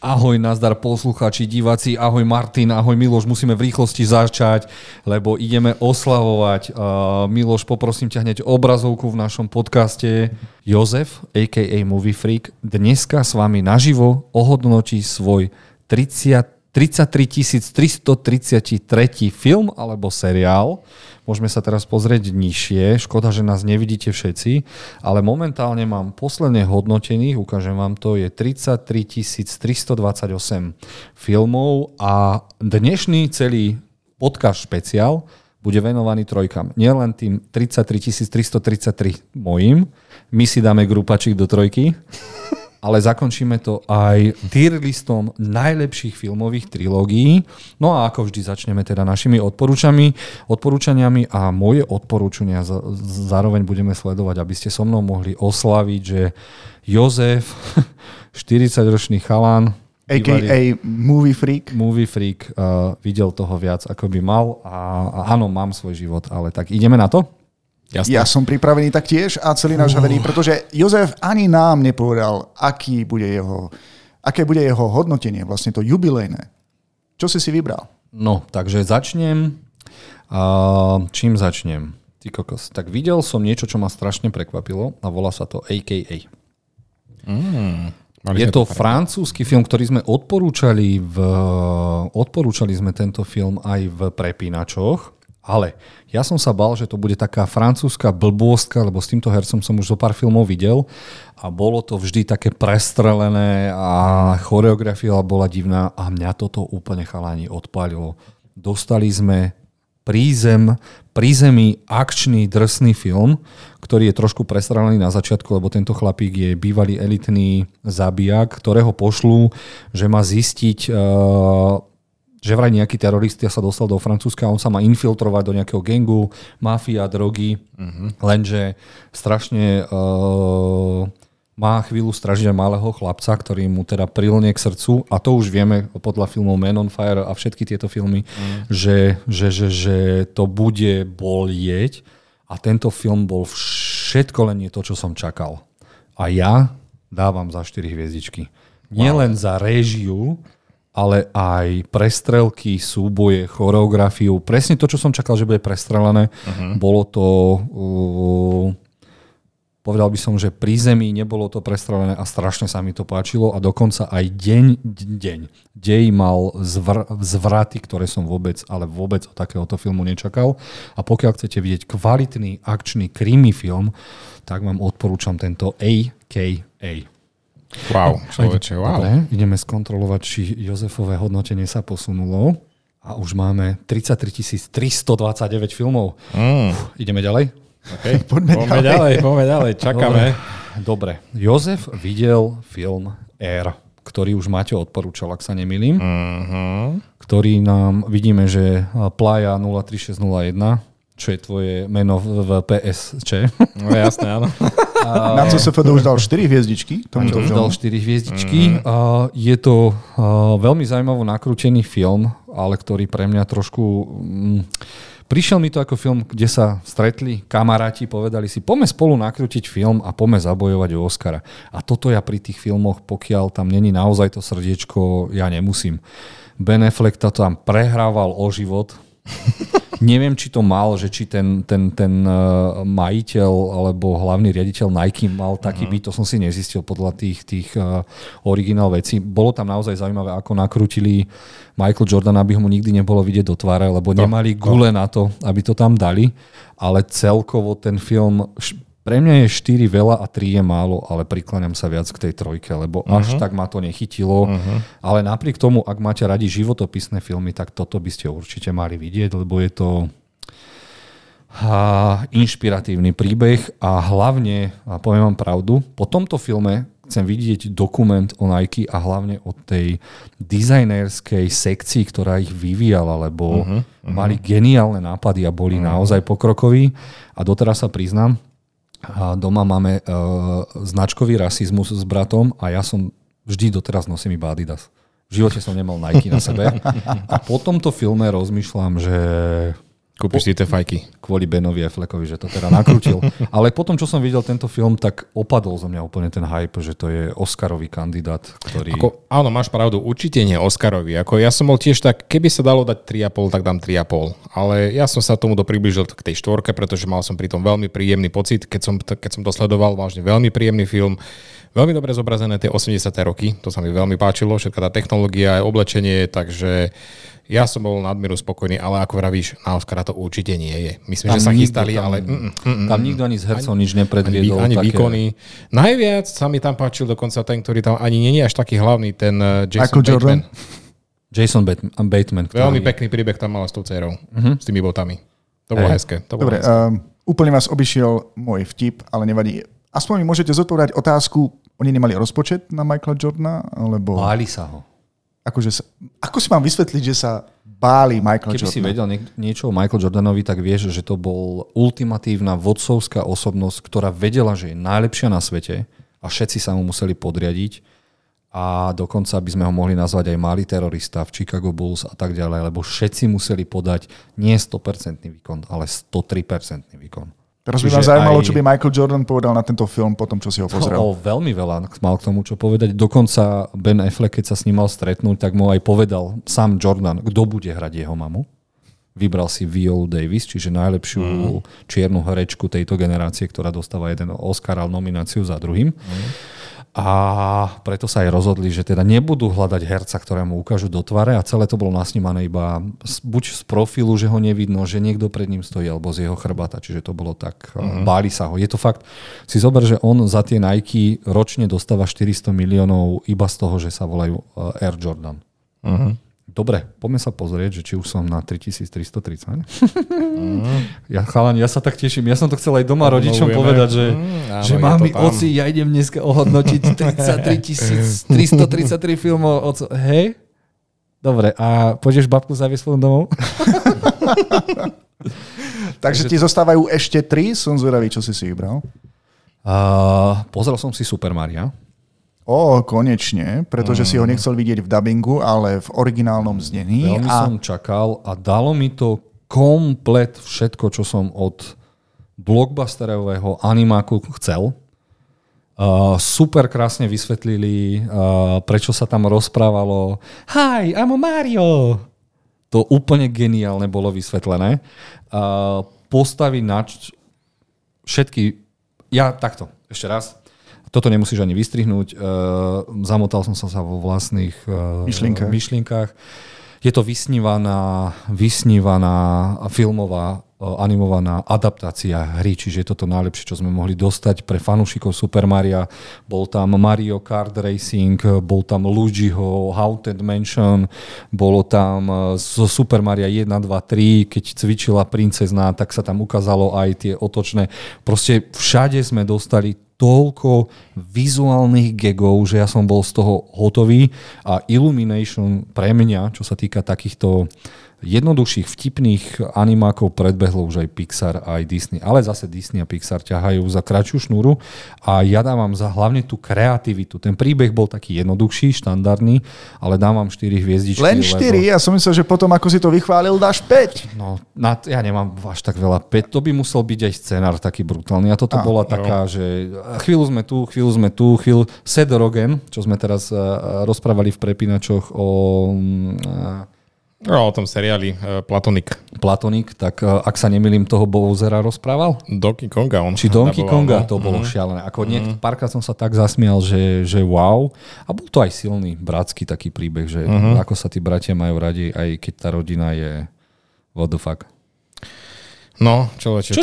Ahoj, nazdar poslucháči, diváci, ahoj Martin, ahoj Miloš, musíme v rýchlosti začať, lebo ideme oslavovať. Miloš, poprosím ťa hneď obrazovku v našom podcaste. Jozef, a.k.a. Movie Freak, dneska s vami naživo ohodnotí svoj 33 333 film alebo seriál. Môžeme sa teraz pozrieť nižšie. Škoda, že nás nevidíte všetci, ale momentálne mám posledne hodnotených, ukážem vám to, je 33 328 filmov a dnešný celý podcast špeciál bude venovaný trojkám. Nielen tým 33 333 mojim, my si dáme grupačík do trojky, ale zakončíme to aj tier listom najlepších filmových trilógií. No a ako vždy začneme teda našimi odporúčaniami a moje odporúčania zároveň budeme sledovať, aby ste so mnou mohli oslaviť, že Jozef, 40-ročný chalan, a.k.a. Movie Freak, videl toho viac, ako by mal a áno, mám svoj život, ale tak ideme na to? Jasne. Ja som pripravený taktiež a celý náš haverí, pretože Jozef ani nám nepovedal, aké bude jeho hodnotenie, vlastne to jubilejné. Čo si vybral? No, takže začnem. Čím začnem? Ty kokos. Tak videl som niečo, čo ma strašne prekvapilo a volá sa to a.k.a. Je to francúzsky film, ktorý sme odporúčali sme tento film aj v prepínačoch. Ale ja som sa bál, že to bude taká francúzska blbôstka, lebo s týmto hercom som už zo pár filmov videl a bolo to vždy také prestrelené a choreografia bola divná a mňa toto úplne chalani odpálilo. Dostali sme pri zemi akčný, drsný film, ktorý je trošku prestrelený na začiatku, lebo tento chlapík je bývalý elitný zabijak, ktorého pošlú, že má zistiť... že vraj nejaký terorista sa dostal do Francúzska a on sa má infiltrovať do nejakého gangu, mafia, drogy, lenže strašne má chvíľu stražiť aj malého chlapca, ktorý mu teda prilne k srdcu a to už vieme podľa filmov Man on Fire a všetky tieto filmy, že to bude bolieť a tento film bol všetko len nie to, čo som čakal. A ja dávam za 4 hviezdičky. Nielen za réžiu, ale aj prestrelky, súboje, choreografiu. Presne to, čo som čakal, že bude prestrelené. Bolo to, povedal by som, že pri zemi nebolo to prestrelené a strašne sa mi to páčilo a dokonca aj dej mal zvraty, ktoré som vôbec od takéhoto filmu nečakal. A pokiaľ chcete vidieť kvalitný akčný krimi film, tak vám odporúčam tento a.k.a. Wow, človeče, wow. Dobre, ideme skontrolovať, či Jozefové hodnotenie sa posunulo a už máme 33 329 filmov. Ideme ďalej? Okay. Poďme ďalej, čakáme. Dobre, Jozef videl film Air, ktorý už Maťo odporúčal, ak sa nemýlim. Ktorý nám, vidíme, že Playa 03601, čo je tvoje meno v PSČ. No jasné, áno. Na CSFD už dal 4 hviezdičky. Už dal 4 hviezdičky. Je to veľmi zaujímavo nakrútený film, ale ktorý pre mňa trošku... Prišiel mi to ako film, kde sa stretli kamaráti, povedali si, poďme spolu nakrútiť film a poďme zabojovať o Oscara. A toto ja pri tých filmoch, pokiaľ tam není naozaj to srdiečko, ja nemusím. Ben Affleck to tam prehrával o život. Neviem, či to mal, že či ten majiteľ alebo hlavný riaditeľ Nike mal taký byt, to som si nezistil podľa tých originál vecí. Bolo tam naozaj zaujímavé, ako nakrútili Michael Jordan, aby ho mu nikdy nebolo vidieť do tváre, lebo nemali gule na to, aby to tam dali, ale celkovo ten film... Pre mňa je 4 veľa a 3 je málo, ale prikláňam sa viac k tej trojke, lebo až tak ma to nechytilo. Ale napriek tomu, ak máte radi životopisné filmy, tak toto by ste určite mali vidieť, lebo je to inšpiratívny príbeh a hlavne, poviem vám pravdu, po tomto filme chcem vidieť dokument o Nike a hlavne o tej dizajnerskej sekcii, ktorá ich vyvíjala, lebo mali geniálne nápady a boli naozaj pokrokoví. A doteraz sa priznám, doma máme značkový rasizmus s bratom a ja som vždy doteraz nosím iba Adidas. V živote som nemal Nike na sebe. A po tomto filme rozmýšľam, že Kúpiš si tie fajky. Kvôli Benovi Affleckovi, že to teda nakrútil. Ale potom, čo som videl tento film, tak opadol zo mňa úplne ten hype, že to je Oscarový kandidát, ktorý... Áno, máš pravdu, určite nie Oscarový. Ako ja som bol tiež tak, keby sa dalo dať 3,5, tak dám 3,5. Ale ja som sa tomu priblížil k tej 4, pretože mal som pri tom veľmi príjemný pocit, keď som to sledoval, vážne veľmi príjemný film. Veľmi dobre zobrazené tie 80. roky, to sa mi veľmi páčilo, všetká tá technológia, oblečenie, takže ja som bol nadmieru spokojný, ale ako vravíš, na Oscara to určite nie je. Myslím, že sa chystali, ale... Tam nikto ani z hercov nič nepredviedol. Ani výkony. Najviac sa mi tam páčil dokonca ten, ktorý tam ani nie je až taký hlavný, ten Jason Bateman. Jason Bateman. Ktorý... Veľmi pekný príbeh tam mal s tou dcerou, s tými botami. To bolo hezké. Dobre, úplne vás obišiel môj vtip, ale nevadí. Aspoň mi môžete zodpovedať otázku, oni nemali rozpočet na Michaela Jordana, alebo... Báli sa ho. Ako si mám vysvetliť, že sa báli Michaela Jordana? Keby si vedel niečo o Michael Jordanovi, tak vieš, že to bol ultimatívna vodcovská osobnosť, ktorá vedela, že je najlepšia na svete a všetci sa mu museli podriadiť a dokonca by sme ho mohli nazvať aj malý terorista v Chicago Bulls a tak ďalej, lebo všetci museli podať nie 100% výkon, ale 103% výkon. Teraz by ma zaujímalo, čo by Michael Jordan povedal na tento film po tom, čo si ho pozrel. Veľmi veľa mal k tomu, čo povedať. Dokonca Ben Affleck, keď sa s ním mal stretnúť, tak mu aj povedal sám Jordan, kto bude hrať jeho mamu. Vybral si Viola Davis, čiže najlepšiu čiernu herečku tejto generácie, ktorá dostáva jeden Oscar a nomináciu za druhým. A preto sa aj rozhodli, že teda nebudú hľadať herca, ktorému ukážu do tváre a celé to bolo nasnímané iba buď z profilu, že ho nevidno, že niekto pred ním stojí, alebo z jeho chrbata. Čiže to bolo tak, báli sa ho. Je to fakt, si zober, že on za tie Nike ročne dostáva 400 miliónov iba z toho, že sa volajú Air Jordan. Dobre, poďme sa pozrieť, že či už som na 3330. Ja sa tak teším. Ja som to chcel aj doma rodičom povedať, že mami, oci, ja idem dneska ohodnotiť 33 333 filmov. Hej? Dobre, a pôjdeš babku zaviesť svojom domov? Takže ti zostávajú ešte 3, som zvedavý, čo si vybral. Pozrel som si Super Maria. Konečne, pretože si ho nechcel vidieť v dubbingu, ale v originálnom znení. Veľmi som čakal a dalo mi to komplet všetko, čo som od blockbusterového animáku chcel. Super krásne vysvetlili, prečo sa tam rozprávalo Hi, I'm a Mario. To úplne geniálne bolo vysvetlené. Postavy všetky... Takto, ešte raz. Toto nemusíš ani vystrihnúť. Zamotal som sa vo vlastných myšlienkách. Je to vysnívaná filmová animovaná adaptácia hry, čiže je toto najlepšie, čo sme mohli dostať pre fanúšikov Super Maria. Bol tam Mario Kart Racing, bol tam Luigiho Haunted Mansion, bolo tam zo Super Maria 1, 2, 3, keď cvičila princezná, tak sa tam ukázalo aj tie otočné. Proste všade sme dostali toľko vizuálnych gagov, že ja som bol z toho hotový a Illumination pre mňa, čo sa týka takýchto jednoduchších, vtipných animákov predbehlo už aj Pixar a aj Disney. Ale zase Disney a Pixar ťahajú za kratšiu šnúru a ja dávam za hlavne tú kreativitu. Ten príbeh bol taký jednoduchší, štandardný, ale dávam 4 hviezdičky. Len 4? Ja som myslel, že potom, ako si to vychválil, dáš 5. No, ja nemám až tak veľa. 5, to by musel byť aj scenár taký brutálny. A toto bola taká, že chvíľu sme tu. Seth Rogen, čo sme teraz rozprávali v prepínačoch o tom seriáli Platonik, tak ak sa nemýlim, toho Bowsera rozprával? Donkey Konga. Donkey Konga, to bolo šialené. Párkrát som sa tak zasmial, že wow. A bol to aj silný bratský taký príbeh, že ako sa tí bratia majú radi, aj keď tá rodina je what the fuck. No, človeče,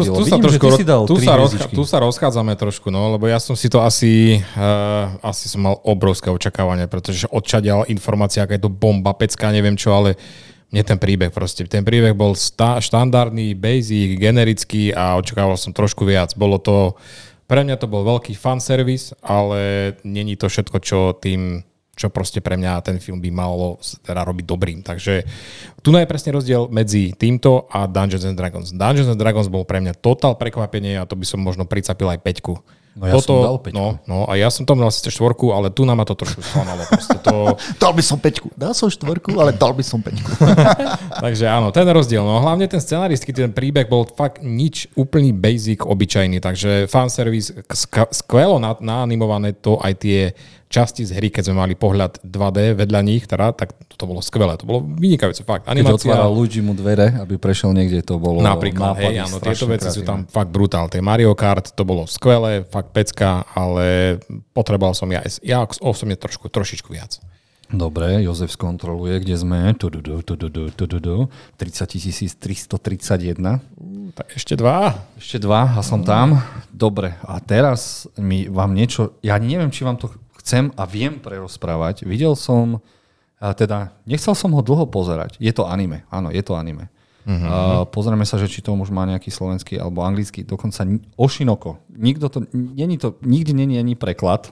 tu sa rozchádzame trošku, no, lebo ja som si to asi som mal obrovské očakávanie, pretože odčadiala informácia, aká je to bomba, pecka, neviem čo, ale mne ten príbeh bol štandardný, basic, generický a očakával som trošku viac. Pre mňa to bol veľký fanservice, ale není to všetko, čo proste pre mňa ten film by malo teda robiť dobrým. Takže tu je presne rozdiel medzi týmto a Dungeons and Dragons. Dungeons and Dragons bol pre mňa totál prekvapenie a to by som možno pricapil aj 5. No ja som dal 5. No a ja som tam dal síce 4, ale tu nám ma to trošku sklamalo. Dal by som 5. Dal som 4, ale dal by som 5. Takže áno, ten rozdiel. No hlavne ten scenaristky, ten príbeh bol fakt nič, úplný basic, obyčajný. Takže fanservice, skvelo naanimované to aj tie časti z hry, keď sme mali pohľad 2D vedľa nich, teda, tak to bolo skvelé. To bolo vynikajúce, fakt. Keď otváral Luigi mu dvere, aby prešiel niekde, to bolo napríklad, hej, áno, tieto veci sú tam fakt brutál. Tie Mario Kart, to bolo skvelé, fakt pecka, ale potreboval som ja osobne trošičku viac. Dobre, Jozef skontroluje, kde sme. 30 331. Tak ešte 2. Ešte 2 a som tam. Dobre, a teraz vám niečo, ja neviem, či vám to chcem a viem prerozprávať. Videl som, nechcel som ho dlho pozerať. Je to anime, áno, je to anime. Pozrieme sa, že či to už má nejaký slovenský alebo anglický, dokonca Oshinoko. Nikdy není ani preklad.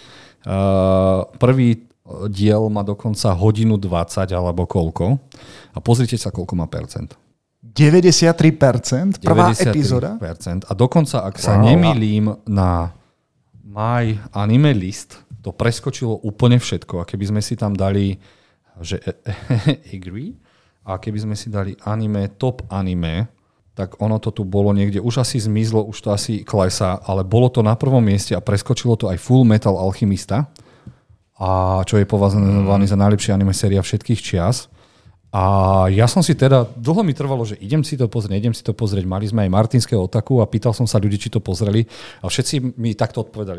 Prvý diel má dokonca 1:20 alebo koľko. A pozrite sa, koľko má percent. 93%? Prvá epizóda? A dokonca, ak sa nemýlim, na My Anime List to preskočilo úplne všetko. A keby sme si tam dali, že agree, a keby sme si dali anime, top anime, tak ono to tu bolo niekde, už asi zmizlo, už to asi klesá, ale bolo to na prvom mieste a preskočilo to aj Full Metal Alchemista, a čo je považovaný za najlepšia anime séria všetkých čias. A ja som si teda, dlho mi trvalo, že idem si to pozrieť. Mali sme aj Martinského otaku a pýtal som sa ľudí, či to pozreli a všetci mi takto odpovedali.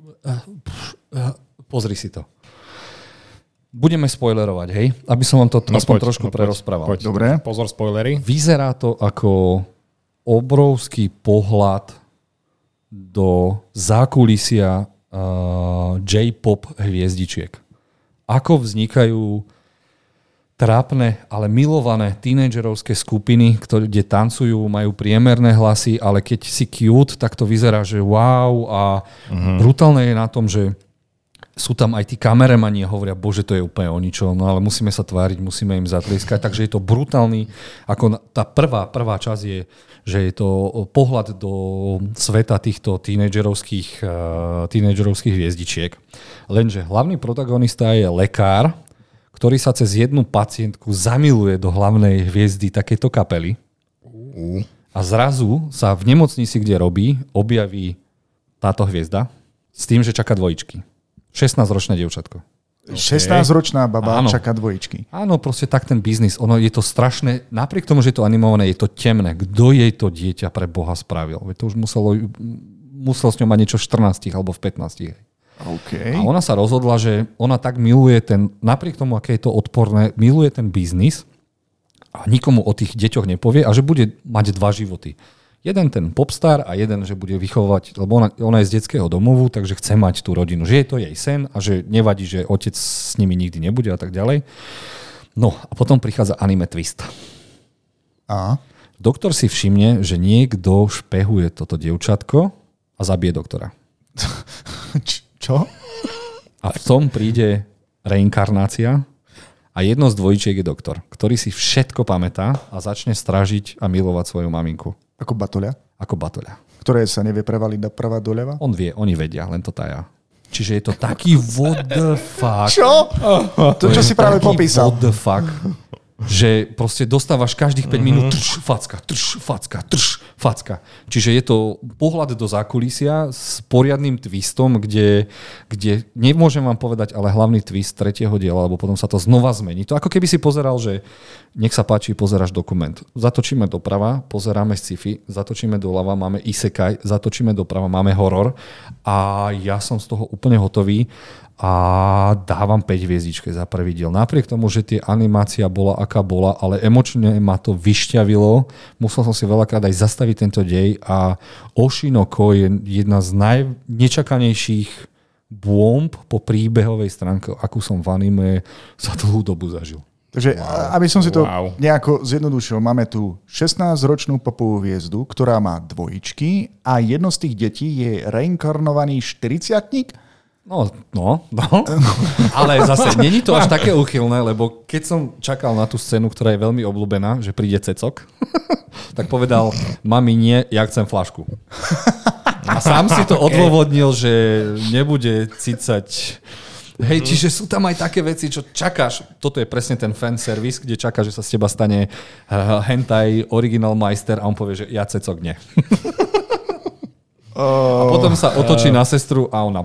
Pozri si to. Budeme spoilerovať, hej? Aby som vám to trošku prerozprával. Poď. Dobre. Pozor, spoilery. Vyzerá to ako obrovský pohľad do zákulisia J-pop hviezdičiek. Ako vznikajú trápne, ale milované tínedžerovské skupiny, kde tancujú, majú priemerné hlasy, ale keď si cute, tak to vyzerá, že wow, a brutálne je na tom, že sú tam aj tí kameramani a hovoria, bože, to je úplne o ničom, no ale musíme sa tváriť, musíme im zatlieskať, takže je to brutálny, ako tá prvá časť je, že je to pohľad do sveta týchto tínedžerovských hviezdičiek. Lenže hlavný protagonista je lekár, ktorý sa cez jednu pacientku zamiluje do hlavnej hviezdy takejto kapely a zrazu sa v nemocnici, kde robí, objaví táto hviezda s tým, že čaká dvojičky. 16-ročné dievčatko. 16-ročná baba čaká dvojičky. Áno, proste tak ten biznis. Ono je to strašné, napriek tomu, že je to animované, je to temné. Kto jej to dieťa pre Boha spravil? Veď to už musel s ňou mať niečo v 14 alebo v 15. Okay. A ona sa rozhodla, že ona tak miluje napriek tomu, aké je to odporné, miluje ten biznis a nikomu o tých deťoch nepovie a že bude mať 2 životy. Jeden ten popstar a jeden, že bude vychovávať, lebo ona je z detského domovu, takže chce mať tú rodinu. Že je to jej sen a že nevadí, že otec s nimi nikdy nebude a tak ďalej. No a potom prichádza anime twist. A? Doktor si všimne, že niekto špehuje toto dievčatko a zabije doktora. Čo? A v tom príde reinkarnácia a jedno z dvojčiek je doktor, ktorý si všetko pamätá a začne strážiť a milovať svoju maminku. Ako batoľa? Ako batoľa. Ktoré sa nevie prevaliť doprava doľava? On vie, oni vedia, len to tajá. Čiže je to taký what the fuck. Čo? To, čo si práve popísal. What the fuck. Že proste dostávaš každých 5 minút facka. Čiže je to pohľad do zákulisia s poriadnym twistom, kde nemôžem vám povedať, ale hlavný twist 3. diela, lebo potom sa to znova zmení. To ako keby si pozeral, že nech sa páči, pozeráš dokument. Zatočíme doprava, pozeráme sci-fi, zatočíme doľava, máme isekai, zatočíme doprava, máme horor a ja som z toho úplne hotový. A dávam 5 hviezdičky za prvý diel. Napriek tomu, že tie animácia bola aká bola, ale emočne ma to vyšťavilo. Musel som si veľakrát aj zastaviť tento dej a Oshinoko je jedna z najnečakanejších bomb po príbehovej stránke, akú som v anime za dlhú dobu zažil. Takže aby som si to nejako zjednodušil, máme tu 16-ročnú popovú hviezdu, ktorá má dvojičky a jedno z tých detí je reinkarnovaný 40-tník. No. Ale zase, není to až také úchylné, lebo keď som čakal na tú scénu, ktorá je veľmi obľúbená, že príde cecok, tak povedal, mami nie, ja chcem flašku. A sám si to odôvodnil, že nebude cicať. Hej, čiže sú tam aj také veci, čo čakáš. Toto je presne ten fan service, kde čakáš, že sa z teba stane hentai original majster a on povie, že ja cecok nie. A potom sa otočí na sestru a ona...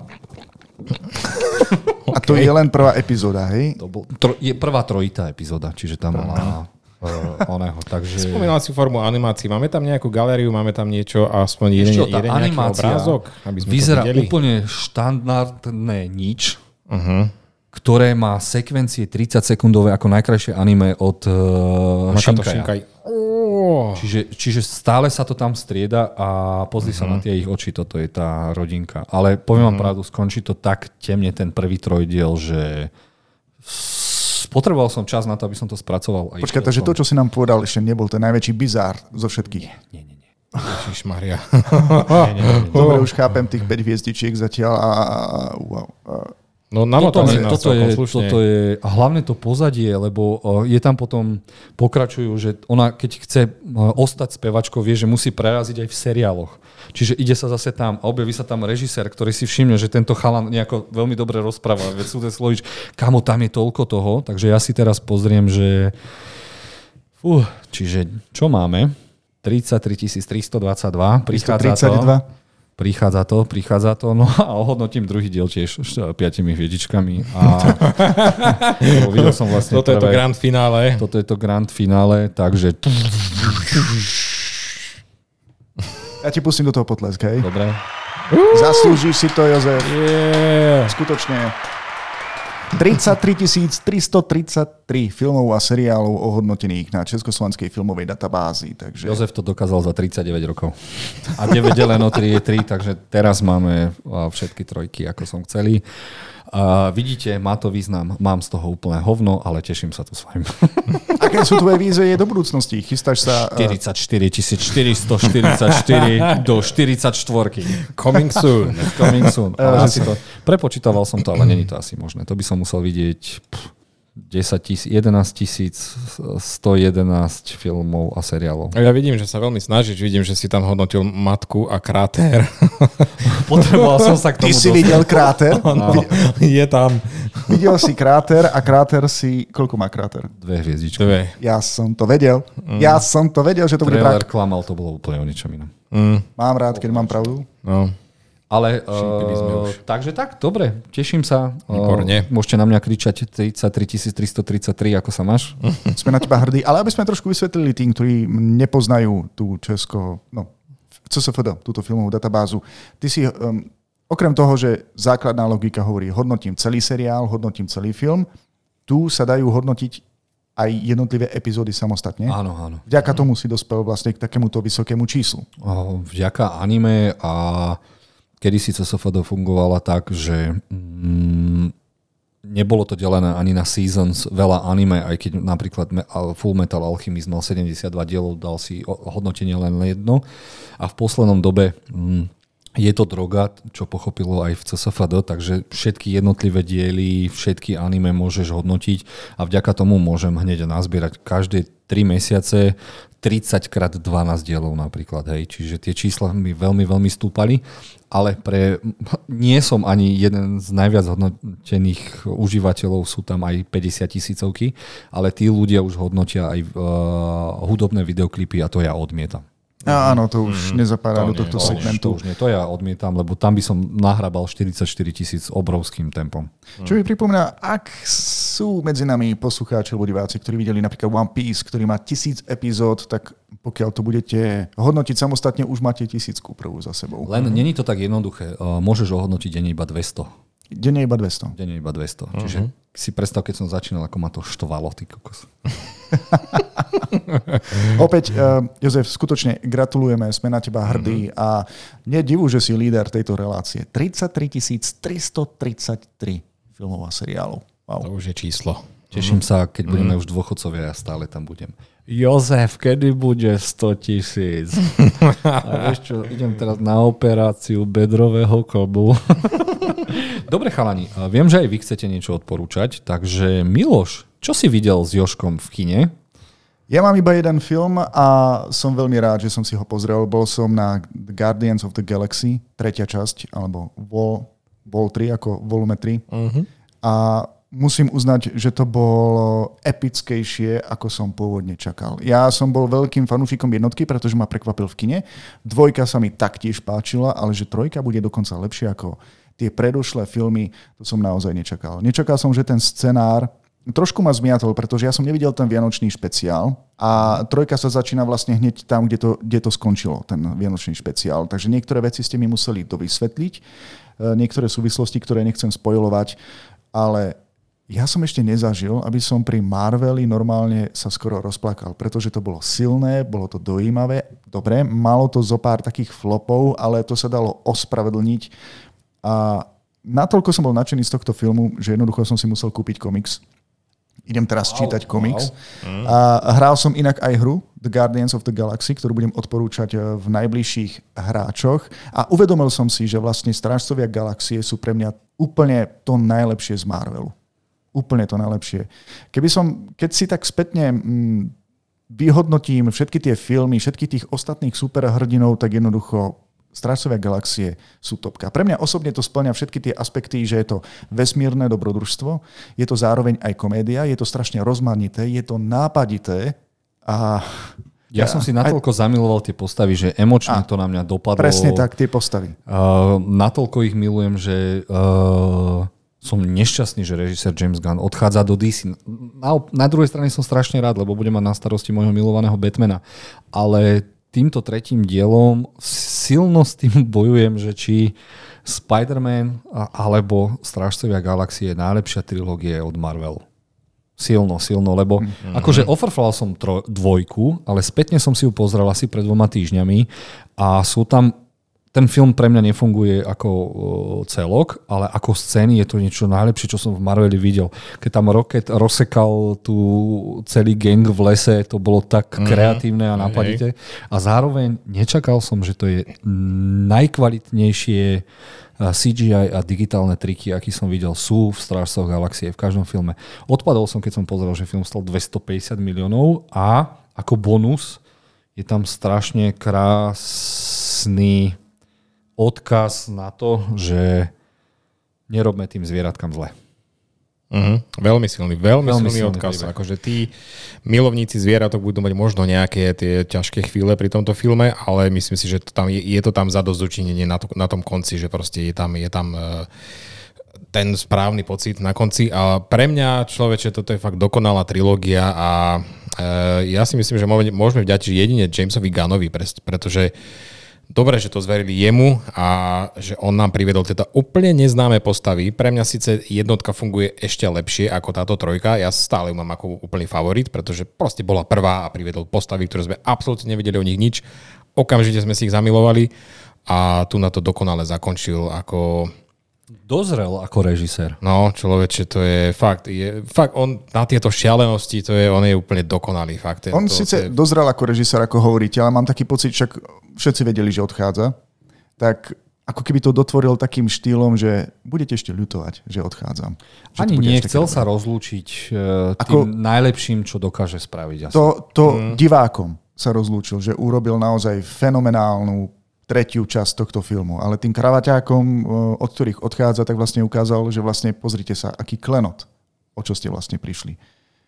A to je len prvá epizóda, hej? To je prvá trojitá epizóda, čiže tam mala oného. Takže... Spomínal si formu animácií. Máme tam nejakú galériu, máme tam niečo, aspoň jeden nejaký obrázok, aby sme vyzerá to videli? úplne štandardné nič, ktoré má sekvencie 30-sekundové ako najkrajšie anime od Shinkai. Čiže stále sa to tam strieda a pozri sa na tie ich oči, toto je tá rodinka. Ale poviem vám pravdu, skončí to tak temne ten prvý trojdiel, že potreboval som čas na to, aby som to spracoval. Počkaj, takže to, čo si nám povedal, ešte nebol ten najväčší bizár zo všetkých. Nie. Ježišmaria. Dobre, už chápem tých 5 hviezdičiek zatiaľ a wow. No toto je a hlavne to pozadie, lebo je tam potom, pokračujú, že ona keď chce ostať spevačkou, vie, že musí preraziť aj v seriáloch. Čiže ide sa zase tam a objaví sa tam režisér, ktorý si všimne, že tento chalan nejako veľmi dobre rozpráva. Veď sú ten Slovič, kamo, tam je toľko toho, takže ja si teraz pozriem, že čiže čo máme? 33 322, prichádza to, no a ohodnotím druhý diel tiež 5 hviezdičkami. A videl som vlastne Toto je to grand finále. Toto je to grand finále, takže... Ja ti pustím do toho potlesk, hej? Dobre. Zaslúžiš si to, Jozef. Yeah. Skutočne. 33 333 filmov a seriálov ohodnotených na Československej filmovej databázi. Takže... Jozef to dokázal za 39 rokov. A 9 deleno 3 je 3, takže teraz máme všetky trojky, ako som chceli. Vidíte, má to význam. Mám z toho úplné hovno, ale teším sa tu s vami. Aké sú tvoje vízie do budúcnosti? Chystáš sa... 44 444 do 44. Coming soon. Ale prepočítaval som to, ale není to asi možné. To by som musel vidieť 11 111 filmov a seriálov. Ja vidím, že sa veľmi snažíš. Vidím, že si tam hodnotil Matku a Kráter. Potreboval som sa k tomu Ty si videl Kráter? Je tam. Videl si Kráter a Kráter si... Koľko má Kráter? 2 hviezdičky. Ja som to vedel. Ja som to vedel, že to bude Trailer klamal, to bolo úplne o ničom inom. Mám rád, keď mám pravdu. No. Ale takže tak, dobre, teším sa. Výborne. Môžete na mňa kričať 33 333, ako sa máš? Sme na teba hrdí, ale aby sme trošku vysvetlili tým, ktorí nepoznajú tú CSFD, túto filmovú databázu. Ty si, okrem toho, že základná logika hovorí, hodnotím celý seriál, hodnotím celý film, tu sa dajú hodnotiť aj jednotlivé epizódy samostatne. Áno. Vďaka tomu si dospel vlastne k takémuto vysokému číslu. Vďaka anime a kedysi CSFD fungovala tak, že nebolo to delené ani na seasons, veľa anime, aj keď napríklad Full Metal Alchemist mal 72 dielov, dal si hodnotenie len jedno. A v poslednom dobe je to droga, čo pochopilo aj v CSFD, takže všetky jednotlivé diely, všetky anime môžeš hodnotiť a vďaka tomu môžem hneď nazbierať každé 3 mesiace 30x12 dielov napríklad. Hej. Čiže tie čísla mi veľmi, veľmi stúpali, ale nie som ani jeden z najviac hodnotených užívateľov, sú tam aj 50 000, ale tí ľudia už hodnotia aj hudobné videoklipy a to ja odmietam. Áno, to už nezapadá do tohto segmentu. To ja odmietam, lebo tam by som nahrabal 44 000 obrovským tempom. Čo mi pripomína, ak sú medzi nami poslucháči alebo diváci, ktorí videli napríklad One Piece, ktorý má 1000 epizód, tak pokiaľ to budete hodnotiť samostatne, už máte 1000 prvú za sebou. Len není to tak jednoduché. Môžeš ohodnotiť denne iba 200. Denne iba 200. Denne iba 200. Čiže si predstav, keď som začínal, ako ma to štvalo, ty kokos. Opäť, Jozef, skutočne gratulujeme, sme na teba hrdí a nedivu, že si líder tejto relácie. 33 333 filmov a seriálov. Wow. To už je číslo. Teším sa, keď budeme už dôchodcovia, ja stále tam budem. Jozef, kedy bude 100 000? A vieš čo, idem teraz na operáciu bedrového klobu. Dobre chalani, viem, že aj vy chcete niečo odporúčať, takže Miloš, čo si videl s Jožkom v kine? Ja mám iba jeden film a som veľmi rád, že som si ho pozrel. Bol som na The Guardians of the Galaxy, 3. časť, alebo Vol 3, ako volume 3. Uh-huh. A musím uznať, že to bolo epickejšie, ako som pôvodne čakal. Ja som bol veľkým fanúšikom jednotky, pretože ma prekvapil v kine. 2 sa mi taktiež páčila, ale že 3 bude dokonca lepšie ako tie predošlé filmy, to som naozaj nečakal. Nečakal som, že ten scenár trošku ma zmiatol, pretože ja som nevidel ten vianočný špeciál a 3 sa začína vlastne hneď tam, kde to skončilo, ten vianočný špeciál. Takže niektoré veci ste mi museli dovysvetliť, niektoré súvislosti, ktoré nechcem spoilovať, ale ja som ešte nezažil, aby som pri Marveli normálne sa skoro rozplakal, pretože to bolo silné, bolo to dojímavé, dobre, malo to zo pár takých flopov, ale to sa dalo ospravedlniť a natoľko som bol nadšený z tohto filmu, že jednoducho som si musel kúpiť komiks. Idem teraz čítať komiks. A hral som inak aj hru The Guardians of the Galaxy, ktorú budem odporúčať v najbližších hráčoch. A uvedomil som si, že vlastne Strážcovia galaxie sú pre mňa úplne to najlepšie z Marvelu. Úplne to najlepšie. Keď si tak spätne vyhodnotím všetky tie filmy, všetky tých ostatných superhrdinov, tak jednoducho Strážcovia galaxie sú topka. Pre mňa osobne to spĺňa všetky tie aspekty, že je to vesmírne dobrodružstvo, je to zároveň aj komédia, je to strašne rozmanité, je to nápadité a... Ja som si natoľko zamiloval tie postavy, že emočne to na mňa dopadlo. Presne tak, tie postavy. Natoľko ich milujem, že som nešťastný, že režisér James Gunn odchádza do DC. Na druhej strane som strašne rád, lebo bude mať na starosti môjho milovaného Batmana. Ale týmto 3. dielom silno s tým bojujem, že či Spider-Man alebo Strážcovia galaxie je najlepšia trilógia od Marvelu. Silno, lebo akože ofrflal som 2, ale spätne som si ju pozrel asi pred 2 týždňami a sú tam ten film pre mňa nefunguje ako celok, ale ako scény je to niečo najlepšie, čo som v Marveli videl. Keď tam Rocket rozsekal tu celý gang v lese, to bolo tak kreatívne a napadité. A zároveň nečakal som, že to je najkvalitnejšie CGI a digitálne triky, aký som videl, sú v Strážcoch galaxie v každom filme. Odpadol som, keď som pozrel, že film stal 250 miliónov a ako bonus je tam strašne krásny odkaz na to, že nerobme tým zvieratkám zle. Veľmi silný odkaz. Akože tí milovníci zvieratok budú mať možno nejaké tie ťažké chvíle pri tomto filme, ale myslím si, že je to tam zadosťučinenie na tom konci, že proste je tam ten správny pocit na konci. A pre mňa, človeče, toto je fakt dokonalá trilógia a ja si myslím, že môžeme vďačiť jedine Jamesovi Gunnovi, pretože dobre, že to zverili jemu a že on nám priviedol teda úplne neznáme postavy. Pre mňa síce jednotka funguje ešte lepšie ako táto 3. Ja stále ju mám ako úplný favorit, pretože proste bola prvá a priviedol postavy, ktoré sme absolútne nevedeli o nich nič. Okamžite sme si ich zamilovali a tu na to dokonale zakončil ako... Dozrel ako režisér. No, človeče, to je fakt on na tieto šialenosti, on je úplne dokonalý. Fakt. On síce dozrel ako režisér, ako hovoríte, ale mám taký pocit, však všetci vedeli, že odchádza, tak ako keby to dotvoril takým štýlom, že budete ešte ľutovať, že odchádzam. Že ani nechcel sa rozlúčiť tým najlepším, čo dokáže spraviť. Divákom sa rozlúčil, že urobil naozaj fenomenálnu 3. časť tohto filmu. Ale tým kravaťákom, od ktorých odchádza, tak vlastne ukázal, že vlastne pozrite sa, aký klenot, o čo ste vlastne prišli.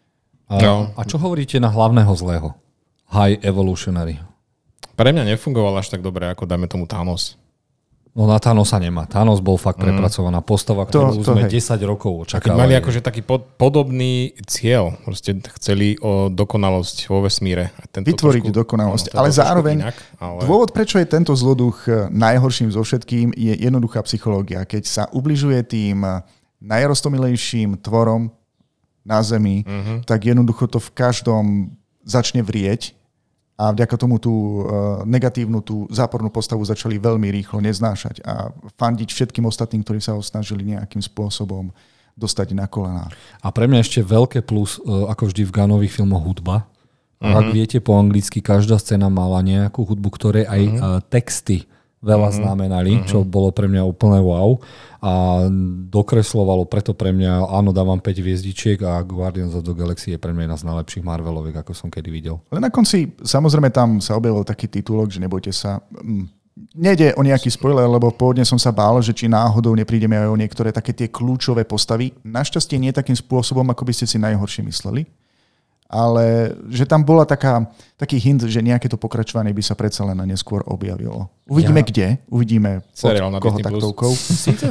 A čo hovoríte na hlavného zlého? High Evolutionary. Pre mňa nefungoval až tak dobre, ako dajme tomu Thanos. No na Thanosa nemá. Thanos bol fakt prepracovaná postava, ktorú sme 10 rokov očakávali. Mali akože taký podobný cieľ. Proste chceli o dokonalosť vo vesmíre. Vytvoriť dokonalosť. Ale zároveň dôvod, prečo je tento zloduch najhorším zo všetkým, je jednoduchá psychológia. Keď sa ubližuje tým najrostomilejším tvorom na Zemi, tak jednoducho to v každom začne vrieť. A vďaka tomu tú negatívnu, tú zápornú postavu začali veľmi rýchlo neznášať a fandiť všetkým ostatným, ktorí sa ho snažili nejakým spôsobom dostať na kolená. A pre mňa ešte veľké plus, ako vždy v Gunnových filmoch, hudba. Ak viete po anglicky, každá scéna mala nejakú hudbu, ktoré aj texty veľa znamenali, čo bolo pre mňa úplne wow. A dokreslovalo preto pre mňa, áno, dávam 5 hviezdičiek a Guardians of the Galaxy je pre mňa jedna z najlepších Marveloviek, ako som kedy videl. Ale na konci, samozrejme, tam sa objavil taký titulok, že nebojte sa. Nejde o nejaký spoiler, lebo pôvodne som sa bál, že či náhodou neprídeme aj o niektoré také tie kľúčové postavy. Našťastie nie takým spôsobom, ako by ste si najhoršie mysleli. Ale že tam bola taký hint, že nejaké to pokračovanie by sa predsa len neskôr objavilo. Uvidíme kde, uvidíme pod koho taktovkou. Síce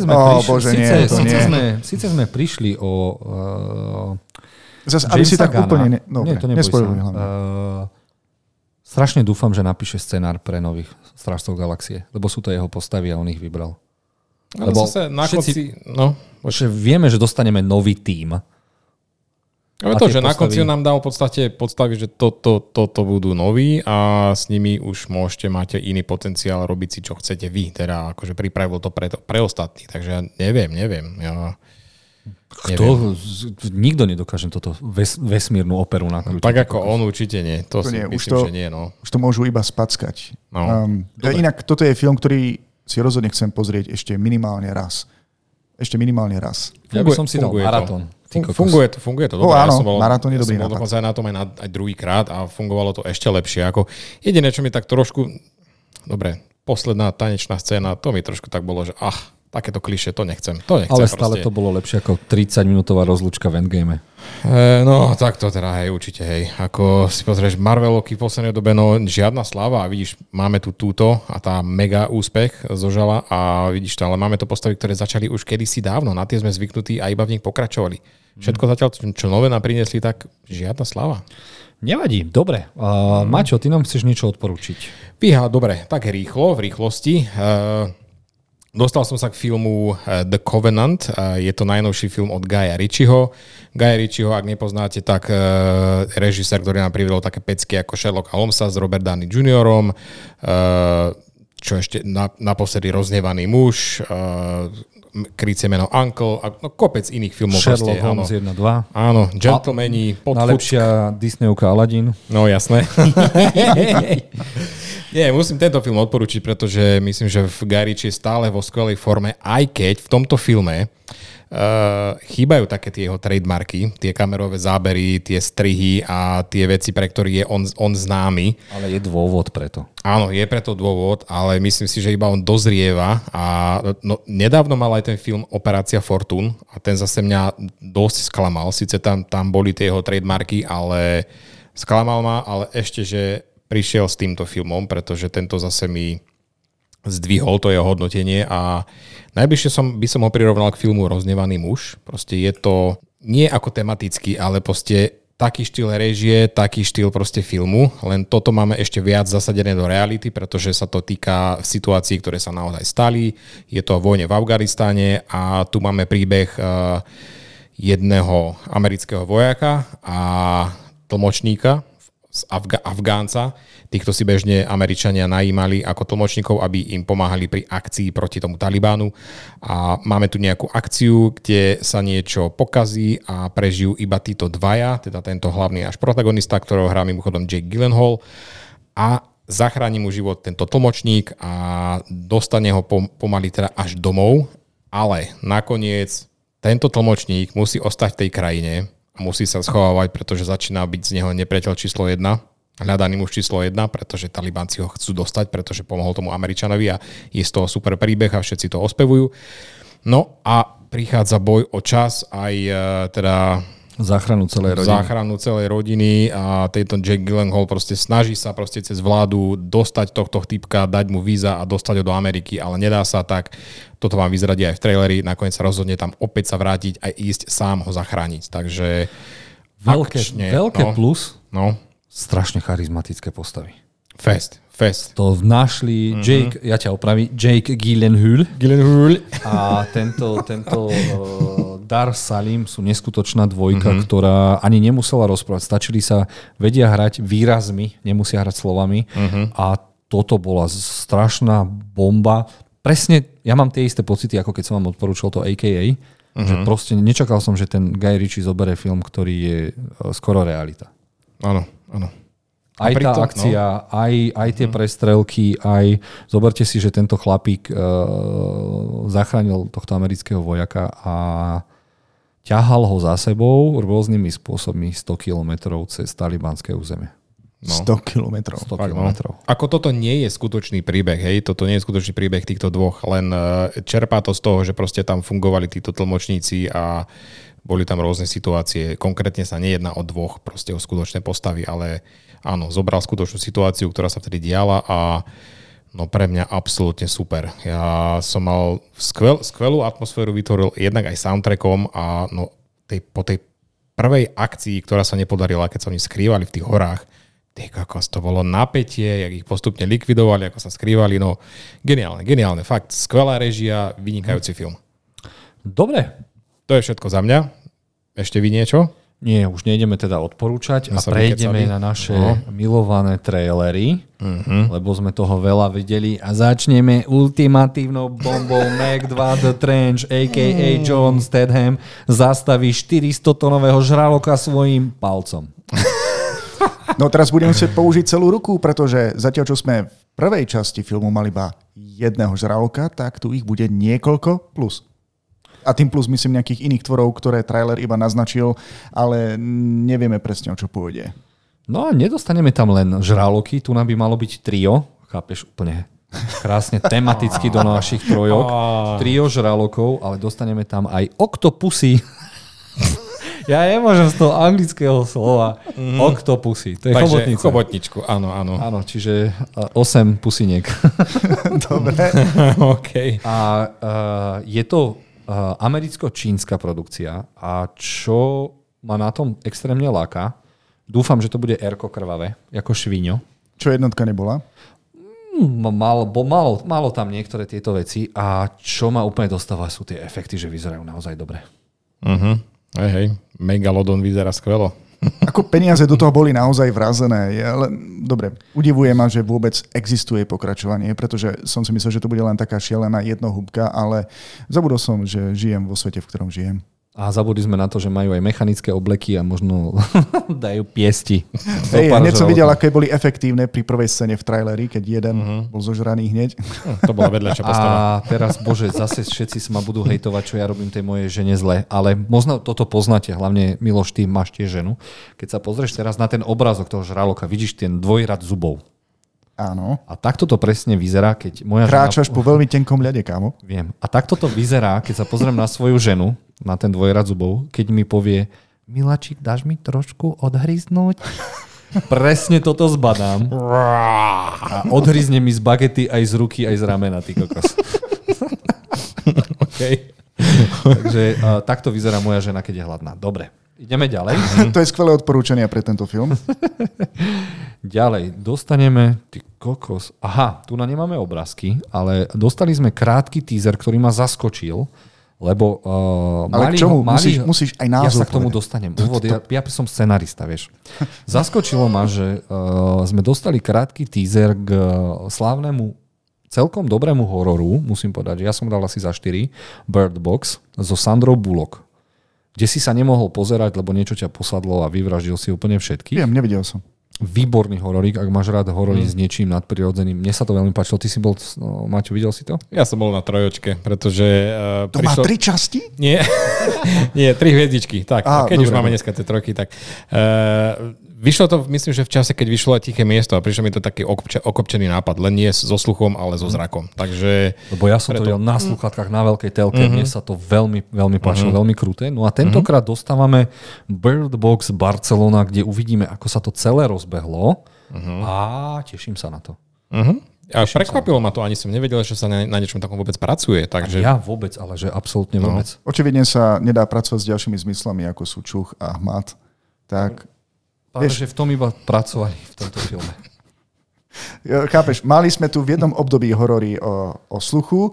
sme prišli o Zas, aby si tak úplne... Nie, to nespojluj hlavne. Strašne dúfam, že napíše scenár pre nových Strážcov galaxie, lebo sú to jeho postavy a on ich vybral. Lebo zase na konci... Vieme, že dostaneme nový tím. Ale to, že na konci nám dal v podstate podstaviť, že toto budú noví a s nimi už máte iný potenciál robiť si, čo chcete vy. Teda akože pripravil to pre ostatní. Takže ja neviem. Nikto nedokáže toto vesmírnu operu nakrútiť. Tak ako on určite nie. To si nie, myslím, že nie. No. Už to môžu iba spackať. No. Inak toto je film, ktorý si rozhodne chcem pozrieť ešte minimálne raz. Ja by som si dal maratón. Funguje to dobre. Áno, maratón je dobrý nápad. Dokonca aj na tom aj druhýkrát a fungovalo to ešte lepšie. Ako jediné, čo mi tak trošku... Dobre, posledná tanečná scéna, to mi trošku tak bolo, že takéto klišé, to nechcem. Ale stále to bolo lepšie ako 30-minútová rozlúčka v Endgame. No, tak to teda, určite, Ako si pozrieš Marvelovky v poslednej dobe, žiadna sláva a vidíš, máme tu túto a tá mega úspech zožala a vidíš to, ale máme to postavy, ktoré začali už kedysi dávno, na tie sme zvyknutí a iba v nich pokračovali. Všetko zatiaľ, čo nové nám priniesli, tak žiadna sláva. Nevadí, dobre. Maťo, ty nám chceš niečo odporučiť? Dobre, tak rýchlo, v rýchlosti. Dostal som sa k filmu The Covenant. Je to najnovší film od Guya Ritchieho. Guya Ritchieho, ak nepoznáte, tak režisér, ktorý nám priviedol také pecky ako Sherlock Holmesa s Robert Downey Juniorom, čo ešte naposledy Rozhnevaný muž, krycie meno Uncle a kopec iných filmov. Sherlock Holmes 1, 2. Áno, Gentlemani, najlepšia Disneyovka Aladdin. No jasné. Nie, musím tento film odporučiť, pretože myslím, že Guy Ritchie je stále vo skvelej forme, aj keď v tomto filme chýbajú také tie jeho trademarky, tie kamerové zábery, tie strihy a tie veci, pre ktoré je on známy. Ale je dôvod preto. Áno, je preto dôvod, ale myslím si, že iba on dozrieva a nedávno mal aj ten film Operácia Fortune a ten zase mňa dosť sklamal. Sice tam boli tie jeho trademarky, ale sklamal ma, ale ešte, že prišiel s týmto filmom, pretože tento zase mi zdvihol to jeho hodnotenie a najbližšie by som ho prirovnal k filmu Rozhnevaný muž. Proste je to nie ako tematický, ale proste taký štýl režie, taký štýl proste filmu, len toto máme ešte viac zasadené do reality, pretože sa to týka situácií, ktoré sa naozaj stali. Je to o vojne v Afganistane a tu máme príbeh jedného amerického vojaka a tlmočníka, Afgánca. Týchto si bežne Američania najímali ako tlmočníkov, aby im pomáhali pri akcii proti tomu Talibánu. A máme tu nejakú akciu, kde sa niečo pokazí a prežijú iba títo dvaja, teda tento hlavný až protagonista, ktorého hrá mimochodom Jake Gyllenhaal. A zachráni mu život tento tlmočník a dostane ho pomaly teda až domov. Ale nakoniec tento tlmočník musí ostať v tej krajine a musí sa schovávať, pretože začína byť z neho nepriateľ číslo 1, hľadaný muž číslo 1, pretože Talibánci ho chcú dostať, pretože pomohol tomu Američanovi a je z toho super príbeh a všetci to ospevujú. No a prichádza boj o čas aj teda záchranu celej rodiny a tejto Jake Gyllenhaal proste snaží sa proste cez vládu dostať tohto typka, dať mu víza a dostať ho do Ameriky, ale nedá sa tak. Toto vám vyzradí aj v traileri, nakoniec sa rozhodne tam opäť sa vrátiť a ísť sám ho zachrániť. Takže veľké plus, strašne charizmatické postavy. Fest. To našli Jake Gyllenhaal a tento Dar Salim sú neskutočná dvojka, ktorá ani nemusela rozprávať. Vedia hrať výrazmi, nemusia hrať slovami a toto bola strašná bomba. Presne, ja mám tie isté pocity, ako keď som vám odporúčal to AKA, že proste nečakal som, že ten Guy Ritchie zoberie film, ktorý je skoro realita. Áno. Aj tá akcia, aj tie prestrelky, aj... Zoberte si, že tento chlapík zachránil tohto amerického vojaka a ťahal ho za sebou rôznymi spôsobmi 100 kilometrov cez talibanské územie. 100 kilometrov. 100 kilometrov. Ako toto nie je skutočný príbeh, hej, toto nie je skutočný príbeh týchto dvoch, len čerpá to z toho, že proste tam fungovali títo tlmočníci a boli tam rôzne situácie. Konkrétne sa nejedná o dvoch, proste o skutočné postavy, ale áno, zobral skutočnú situáciu, ktorá sa vtedy diala a no pre mňa absolútne super. Ja som mal skvelú atmosféru, vytvoril jednak aj soundtrackom a no, po tej prvej akcii, ktorá sa nepodarila, keď sa oni skrývali v tých horách, to bolo napätie, jak ich postupne likvidovali, ako sa skrývali, no geniálne, fakt, skvelá režia, vynikajúci film. Dobre. To je všetko za mňa. Ešte vy niečo? Nie, už nejdeme teda odporúčať a prejdeme na naše milované trailery, lebo sme toho veľa videli a začneme ultimatívnou bombou Mac 2 The Trench, a.k.a. John Statham, zastaví 400-tonového žraloka svojím palcom. No teraz budeme musieť použiť celú ruku, pretože zatiaľ, čo sme v prvej časti filmu mali iba jedného žraloka, tak tu ich bude niekoľko plus. A tým plus myslím nejakých iných tvorov, ktoré trailer iba naznačil, ale nevieme presne, o čo pôjde. No a nedostaneme tam len žraloky, tu nám by malo byť trio, chápeš, úplne krásne tematicky do našich trojok. Trio žralokov, ale dostaneme tam aj oktopusy. Ja nemôžem z toho anglického slova. Oktopusy, to je chobotnica. Chobotničku, áno. Áno, čiže 8 pusiniek. Dobre. OK. A je to americko-čínska produkcia a čo ma na tom extrémne láka, dúfam, že to bude erko krvavé, ako švíňo. Čo jednotka nebola? Malo tam niektoré tieto veci a čo ma úplne dostáva sú tie efekty, že vyzerajú naozaj dobre. Hej, Megalodon vyzerá skvelo. Ako peniaze do toho boli naozaj vrazené. Ale dobre, udivuje ma, že vôbec existuje pokračovanie, pretože som si myslel, že to bude len taká šialená jednohúbka, ale zabudol som, že žijem vo svete, v ktorom žijem. A zabudli sme na to, že majú aj mechanické obleky a možno dajú piesti. Hej, hneď som videl, aké boli efektívne pri prvej scéne v traileri, keď jeden bol zožraný hneď. To bola vedľajšia postava. A teraz, bože, zase všetci sa ma budú hejtovať, čo ja robím tej mojej žene zle. Ale možno toto poznáte, hlavne Miloš, ty máš tiež ženu. Keď sa pozrieš teraz na ten obrázok toho žraloka, vidíš ten dvojrad zubov. Áno. A takto to presne vyzerá, keď moja Kráčaš po veľmi tenkom ľade, kámo. Viem. A takto to vyzerá, keď sa pozriem na svoju ženu, na ten dvojrad zubov, keď mi povie, Miláčik, dáš mi trošku odhryznúť? Presne toto zbadám. A odhryzne mi z bagety aj z ruky, aj z ramena, ty kokos. OK. Takže takto vyzerá moja žena, keď je hladná. Dobre. Ideme ďalej. To je skvelé odporúčania pre tento film. Ďalej, dostaneme... Ty kokos. Aha, tu nemáme obrázky, ale dostali sme krátky teaser, ktorý ma zaskočil, lebo... ale k čomu? Musíš aj názov. Ja sa k tomu dostanem. Úvod, ja som scenarista, vieš. Zaskočilo ma, že sme dostali krátky teaser k slávnemu celkom dobrému hororu, musím povedať, že ja som dal asi za 4, Bird Box, so Sandrou Bullock. Kde si sa nemohol pozerať, lebo niečo ťa posadlo a vyvraždil si úplne všetkých. Viem, nevidel som. Výborný hororík, ak máš rád horory s niečím nadprirodzeným. Mne sa to veľmi páčilo. Ty si bol, Maťo, videl si to? Ja som bol na 3, pretože... To má 3 časti? Nie, nie, 3 hviezdičky. Tak, keď už máme dneska tie 3, tak... Vyšlo to, myslím, že v čase, keď vyšlo aj Tiché miesto a prišiel mi to taký okopčený nápad, len nie so sluchom, ale so zrakom. Takže... Lebo ja som to videl na sluchatkách na veľkej telke, mne sa to veľmi, veľmi páčilo, veľmi kruté. No a tentokrát dostávame Bird Box Barcelona, kde uvidíme, ako sa to celé rozbehlo a teším sa na to. A prekvapilo ma to, ani som nevedel, že sa na niečom takom vôbec pracuje. Takže... Ja vôbec, ale že absolútne vôbec. Očividne sa nedá pracovať s ďalšími zmyslami, ako sú čuch a hmat. Tak... Že v tom iba pracovali v tomto filme. Chápeš, mali sme tu v jednom období horory o sluchu,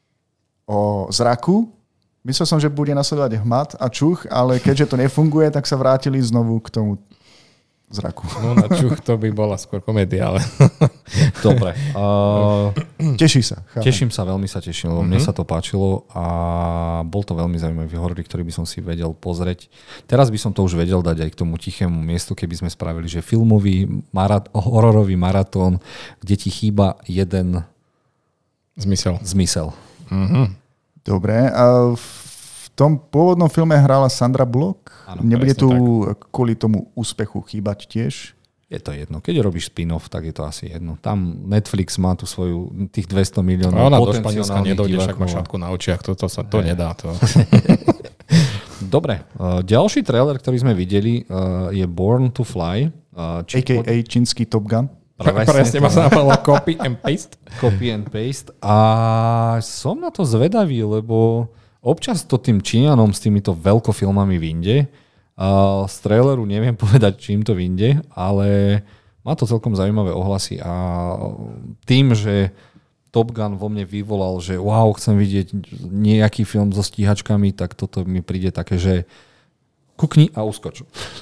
o zraku. Myslel som, že bude nasledovať hmat a čuch, ale keďže to nefunguje, tak sa vrátili znovu k tomu zraku. No na čuch to by bola skôr komédia, ale... Dobre. Teší sa. Chápem. Teším sa, veľmi sa teším, lebo mne sa to páčilo a bol to veľmi zaujímavý horor, ktorý by som si vedel pozrieť. Teraz by som to už vedel dať aj k tomu tichému miestu, keby sme spravili, že filmový hororový maratón, kde ti chýba jeden zmysel. Dobre. A v tom pôvodnom filme hrála Sandra Bullock. Áno, nebude tu tak. kvôli tomu úspechu chýbať tiež? Je to jedno. Keď robíš spin-off, tak je to asi jedno. Tam Netflix má tu svoju, tých 200 miliónov ona do Španielska nedojde, však má divákov. šatku na očiach, to nedá. To. Dobre. Ďalší trailer, ktorý sme videli, je Born to Fly. A.k.a. čínsky Top Gun. Presne ma sa napadlo copy and paste. Copy and paste. A som na to zvedavý, lebo občas to tým Číňanom s týmito veľkofilmami vyjde. Z traileru neviem povedať, čím to vyjde, ale má to celkom zaujímavé ohlasy a tým, že Top Gun vo mne vyvolal, že wow, chcem vidieť nejaký film so stíhačkami, tak toto mi príde také, že kukni a uskoč.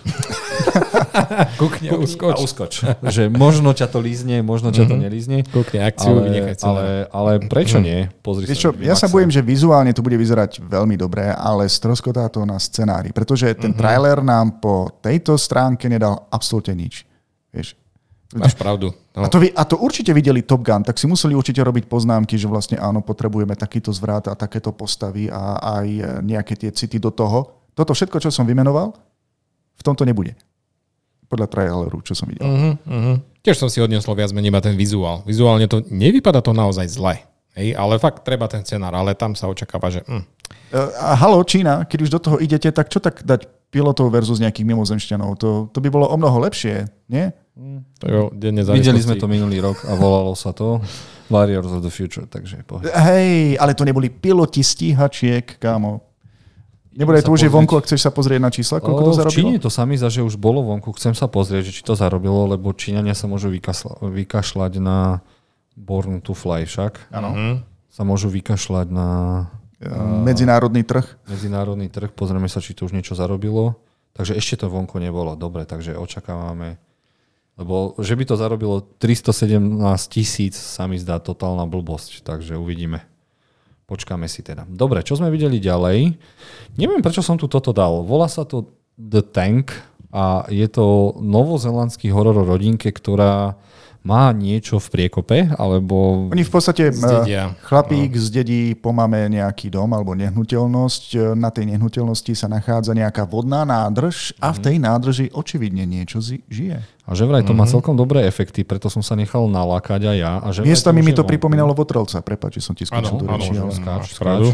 Kukni a uskoč. Že možno ťa to lízne, možno ťa to nelízne. Kukni akciu, vynechaj ale prečo nie? Pozri Vieš čo, ja sa bojím, že vizuálne to bude vyzerať veľmi dobre, ale stroskotá to na scenári, pretože ten trailer nám po tejto stránke nedal absolútne nič. Vieš. Máš pravdu. No. A to určite videli Top Gun, tak si museli určite robiť poznámky, že vlastne áno, potrebujeme takýto zvrat a takéto postavy a aj nejaké tie city do toho. Toto všetko, čo som vymenoval, v tomto nebude. Podľa traileru, čo som videl. Tiež som si odniesol viac menej iba ten vizuál. Vizuálne to nevypadá to naozaj zle. Hej, ale fakt treba ten scenár, ale tam sa očakáva, že... A halo, Čína, keď už do toho idete, tak čo tak dať pilotov versus nejakých mimozemšťanov? To by bolo o mnoho lepšie, nie? Videli sme to minulý rok a volalo sa to Warriors of the Future, takže pohľad. Hej, ale to neboli piloti stíhačiek, kámo. Nebude to už je vonku, ak chceš sa pozrieť na čísla, koľko to zarobilo? V Číne to sa mi zdá, že už bolo vonku. Chcem sa pozrieť, že či to zarobilo, lebo Číňania sa môžu vykašľať na Born to Fly však. Áno. Sa môžu vykašľať na medzinárodný trh. Medzinárodný trh. Pozrieme sa, či to už niečo zarobilo. Takže ešte to vonku nebolo. Dobre, takže očakávame. Lebo že by to zarobilo 317 000 sa mi zdá totálna blbosť. Takže uvidíme. Počkáme si teda. Dobre, čo sme videli ďalej? Neviem, prečo som tu toto dal. Volá sa to The Tank a je to novozelandský horor o rodinke, ktorá má niečo v priekope, alebo... Oni v podstate, zdedia. chlapík zdedí po mame nejaký dom alebo nehnuteľnosť. Na tej nehnuteľnosti sa nachádza nejaká vodná nádrž a v tej nádrži očividne niečo žije. A že vraj to má celkom dobré efekty, preto som sa nechal nalákať aj ja. A že miestami mi to pripomínalo Votrelca. Prepáč, že som ti skočil do reči. Skáč.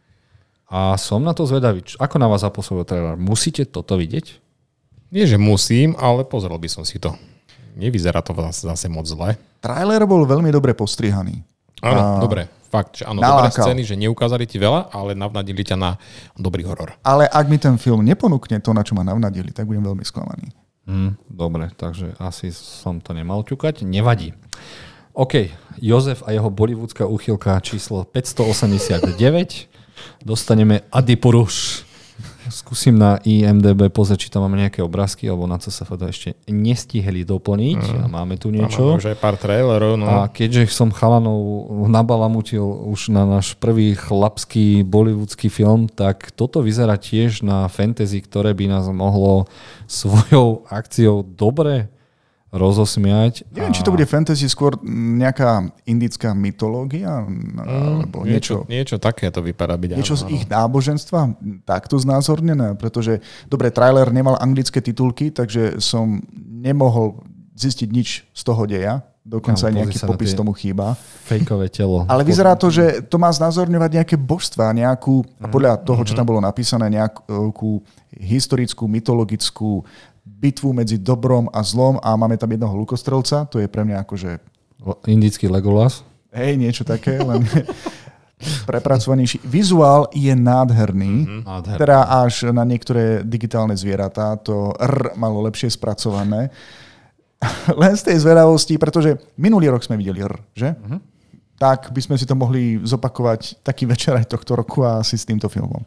A som na to zvedavý. Ako na vás zapôsobil trailer? Musíte toto vidieť? Nie, že musím, ale pozrel by som si to. Nevyzerá to zase moc zle. Trailer bol veľmi dobre postrihaný. Áno, dobre. Fakt, že áno, dobré scény, že neukázali ti veľa, ale navnadili ťa na dobrý horor. Ale ak mi ten film neponúkne to, na čo ma navnadili, tak budem veľmi sklamaný. Dobre, takže asi som to nemal ťukať. Nevadí. OK, Jozef a jeho bollywoodská úchylka číslo 589. Dostaneme Adipuruš. Skúsim na IMDb pozrieť, či tam máme nejaké obrázky, alebo na CSFD ešte nestihli doplniť. A máme tu niečo. Máme už aj pár trailerov. No. A keďže som chalanov nabalamutil už na náš prvý chlapský bollywoodský film, tak toto vyzerá tiež na fantasy, ktoré by nás mohlo svojou akciou dobre rozosmiať. Neviem, či to bude fantasy, skôr nejaká indická mytológia, alebo niečo také to vypadá byť. Niečo z ich náboženstva, takto znázornené, pretože, dobre, trailer nemal anglické titulky, takže som nemohol zistiť nič z toho deja, dokonca aj nejaký popis tomu chýba. Fejkové telo. Ale vyzerá to, že to má znázorňovať nejaké božstvá, nejakú, a podľa toho, čo tam bolo napísané, nejakú historickú, mytologickú bitvu medzi dobrom a zlom a máme tam jedného lukostrelca, to je pre mňa akože... Indický Legolas. Hej, niečo také, len prepracovanejší. Vizuál je nádherný, teda až na niektoré digitálne zvieratá to malo lepšie spracované. Len z tej zvedavosti, pretože minulý rok sme videli že? Tak by sme si to mohli zopakovať taký večer aj tohto roku a asi s týmto filmom.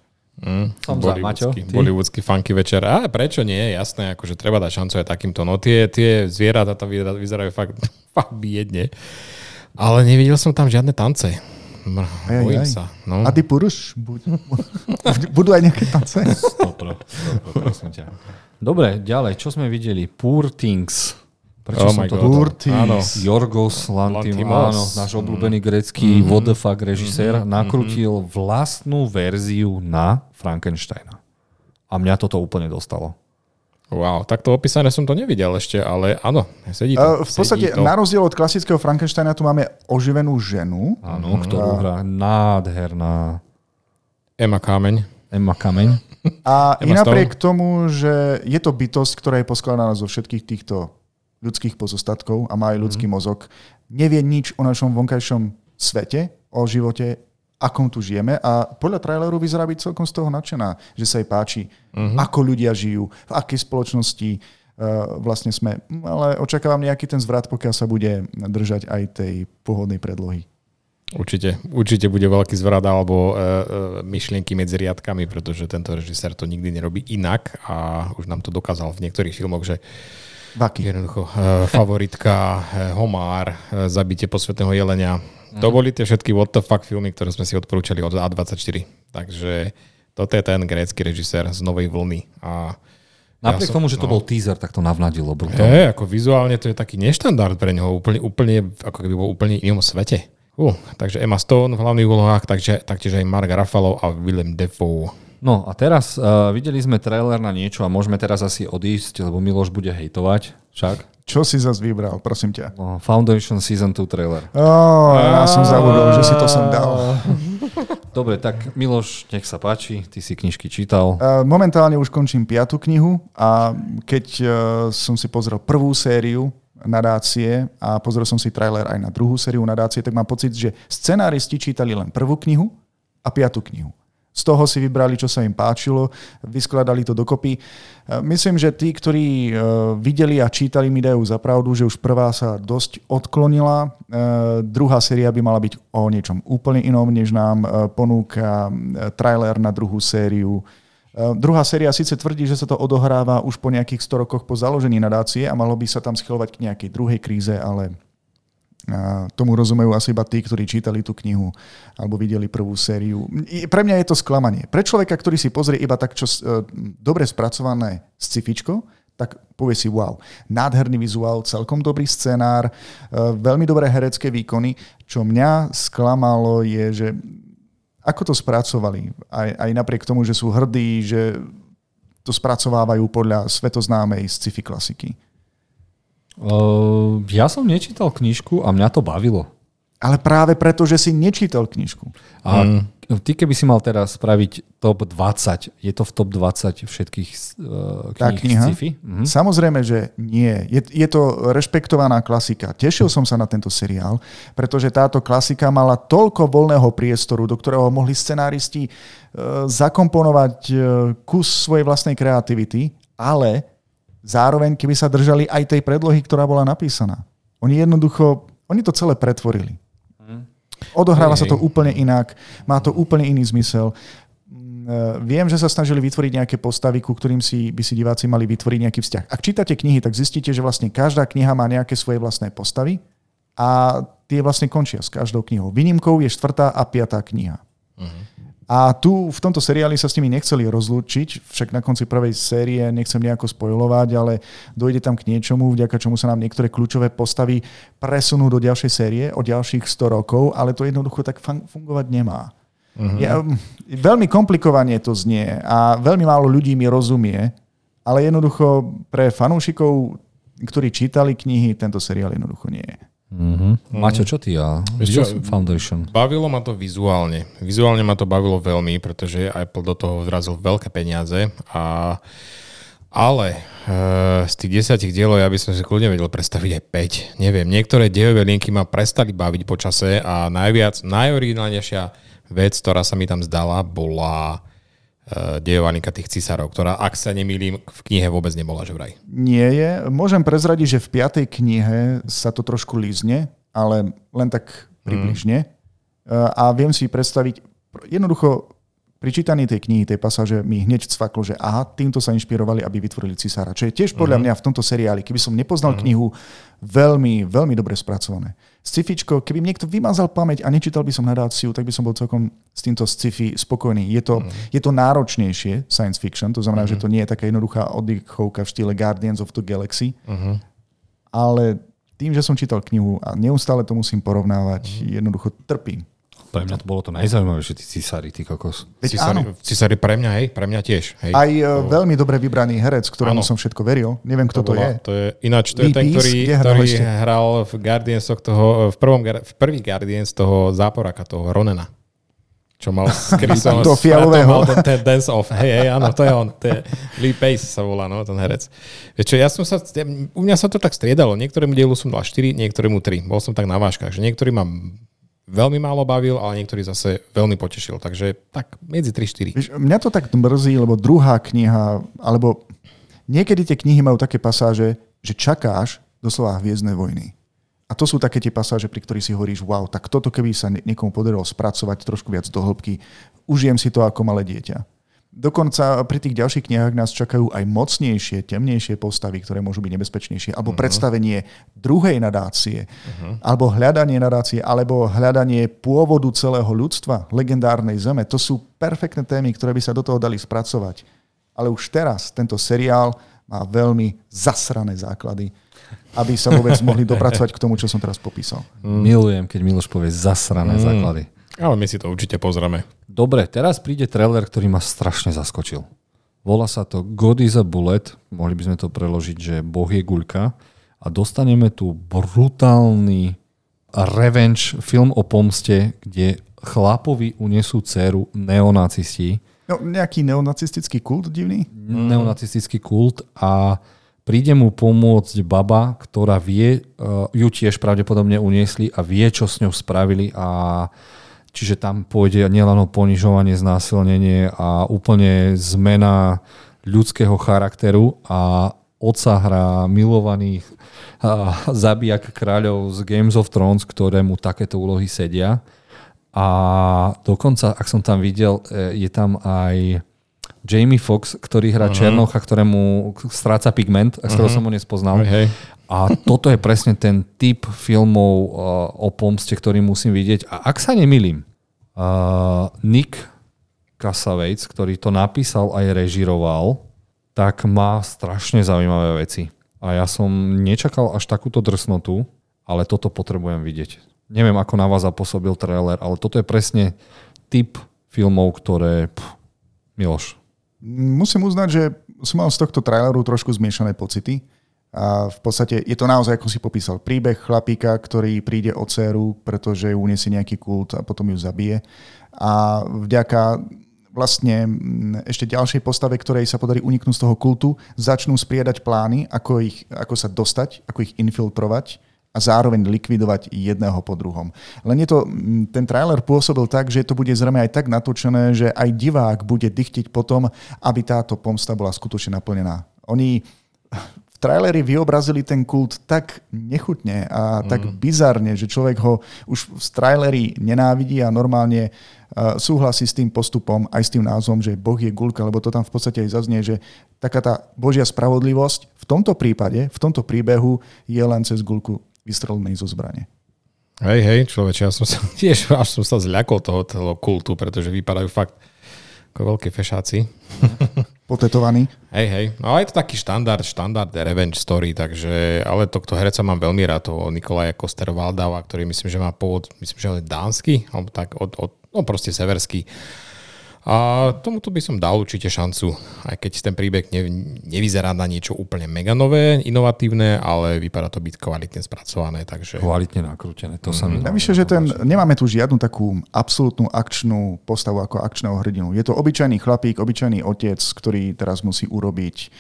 Som za, Maťo. Bollywoodský funky večer. A prečo nie? Jasné, akože treba dať šancu aj takýmto. No tie zvieratá tam vyzerajú fakt biedne. Ale nevidel som tam žiadne tance. Bojím sa. No. A ty Puruš? Budú aj nejaké tance? Prosím ťa. Dobre, ďalej. Čo sme videli? Poor Things. Prečo som to dodal? Lanthimos. Yorgos Lanthimos, áno, náš obľúbený grécky what the fuck režisér, nakrútil vlastnú verziu na Frankensteina. A mňa toto úplne dostalo. Wow, takto opísané som to nevidel ešte, ale áno, sedí to. V podstate, na rozdiel od klasického Frankensteina, tu máme oživenú ženu. Áno, ktorú hrá nádherná Emma Kameň. A i napriek tomu, že je to bytosť, ktorá je poskladaná zo všetkých týchto ľudských pozostatkov a má aj ľudský mozog, nevie nič o našom vonkajšom svete, o živote, akom tu žijeme a podľa traileru vyzerá byť celkom z toho nadšená, že sa jej páči, ako ľudia žijú, v akej spoločnosti vlastne sme. Ale očakávam nejaký ten zvrat, pokiaľ sa bude držať aj tej pôvodnej predlohy. Určite bude veľký zvrat alebo myšlienky medzi riadkami, pretože tento režisér to nikdy nerobí inak a už nám to dokázal v niektorých filmoch, že jednoducho favoritka, Homár, Zabitie posvätného jelenia. To boli tie všetky what the fuck filmy, ktoré sme si odporúčali od A24. Takže toto je ten grécky režisér z Novej vlny. A napriek tomu, že to bol teaser, tak to navnadilo. Ako vizuálne to je taký neštandard pre neho, úplne ako keby bol úplne inom svete. Takže Emma Stone v hlavných úlohách, taktiež aj Mark Ruffalo a Willem Dafoe. No a teraz videli sme trailer na niečo a môžeme teraz asi odísť, lebo Miloš bude hejtovať. Však? Čo si zase vybral, prosím ťa? Foundation Season 2 trailer. Ja som zabudol, že si to som dal. Dobre, tak Miloš, nech sa páči, ty si knižky čítal. Momentálne už končím 5. knihu a keď som si pozrel prvú sériu nadácie a pozrel som si trailer aj na druhú sériu nadácie, tak mám pocit, že scenáristi čítali len prvú knihu a 5. knihu. Z toho si vybrali, čo sa im páčilo, vyskladali to dokopy. Myslím, že tí, ktorí videli a čítali, mi dajú za pravdu, že už prvá sa dosť odklonila. Druhá séria by mala byť o niečom úplne inom, než nám ponúka trailer na druhú sériu. Druhá séria síce tvrdí, že sa to odohráva už po nejakých 100 rokoch po založení nadácie a malo by sa tam schylovať k nejakej druhej kríze, ale tomu rozumejú asi iba tí, ktorí čítali tú knihu alebo videli prvú sériu. Pre mňa je to sklamanie. Pre človeka, ktorý si pozrie iba tak, čo dobre spracované scifičko, tak povie si wow. Nádherný vizuál, celkom dobrý scenár, veľmi dobré herecké výkony. Čo mňa sklamalo je, že ako to spracovali. Aj napriek tomu, že sú hrdí, že to spracovávajú podľa svetoznámej sci-fi klasiky. Ja som nečítal knižku a mňa to bavilo. Ale práve preto, že si nečítal knižku. A ty keby si mal teraz spraviť top 20, je to v top 20 všetkých kníh sci-fi? Samozrejme, že nie. Je to rešpektovaná klasika. Tešil som sa na tento seriál, pretože táto klasika mala toľko voľného priestoru, do ktorého mohli scenáristi zakomponovať kus svojej vlastnej kreativity, ale zároveň, keby sa držali aj tej predlohy, ktorá bola napísaná. Oni to celé pretvorili. Odohráva sa to úplne inak, má to úplne iný zmysel. Viem, že sa snažili vytvoriť nejaké postavy, ku ktorým by si diváci mali vytvoriť nejaký vzťah. Ak čítate knihy, tak zistíte, že vlastne každá kniha má nejaké svoje vlastné postavy a tie vlastne končia s každou knihou. Výnimkou je 4. a 5. kniha. A tu v tomto seriáli sa s nimi nechceli rozlúčiť, však na konci prvej série nechcem nejako spoilovať, ale dojde tam k niečomu, vďaka čomu sa nám niektoré kľúčové postavy presunú do ďalšej série o ďalších 100 rokov, ale to jednoducho tak fungovať nemá. Veľmi komplikovane to znie a veľmi málo ľudí mi rozumie, ale jednoducho pre fanúšikov, ktorí čítali knihy, tento seriál jednoducho nie je. Maťo, čo ty a Foundation? Bavilo ma to vizuálne. Vizuálne ma to bavilo veľmi, pretože Apple do toho vrazil veľké peniaze. Ale z tých 10 dielov ja by som si kľudne vedel predstaviť aj 5. Neviem, niektoré dejové linky ma prestali baviť po čase a najoriginálnejšia vec, ktorá sa mi tam zdala, bola dejová linka tých cisárov, ktorá, ak sa nemýlim, v knihe vôbec nebola, že vraj. Nie je. Môžem prezradiť, že v 5. knihe sa to trošku lízne, ale len tak približne. A viem si predstaviť, jednoducho pri čítaní tej knihy, tej pasáže mi hneď cvaklo, že aha, týmto sa inšpirovali, aby vytvorili Cisára. Čo je tiež podľa mňa v tomto seriáli, keby som nepoznal knihu, veľmi, veľmi dobre spracované. Sci-fičko, keby mi niekto vymazal pamäť a nečítal by som nadáciu, tak by som bol celkom s týmto sci-fi spokojný. Je to náročnejšie science fiction, to znamená, že to nie je taká jednoduchá oddychovka v štýle Guardians of the Galaxy, ale tým, že som čítal knihu a neustále to musím porovnávať, jednoducho trpím. Pre mňa to bolo to najzaujímavejšie, tí cisári, ty kokos. Cisári pre mňa, hej, pre mňa tiež. Hej. Aj veľmi dobre vybraný herec, ktorému som všetko veril. Neviem, kto to je. Ináč, to je ten, ktorý hral v Guardiansoch toho, v prvý Guardians toho záporaka, toho Ronena. Čo mal s Chrisom. To fialového. Ten dance off. Hej, áno, to je on. Lee Pace sa volá, no, ten herec. Vieš čo, u mňa sa to tak striedalo. Niektorému dielu som dal 4, niektorému 3. Bol som tak na vážkach, že niektorý mám veľmi málo bavil, ale niektorý zase veľmi potešil. Takže tak medzi 3-4. Mňa to tak mrzí, lebo druhá kniha, alebo niekedy tie knihy majú také pasáže, že čakáš doslova Hviezdne vojny. A to sú také tie pasáže, pri ktorých si hovoríš, wow, tak toto keby sa niekomu podarilo spracovať trošku viac do hĺbky, užijem si to ako malé dieťa. Dokonca pri tých ďalších knihách nás čakajú aj mocnejšie, temnejšie postavy, ktoré môžu byť nebezpečnejšie, alebo predstavenie druhej nadácie, alebo hľadanie nadácie, alebo hľadanie pôvodu celého ľudstva, legendárnej zeme. To sú perfektné témy, ktoré by sa do toho dali spracovať. Ale už teraz tento seriál má veľmi zasrané základy, aby sa vôbec mohli dopracovať k tomu, čo som teraz popísal. Milujem, keď Miloš povie zasrané základy. Ale my si to určite pozrieme. Dobre, teraz príde trailer, ktorý ma strašne zaskočil. Volá sa to God is a Bullet, mohli by sme to preložiť, že Boh je guľka, a dostaneme tu brutálny revenge film o pomste, kde chlapovi unesú dceru neonacisti. No, nejaký neonacistický kult divný? Neonacistický kult a príde mu pomôcť baba, ktorá vie, ju tiež pravdepodobne uniesli a vie, čo s ňou spravili, a čiže tam pôjde nielen o ponižovanie, znásilnenie a úplne zmena ľudského charakteru, a otca hrá milovaných zabijak kráľov z Games of Thrones, ktorému takéto úlohy sedia. A dokonca, ak som tam videl, je tam aj Jamie Foxx, ktorý hrá Černocha, ktorému stráca pigment, a z ktorého som ho nespoznal. A toto je presne ten typ filmov o pomste, ktorý musím vidieť. A ak sa nemýlim, Nick Cassavetes, ktorý to napísal aj režiroval, tak má strašne zaujímavé veci. A ja som nečakal až takúto drsnotu, ale toto potrebujem vidieť. Neviem, ako na vás zapôsobil trailer, ale toto je presne typ filmov, ktoré... Miloš. Musím uznať, že som mal z tohto traileru trošku zmiešané pocity. A v podstate je to naozaj, ako si popísal, príbeh chlapíka, ktorý príde o dceru, pretože ju uniesie nejaký kult a potom ju zabije. A vďaka vlastne ešte ďalšej postave, ktorej sa podarí uniknúť z toho kultu, začnú spriedať plány, ako sa dostať, ako ich infiltrovať a zároveň likvidovať jedného po druhom. Len ten trailer pôsobil tak, že to bude zrejme aj tak natočené, že aj divák bude dychtiť potom, aby táto pomsta bola skutočne naplnená. Oni v traileri vyobrazili ten kult tak nechutne a tak bizarne, že človek ho už v traileri nenávidí a normálne súhlasí s tým postupom, aj s tým názvom, že Boh je guľka, lebo to tam v podstate aj zaznie, že taká tá Božia spravodlivosť v tomto prípade, v tomto príbehu je len cez guľku vystrelený zo zbrane. Hej, človeče, ja som sa tiež až som sa zľakol toho kultu, pretože vypadajú fakt ako veľké fešáci. Potetovaný. Hej. No ale je to taký štandard revenge story, takže, ale tohto hereca mám veľmi rád, toho Nikolaja Coster-Waldau, ktorý myslím, že má pôvod, myslím, že je dánsky, alebo tak, proste severský. A tomuto by som dal určite šancu, aj keď ten príbeh nevyzerá na niečo úplne mega nové, inovatívne, ale vypadá to byť kvalitne spracované. Takže... Kvalitne nakrútené, to sa mi... Navyše, že nemáme tu žiadnu takú absolútnu akčnú postavu ako akčného hrdinu. Je to obyčajný chlapík, obyčajný otec, ktorý teraz musí urobiť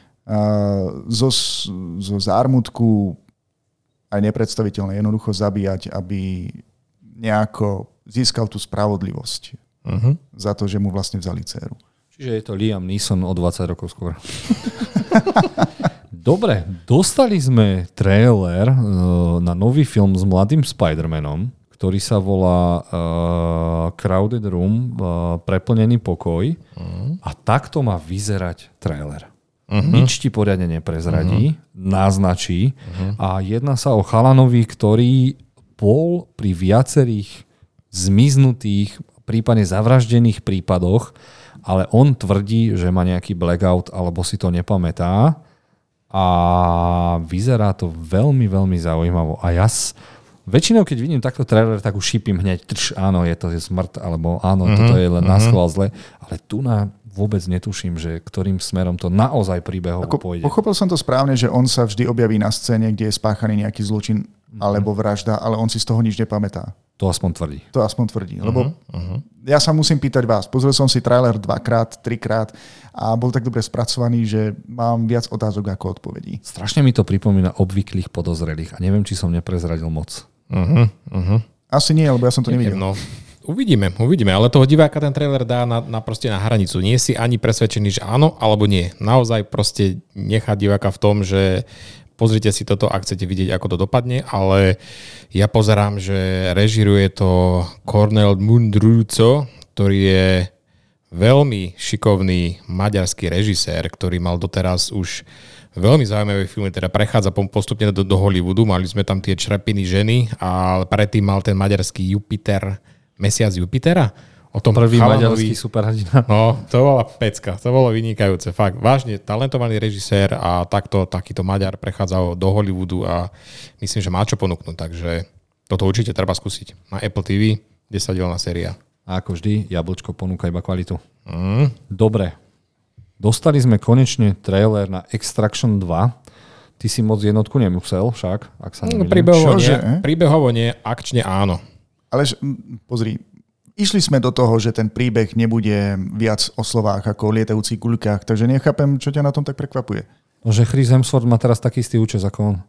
zo zármutku aj nepredstaviteľné jednoducho zabíjať, aby nejako získal tú spravodlivosť. Za to, že mu vlastne vzali dceru. Čiže je to Liam Neeson o 20 rokov skôr. Dobre, dostali sme trailer na nový film s mladým Spider-Manom, ktorý sa volá Crowded Room, preplnený pokoj. A takto má vyzerať trailer. Nič ti poriadne neprezradí, naznačí. A jedná sa o chalanovi, ktorý bol pri viacerých zmiznutých, prípadne zavraždených prípadoch, ale on tvrdí, že má nejaký blackout alebo si to nepamätá. A vyzerá to veľmi, veľmi zaujímavo. A väčšinou, keď vidím takto trailer, tak už šípim hneď, áno, je to smrť, alebo áno, toto je len naschvál zle. Ale tu vôbec netuším, že ktorým smerom to naozaj príbehovo pôjde. Pochopil som to správne, že on sa vždy objaví na scéne, kde je spáchaný nejaký zločin alebo vražda, ale on si z toho nič nepamätá. To aspoň tvrdí. Lebo ja sa musím pýtať vás. Pozrel som si trailer 2-krát, 3-krát a bol tak dobre spracovaný, že mám viac otázok ako odpovedí. Strašne mi to pripomína obvyklých podozrelých a neviem, či som neprezradil moc. Asi nie, lebo ja som to nevidel. No, uvidíme, ale toho diváka ten trailer dá proste na hranicu. Nie si ani presvedčený, že áno, alebo nie. Naozaj proste nechá diváka v tom, že pozrite si toto, ak chcete vidieť, ako to dopadne, ale ja pozerám, že režiruje to Kornél Mundruczó, ktorý je veľmi šikovný maďarský režisér, ktorý mal doteraz už veľmi zaujímavé filmy, teda prechádza postupne do Hollywoodu, mali sme tam tie Črepiny ženy a predtým mal ten maďarský Jupiter, Mesiac Jupitera. O tom prvý maďarský superhrdina. No, to bola pecka, to bolo vynikajúce. Fakt, vážne talentovaný režisér a takýto Maďar prechádzal do Hollywoodu a myslím, že má čo ponúknuť, takže toto určite treba skúsiť. Na Apple TV 10-dielna séria. A ako vždy, jablčko ponúka iba kvalitu. Dobre. Dostali sme konečne trailer na Extraction 2. Ty si moc jednotku nemusel však, ak sa nemýlim. Príbehovo nie, akčne áno. Ale pozri, išli sme do toho, že ten príbeh nebude viac o slovách ako o lietajúcich guľkách, takže nechápem, čo ťa na tom tak prekvapuje. No, že Chris Hemsworth má teraz taký istý účes ako on.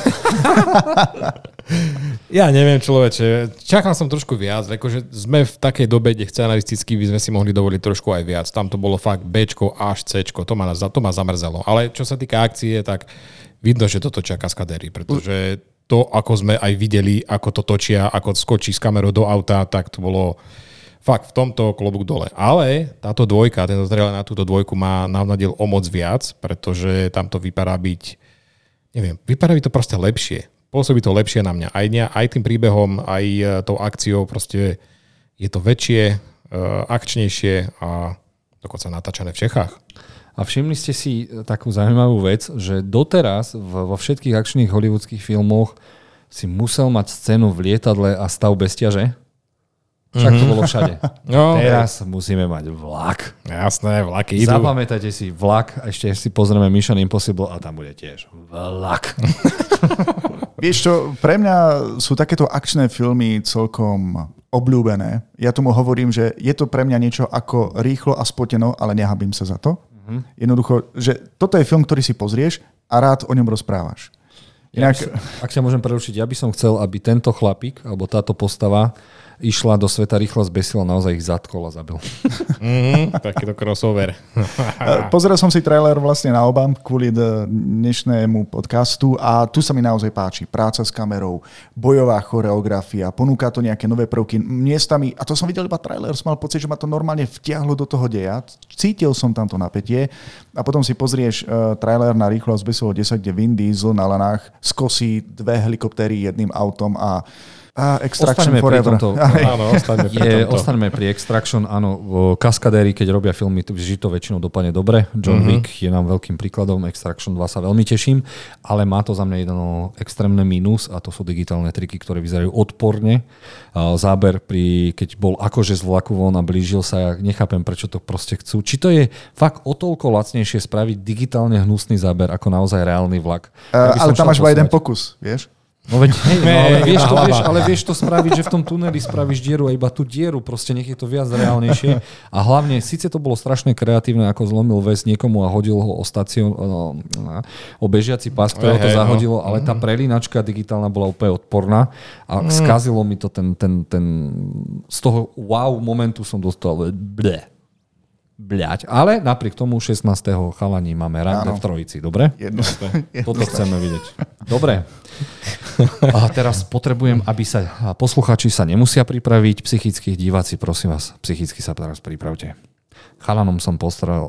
Ja neviem, človeče. Čakal som trošku viac, akože sme v takej dobe, kde scenaristicky by sme si mohli dovoliť trošku aj viac. Tam to bolo fakt Bčko až Cčko, to ma zamrzelo. Ale čo sa týka akcie, tak vidno, že toto čaká skadery, pretože to, ako sme aj videli, ako to točia, ako skočí s kamerou do auta, tak to bolo fakt v tomto klobúk dole. Ale táto dvojka, tento trailer na túto dvojku má navnadiel o moc viac, pretože tam to vypadá byť, neviem, vypadá by to proste lepšie. Pôsobí to lepšie na mňa. Aj tým príbehom, aj tou akciou, proste je to väčšie, akčnejšie a dokonca natáčané v Čechách. A všimli ste si takú zaujímavú vec, že doteraz vo všetkých akčných hollywoodských filmoch si musel mať scénu v lietadle a stav bezťaže. Však to bolo všade. No, teraz musíme mať vlak. Jasné, vlaky idú. Zapamätajte si vlak, ešte si pozrieme Mission Impossible a tam bude tiež vlak. Vieš čo, pre mňa sú takéto akčné filmy celkom obľúbené. Ja tomu hovorím, že je to pre mňa niečo ako Rýchlo a spoteno, ale nehabím sa za to. Jednoducho, že toto je film, ktorý si pozrieš a rád o ňom rozprávaš. Inak... Ak ťa môžem prerušiť, ja by som chcel, aby tento chlapík, alebo táto postava išla do sveta rýchlo, zbesila, naozaj ich zatkol a zabil. Takýto crossover. Pozeral som si trailer vlastne na oba kvôli dnešnému podcastu a tu sa mi naozaj páči. Práca s kamerou, bojová choreografia, ponúka to nejaké nové prvky. Miestami, a to som videl iba trailer, som mal pocit, že ma to normálne vtiahlo do toho deja. Cítil som tam to napätie a potom si pozrieš trailer na Rýchlo a zbesilo 10, kde Vin Diesel na lanách skosí 2 helikoptéry jedným autom a Extraction Forever. Ostaňme pri Extraction. Áno, kaskadéri, keď robia filmy, vždy to väčšinou dopadne dobre. John Wick je nám veľkým príkladom. Extraction 2 sa veľmi teším, ale má to za mňa jedno extrémne mínus a to sú digitálne triky, ktoré vyzerajú odporne. Záber, keď bol akože z vlaku von a blížil sa, ja nechápem, prečo to proste chcú. Či to je fakt o toľko lacnejšie spraviť digitálne hnusný záber ako naozaj reálny vlak. Ale tam máš iba jeden pokus, vieš? No veď, ale vieš to spraviť, že v tom tuneli spravíš dieru a iba tú dieru, proste nech je to viac reálnejšie. A hlavne, síce to bolo strašne kreatívne, ako zlomil väz niekomu a hodil ho o bežiaci pás, ktorého to zahodilo, ale tá prelínačka digitálna bola úplne odporná a skazilo mi to ten z toho wow momentu som dostal Bľať. Ale napriek tomu 16. chalani máme rande v trojici, dobre? Toto chceme vidieť. Dobre. A teraz potrebujem, aby sa posluchači sa nemusia pripraviť, psychických diváci, prosím vás, psychicky sa teraz pripravte. Chalanom som posral.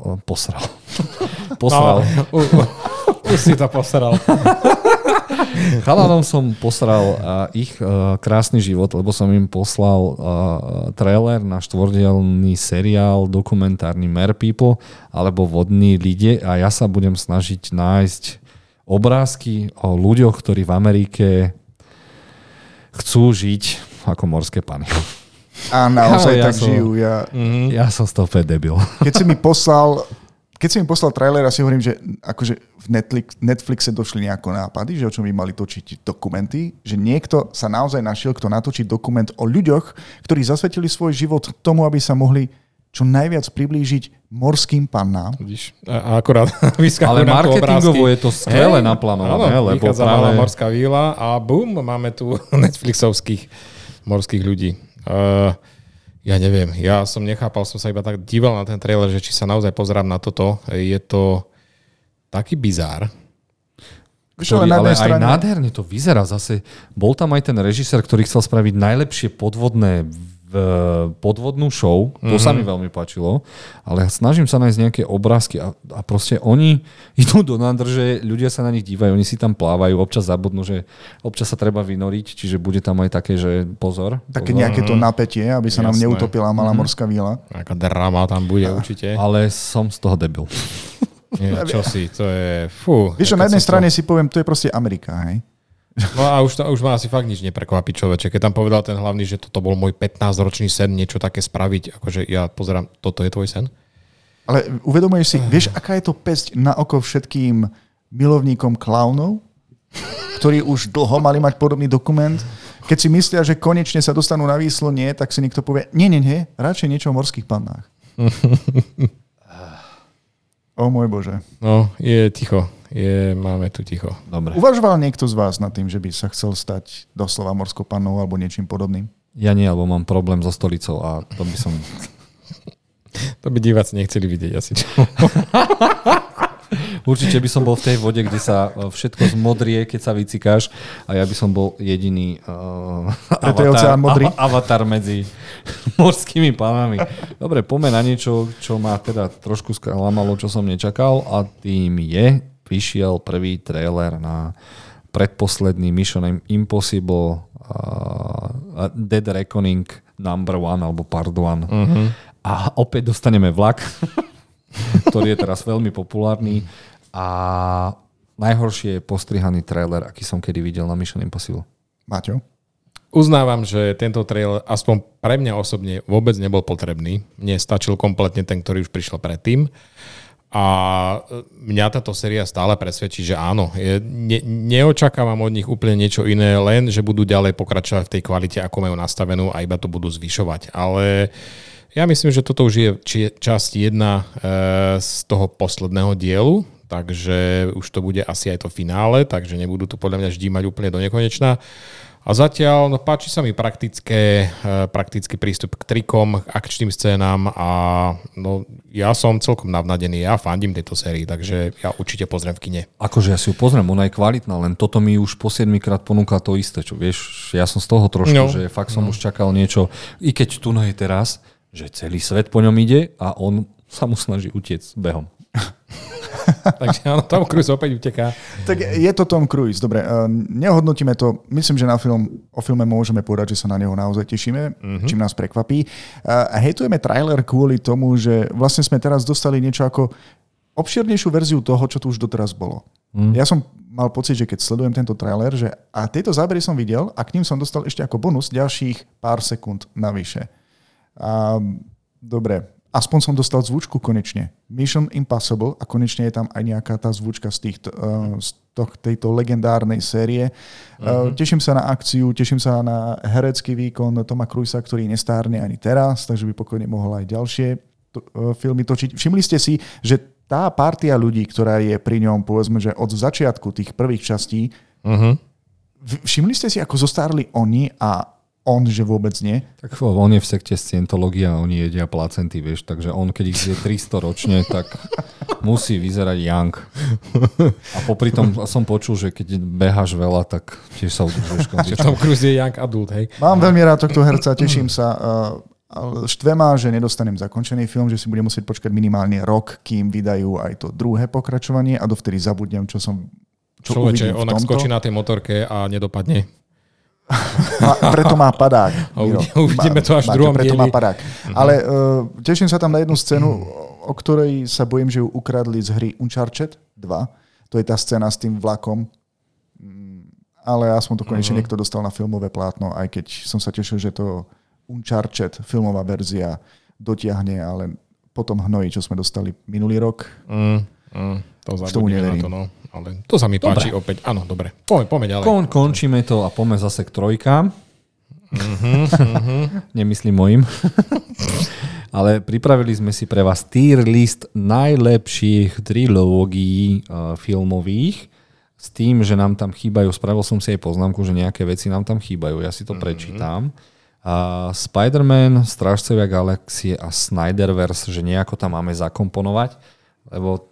Už si to posral. Chalanom som posral ich krásny život, lebo som im poslal trailer na 4-dielny seriál dokumentárny Mer People alebo Vodní lidé a ja sa budem snažiť nájsť obrázky o ľuďoch, ktorí v Amerike chcú žiť ako morské pany. A naozaj tak žijú. Ja som z toho debil. Keď si mi poslal trailer, ja si hovorím, že akože v Netflixe došli nejako nápady, že o čom by mali točiť dokumenty, že niekto sa naozaj našiel, kto natočí dokument o ľuďoch, ktorí zasvetili svoj život tomu, aby sa mohli čo najviac priblížiť morským pannám. A akorát vyskakujú ale marketingovo je to skvelé naplánované. Lebo práve morská víla a bum, máme tu Netflixovských morských ľudí. Ja neviem, ja som nechápal, som sa iba tak díval na ten trailer, že či sa naozaj pozerám na toto. Je to taký bizár. Ale aj nádherne to vyzerá. Zase bol tam aj ten režisér, ktorý chcel spraviť najlepšie podvodnú show. To sa mi veľmi páčilo. Ale snažím sa nájsť nejaké obrázky a proste oni idú do nádrže, ľudia sa na nich dívajú, oni si tam plávajú, občas zabudnú, že občas sa treba vynoriť, čiže bude tam aj také, že pozor. Také nejaké to napätie, aby sa nám neutopila malá morská víla. Aká drama tam bude určite. Ale som z toho debil. Nie, čo si, to je... Fú. Vieš, na jednej strane si poviem, to je proste Amerika, hej? No a už ma asi fakt nič neprekvapí, človeče. Keď tam povedal ten hlavný, že toto bol môj 15-ročný sen, niečo také spraviť, akože ja pozerám, toto je tvoj sen? Ale uvedomuješ si, vieš, aká je to pesť na oko všetkým milovníkom klaunov, ktorí už dlho mali mať podobný dokument? Keď si myslia, že konečne sa dostanú na výslonie, tak si niekto povie, nie, radšej niečo o morských pannách. O môj Bože. No, je ticho. Máme tu ticho. Dobre. Uvažoval niekto z vás nad tým, že by sa chcel stať doslova morskou pannou alebo niečím podobným? Ja nie, lebo mám problém so stolicou a to by som... To by diváci nechceli vidieť asi. Určite by som bol v tej vode, kde sa všetko zmodrie, keď sa vycikáš a ja by som bol jediný avatar medzi morskými pánami. Dobre, poďme na niečo, čo ma teda trošku sklamalo, čo som nečakal a tým vyšiel prvý trailer na predposledný Mission Impossible Dead Reckoning number 1 alebo part 1. Uh-huh. A opäť dostaneme vlak, ktorý je teraz veľmi populárny a najhoršie je postrihaný trailer, aký som kedy videl na Mission Impossible. Maťo? Uznávam, že tento trailer aspoň pre mňa osobne vôbec nebol potrebný. Mne stačil kompletne ten, ktorý už prišiel predtým. A mňa táto séria stále presvedčí, že áno. Neočakávam od nich úplne niečo iné, len že budú ďalej pokračovať v tej kvalite, ako majú nastavenú a iba to budú zvyšovať. Ale ja myslím, že toto už je časť jedna z toho posledného dielu, takže už to bude asi aj to finále, takže nebudú tu podľa mňa ždímať úplne do nekonečna. A zatiaľ páči sa mi praktický prístup k trikom, k akčným scénám a ja som celkom navnadený, ja fandím tejto sérii, takže ja určite pozriem v kine. Akože ja si ju pozriem, ona je kvalitná, len toto mi už po 7-krát ponúka to isté, čo vieš, ja som z toho trošku, že fakt som už čakal niečo, i keď tu je teraz, že celý svet po ňom ide a on sa mu snaží utiecť behom. Takže áno, Tom Cruise opäť uteká. Tak je to Tom Cruise, dobre. Nehodnotíme to. Myslím, že o filme môžeme povedať, že sa na neho naozaj tešíme, čím nás prekvapí. Hejtujeme trailer kvôli tomu, že vlastne sme teraz dostali niečo ako obširnejšiu verziu toho, čo tu už doteraz bolo. Ja som mal pocit, že keď sledujem tento trailer, že a tieto zábery som videl a k ním som dostal ešte ako bonus ďalších pár sekúnd navyše. Dobre. Aspoň som dostal zvučku konečne. Mission Impossible a konečne je tam aj nejaká tá zvučka z tejto legendárnej série. Teším sa na akciu, teším sa na herecký výkon Toma Cruisa, ktorý nestárne ani teraz, takže by pokojne mohol aj ďalšie filmy točiť. Všimli ste si, že tá partia ľudí, ktorá je pri ňom, povedzme, že od začiatku tých prvých častí, všimli ste si, ako zostárli oni a on, že vôbec nie. Tak on je v sekte Scientológia a oni jedia placenty, vieš, takže on, keď ich je 300 ročne, tak musí vyzerať young. A popri tom som počul, že keď beháš veľa, tak tiež sa udržuješ kondične. Tom Cruise je young adult, hej. Mám veľmi rád tohto herca, teším sa. Štve ma, že nedostanem zakončený film, že si budem musieť počkať minimálne rok, kým vydajú aj to druhé pokračovanie a dovtedy zabudnem, čo Človeče, uvidím v onak tomto. skočí na tej motorke a nedopadne. Preto má padák. Uvidíme to až v druhom Preto dieli. má padák. Ale teším sa tam na jednu scénu, o ktorej sa bojím, že ju ukradli z hry Uncharted 2. To je tá scéna s tým vlakom. Ale aspoň to konečne niekto dostal na filmové plátno, aj keď som sa tešil, že to Uncharted filmová verzia dotiahne, ale potom hnoji, čo sme dostali minulý rok. To zabudíme na to, no. Ale to sa mi páči opäť. Áno, dobre. Poďme ďalej. Končíme to a poďme zase k trojkám. Nemyslím mojim. Ale pripravili sme si pre vás tier list najlepších trilógií filmových s tým, že nám tam chýbajú, spravil som si aj poznámku, že nejaké veci nám tam chýbajú. Ja si to prečítam. Spider-Man, Strážcovia galaxie a Snyderverse, že nejako tam máme zakomponovať, lebo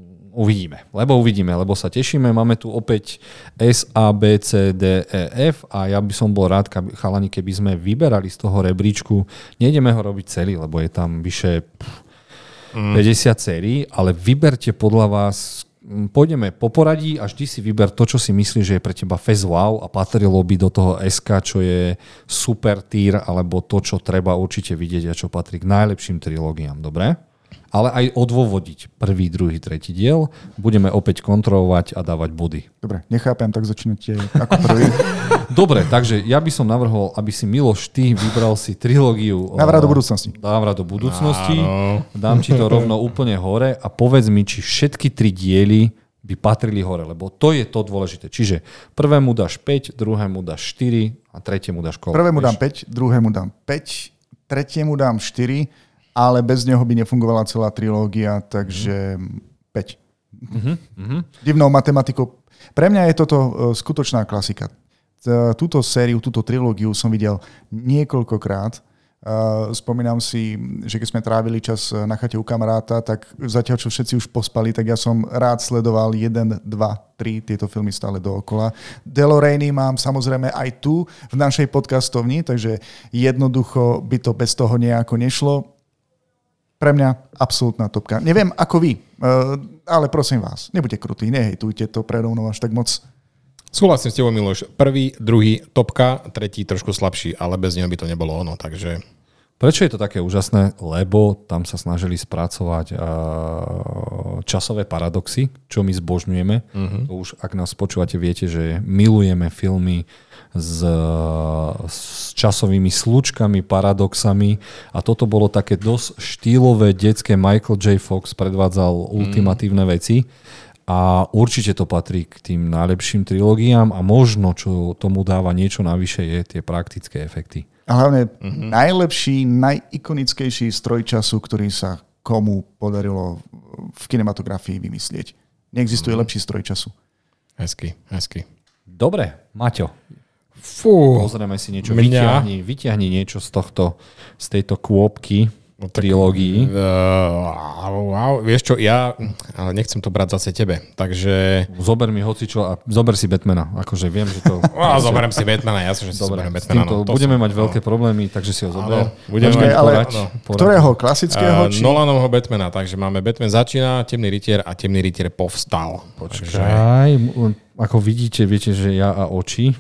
uvidíme, lebo sa tešíme. Máme tu opäť S, A, B, C, D, E, F a ja by som bol rád, chalani, keby sme vyberali z toho rebríčku. Nejdeme ho robiť celý, lebo je tam vyše 50 sérií, ale vyberte podľa vás, pôjdeme po poradí a vždy si vyber to, čo si myslíš, že je pre teba fest wow a patrilo by do toho SK, čo je super tier, alebo to, čo treba určite vidieť a čo patrí k najlepším trilógiám. Dobre? Ale aj odôvodiť prvý, druhý, tretí diel. Budeme opäť kontrolovať a dávať body. Dobre, nechápem, tak začnete ako prvý. Dobre, takže ja by som navrhol, aby si Miloš, ty vybral si trilógiu Návrat do budúcnosti. Návrat do budúcnosti. Dám ti to rovno úplne hore a povedz mi, či všetky 3 diely by patrili hore, lebo to je to dôležité. Čiže prvému dáš 5, druhému dáš 4 a tretiemu dáš koľko? Prvému dám 5, druhému dám 5, tretiemu dám 4, ale bez neho by nefungovala celá trilógia, takže 5. Divnou matematikou. Pre mňa je toto skutočná klasika. Túto sériu, túto trilógiu som videl niekoľkokrát. Spomínam si, že keď sme trávili čas na chate u kamaráta, tak zatiaľ, čo všetci už pospali, tak ja som rád sledoval 1, 2, 3 tieto filmy stále dookola. DeLoreany mám samozrejme aj tu v našej podcastovni, takže jednoducho by to bez toho nejako nešlo. Pre mňa absolútna topka. Neviem ako vy, ale prosím vás, nebuďte krutí, nehejtujte to predo mnou až tak moc. Súhlasím s tebou, Miloš. Prvý, druhý topka, tretí trošku slabší, ale bez neho by to nebolo ono, takže... Prečo je to také úžasné? Lebo tam sa snažili spracovať časové paradoxy, čo my zbožňujeme. To už, ak nás počúvate, viete, že milujeme filmy s časovými slučkami, paradoxami a toto bolo také dosť štýlové, detské. Michael J. Fox predvádzal ultimatívne veci a určite to patrí k tým najlepším trilógiám a možno, čo tomu dáva niečo navyše, je tie praktické efekty. A hlavne najlepší, najikonickejší stroj času, ktorý sa komu podarilo v kinematografii vymyslieť. Neexistuje lepší stroj času. Hezky. Dobre, Maťo. Fú. Pozrieme si niečo. Vyťahni niečo z tejto kôpky trilógií. Vieš čo, ja ale nechcem to brať zase tebe, takže... Zober mi hocičo a zober si Batmana. Akože viem, že to... Zoberiem si Batmana, jasne, že si zoberiem Batmana. Budeme mať veľké problémy, takže si ho zober. Budeme mať porať. Ktorého? Klasického? Nolanovho Batmana, takže máme Batman začína, Temný rytier a Temný rytier povstal. Počkaj, ako vidíte, viete, že ja a oči.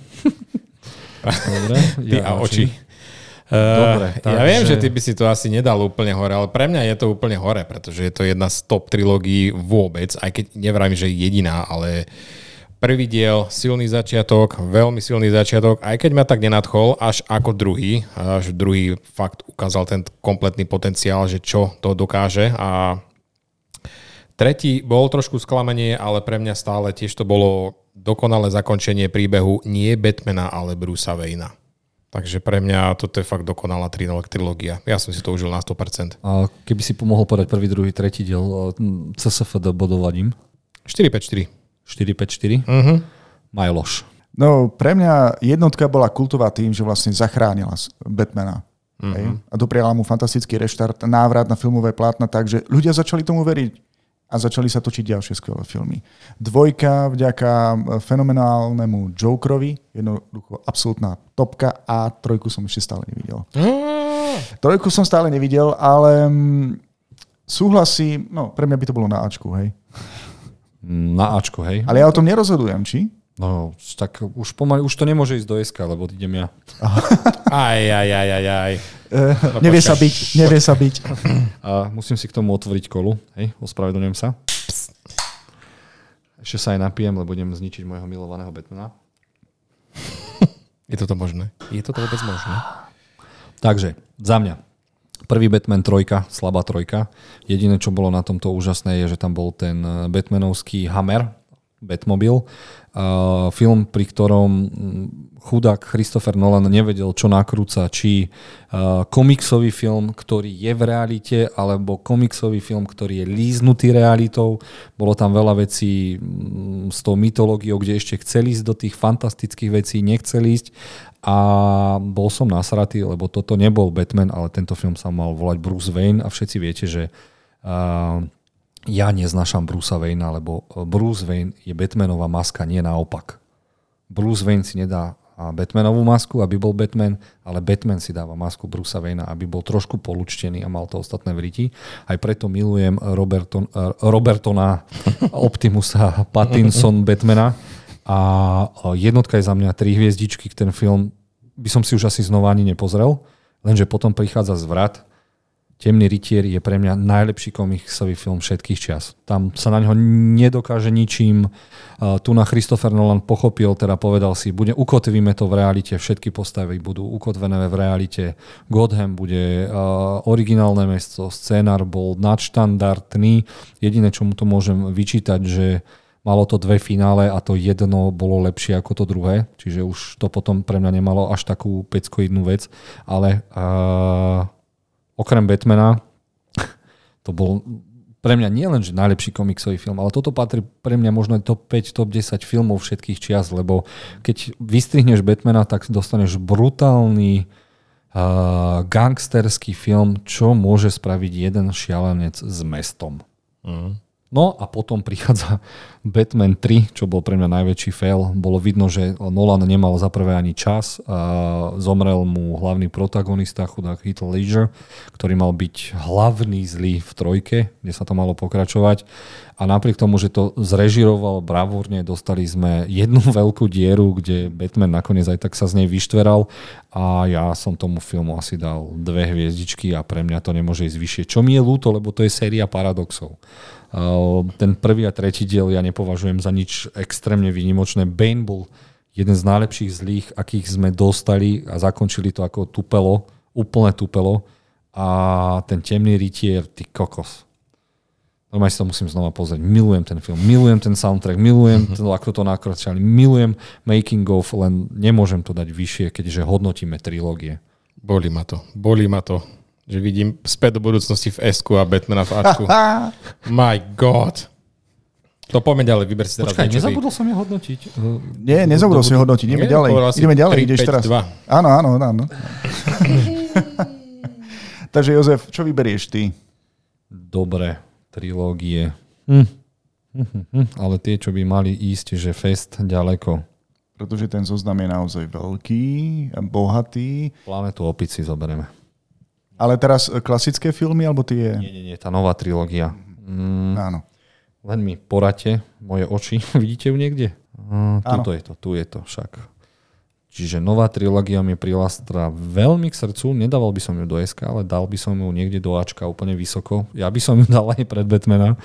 Dobre, Ty a oči. Dobre, ja viem, že ty by si to asi nedal úplne hore, ale pre mňa je to úplne hore, pretože je to jedna z top trilógií vôbec, aj keď nevrajím, že jediná, ale prvý diel, silný začiatok, veľmi silný začiatok, aj keď ma tak nenadchol, až ako druhý fakt ukázal ten kompletný potenciál, že čo to dokáže a tretí bol trošku sklamanie, ale pre mňa stále tiež to bolo dokonalé zakončenie príbehu nie Batmana, ale Brucea Wayna. Takže pre mňa toto je fakt dokonalá trilógia. Ja som si to užil na 100%. A keby si pomohol podať prvý, druhý, tretí diel CSFD bodovaním? 4-5-4. 4-5-4? Majloš. No, pre mňa jednotka bola kultová tým, že vlastne zachránila Batmana. A dopriala mu fantastický reštart, návrat na filmové plátna, takže ľudia začali tomu veriť a začali sa točiť ďalšie skvelé filmy. Dvojka vďaka fenomenálnemu Jokerovi, jednoducho absolútna topka a trojku som ešte stále nevidel. Trojku som stále nevidel, ale súhlasím, no pre mňa by to bolo na Ačku, hej. Na Ačku, hej. Ale ja o tom nerozhodujem, či? No, tak už pomaly, už to nemôže ísť do SK, lebo idem ja. Aj. Nevie sa byť. A musím si k tomu otvoriť kolu, hej, ospravedlňujem sa. Ešte sa aj napijem, lebo idem zničiť môjho milovaného Batmana. Je toto možné? Je toto vôbec možné? Takže, za mňa. Prvý Batman 3, slabá 3. Jediné, čo bolo na tomto úžasné, je, že tam bol ten Batmanovský Hammer, Batmobil. Film, pri ktorom chudák Christopher Nolan nevedel, čo nakrúca, či komiksový film, ktorý je v realite, alebo komiksový film, ktorý je líznutý realitou. Bolo tam veľa vecí s tou mytológiou, kde ešte chceli ísť do tých fantastických vecí, nechceli ísť a bol som nasratý, lebo toto nebol Batman, ale tento film sa mal volať Bruce Wayne a všetci viete, že ja neznášam Brucea Wayna, lebo Bruce Wayne je Batmanová maska, nie naopak. Bruce Wayne si nedá Batmanovú masku, aby bol Batman, ale Batman si dáva masku Brucea Wayna, aby bol trošku polúčtený a mal to ostatné v riti. Aj preto milujem Robertona Optimusa Pattinson Batmana a jednotka je za mňa 3 hviezdičky, ten film by som si už asi znova ani nepozrel, lenže potom prichádza zvrat. Temný rytier je pre mňa najlepší komiksový film všetkých čias. Tam sa na neho nedokáže ničím. Tu na Christopher Nolan pochopil, teda povedal si, ukotvíme to v realite, všetky postavy budú ukotvené v realite. Gotham bude originálne mesto, scénar bol nadštandardný. Jediné, čo mu to môžem vyčítať, že malo to 2 finále a to jedno bolo lepšie ako to druhé. Čiže už to potom pre mňa nemalo až takú peckoidnú vec. Ale okrem Batmana, to bol pre mňa nie len že najlepší komiksový film, ale toto patrí pre mňa možno top 5, top 10 filmov všetkých čias, lebo keď vystrihneš Batmana, tak dostaneš brutálny gangsterský film, čo môže spraviť jeden šialenec s mestom. No a potom prichádza Batman 3, čo bol pre mňa najväčší fail. Bolo vidno, že Nolan nemal za prvé ani čas. Zomrel mu hlavný protagonista, chudák Heath Ledger, ktorý mal byť hlavný zlý v trojke, kde sa to malo pokračovať. A napriek tomu, že to zrežiroval bravúrne, dostali sme jednu veľkú dieru, kde Batman nakoniec aj tak sa z nej vyštveral a ja som tomu filmu asi dal 2 hviezdičky a pre mňa to nemôže ísť vyššie. Čo mi je ľúto, lebo to je séria paradoxov. Ten prvý a tretí diel ja nepovažujem za nič extrémne výnimočné. Bane bol jeden z najlepších zlých, akých sme dostali a zakončili to ako tupelo, úplne tupelo. A ten temný rytier, ty kokos. Normálne si to musím znova pozrieť. Milujem ten film, milujem ten soundtrack, milujem to, ako to nakročali, milujem making of, len nemôžem to dať vyššie, keďže hodnotíme trilógie. Bolí ma to. Že vidím späť do budúcnosti v S-ku a Batmana v Ačku. My God. To poďme ďalej, vyber si teraz. Počkaj, nezabudol som ja hodnotiť. Nie, nezabudol si hodnotiť. Ideme ďalej. Ideme ďalej, 3, ideš 5, teraz. 2. Áno. Takže Jozef, čo vyberieš ty? Dobre, trilógie. Ale tie, čo by mali ísť, že fest ďaleko. Pretože ten zoznam je naozaj veľký a bohatý. Planetu opici zoberieme. Ale teraz klasické filmy, alebo tie... Nie, tá nová trilógia. Áno. Len mi poradte moje oči. Vidíte ju niekde? Tu je to však. Čiže nová trilógia mi prilastra veľmi k srdcu. Nedával by som ju do SK, ale dal by som ju niekde do Ačka úplne vysoko. Ja by som ju dal aj pred Batmana.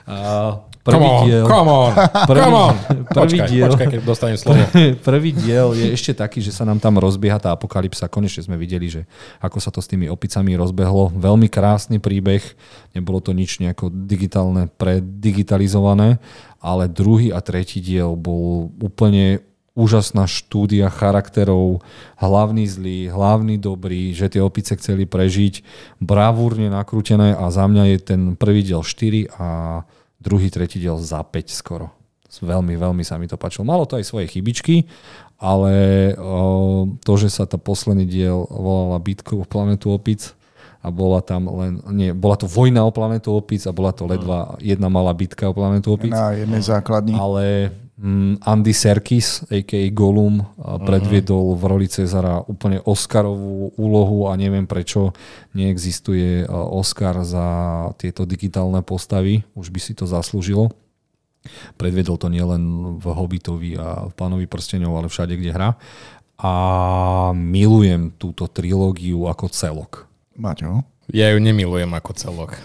Come on. Počkaj, keď dostanem slovo. Prvý diel je ešte taký, že sa nám tam rozbieha tá apokalypsa. Konečne sme videli, že ako sa to s tými opicami rozbehlo. Veľmi krásny príbeh. Nebolo to nič nejako digitálne, predigitalizované, ale druhý a tretí diel bol úplne úžasná štúdia charakterov, hlavný zlý, hlavný dobrý, že tie opice chceli prežiť, bravúrne nakrútené a za mňa je ten prvý diel 4 a druhý, tretí diel za 5 skoro. Veľmi, veľmi sa mi to páčilo. Malo to aj svoje chybičky, ale to, že sa tá posledný diel volala Bitka o planetu opic a bola to vojna o planetu opic a bola to ledva jedna malá bitka o planetu opic. Na jednej základni. Ale Andy Serkis, a.k.a. Gollum, predviedol v roli Cezara úplne Oscarovú úlohu a neviem prečo neexistuje Oscar za tieto digitálne postavy. Už by si to zaslúžilo. Predviedol to nielen v Hobbitovi a v Pánovi prsteňov, ale všade, kde hrá. A milujem túto trilógiu ako celok. Maťo? Ja ju nemilujem ako celok.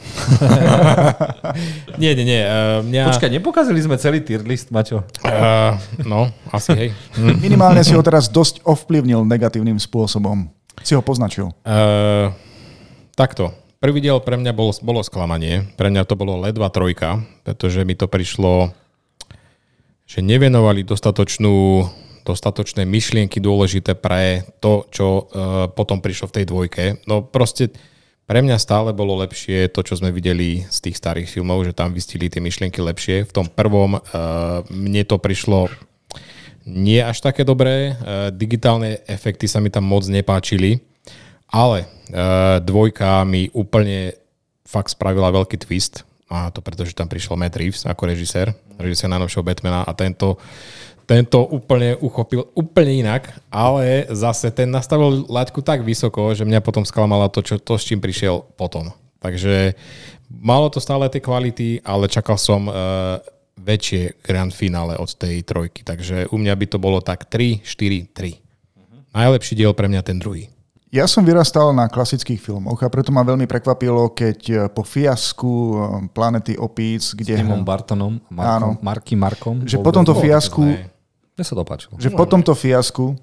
Nie. Počkaj, nepokazili sme celý tier list, Maťo? No, asi hej. Minimálne si ho teraz dosť ovplyvnil negatívnym spôsobom. Si ho poznačil. Takto. Prvý diel pre mňa bolo sklamanie. Pre mňa to bolo ledva 3, pretože mi to prišlo, že nevenovali dostatočné myšlienky dôležité pre to, čo potom prišlo v tej 2. No proste pre mňa stále bolo lepšie to, čo sme videli z tých starých filmov, že tam vystihli tie myšlienky lepšie. V tom prvom mne to prišlo nie až také dobré. Digitálne efekty sa mi tam moc nepáčili. Ale 2 mi úplne fakt spravila veľký twist. A to preto, že tam prišiel Matt Reeves ako režisér najnovšieho Batmana a tento úplne uchopil úplne inak, ale zase ten nastavil laťku tak vysoko, že mňa potom sklamala to, s čím prišiel potom. Takže malo to stále tie kvality, ale čakal som väčšie grand finále od tej 3. Takže u mňa by to bolo tak 3, 4, 3. Najlepší diel pre mňa ten druhý. Ja som vyrastal na klasických filmoch a preto ma veľmi prekvapilo, keď po fiasku Planety opíc, kde... S Timom Bartonom, Markom. Že po tomto fiasku... Mne sa to páčilo. Že po tomto fiasku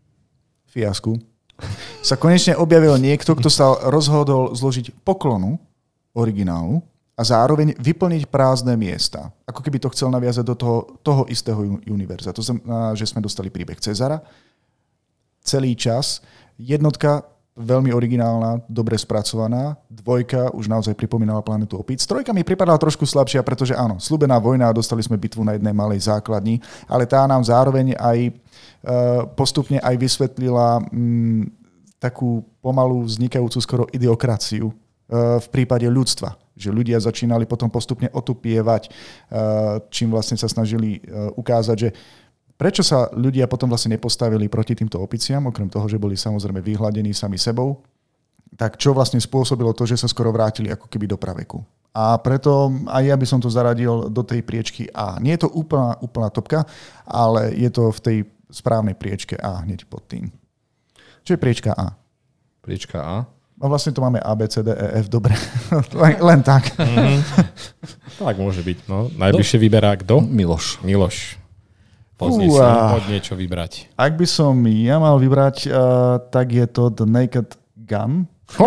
sa konečne objavil niekto, kto sa rozhodol zložiť poklonu originálu a zároveň vyplniť prázdne miesta. Ako keby to chcel naviazať do toho istého univerza. To znamená, že sme dostali príbeh Cezara, celý čas. 1 veľmi originálna, dobre spracovaná. 2 už naozaj pripomínala Planetu opíc. 3 mi pripadala trošku slabšia, pretože áno, sľúbená vojna a dostali sme bitvu na jednej malej základni, ale tá nám zároveň aj postupne aj vysvetlila takú pomalú vznikajúcu skoro idiokraciu v prípade ľudstva. Že ľudia začínali potom postupne otupievať, čím vlastne sa snažili ukázať, že prečo sa ľudia potom vlastne nepostavili proti týmto opiciam, okrem toho, že boli samozrejme vyhladení sami sebou, tak čo vlastne spôsobilo to, že sa skoro vrátili ako keby do praveku. A preto aj ja by som to zaradil do tej priečky A. Nie je to úplná topka, ale je to v tej správnej priečke A hneď pod tým. Čo je priečka A? Priečka A? A vlastne to máme A, B, C, D, E, F, dobre. Len tak. Tak môže byť. No. Najbližšie vyberá kto? Miloš. Pozri si, poď niečo vybrať. Ak by som ja mal vybrať, tak je to The Naked Gun.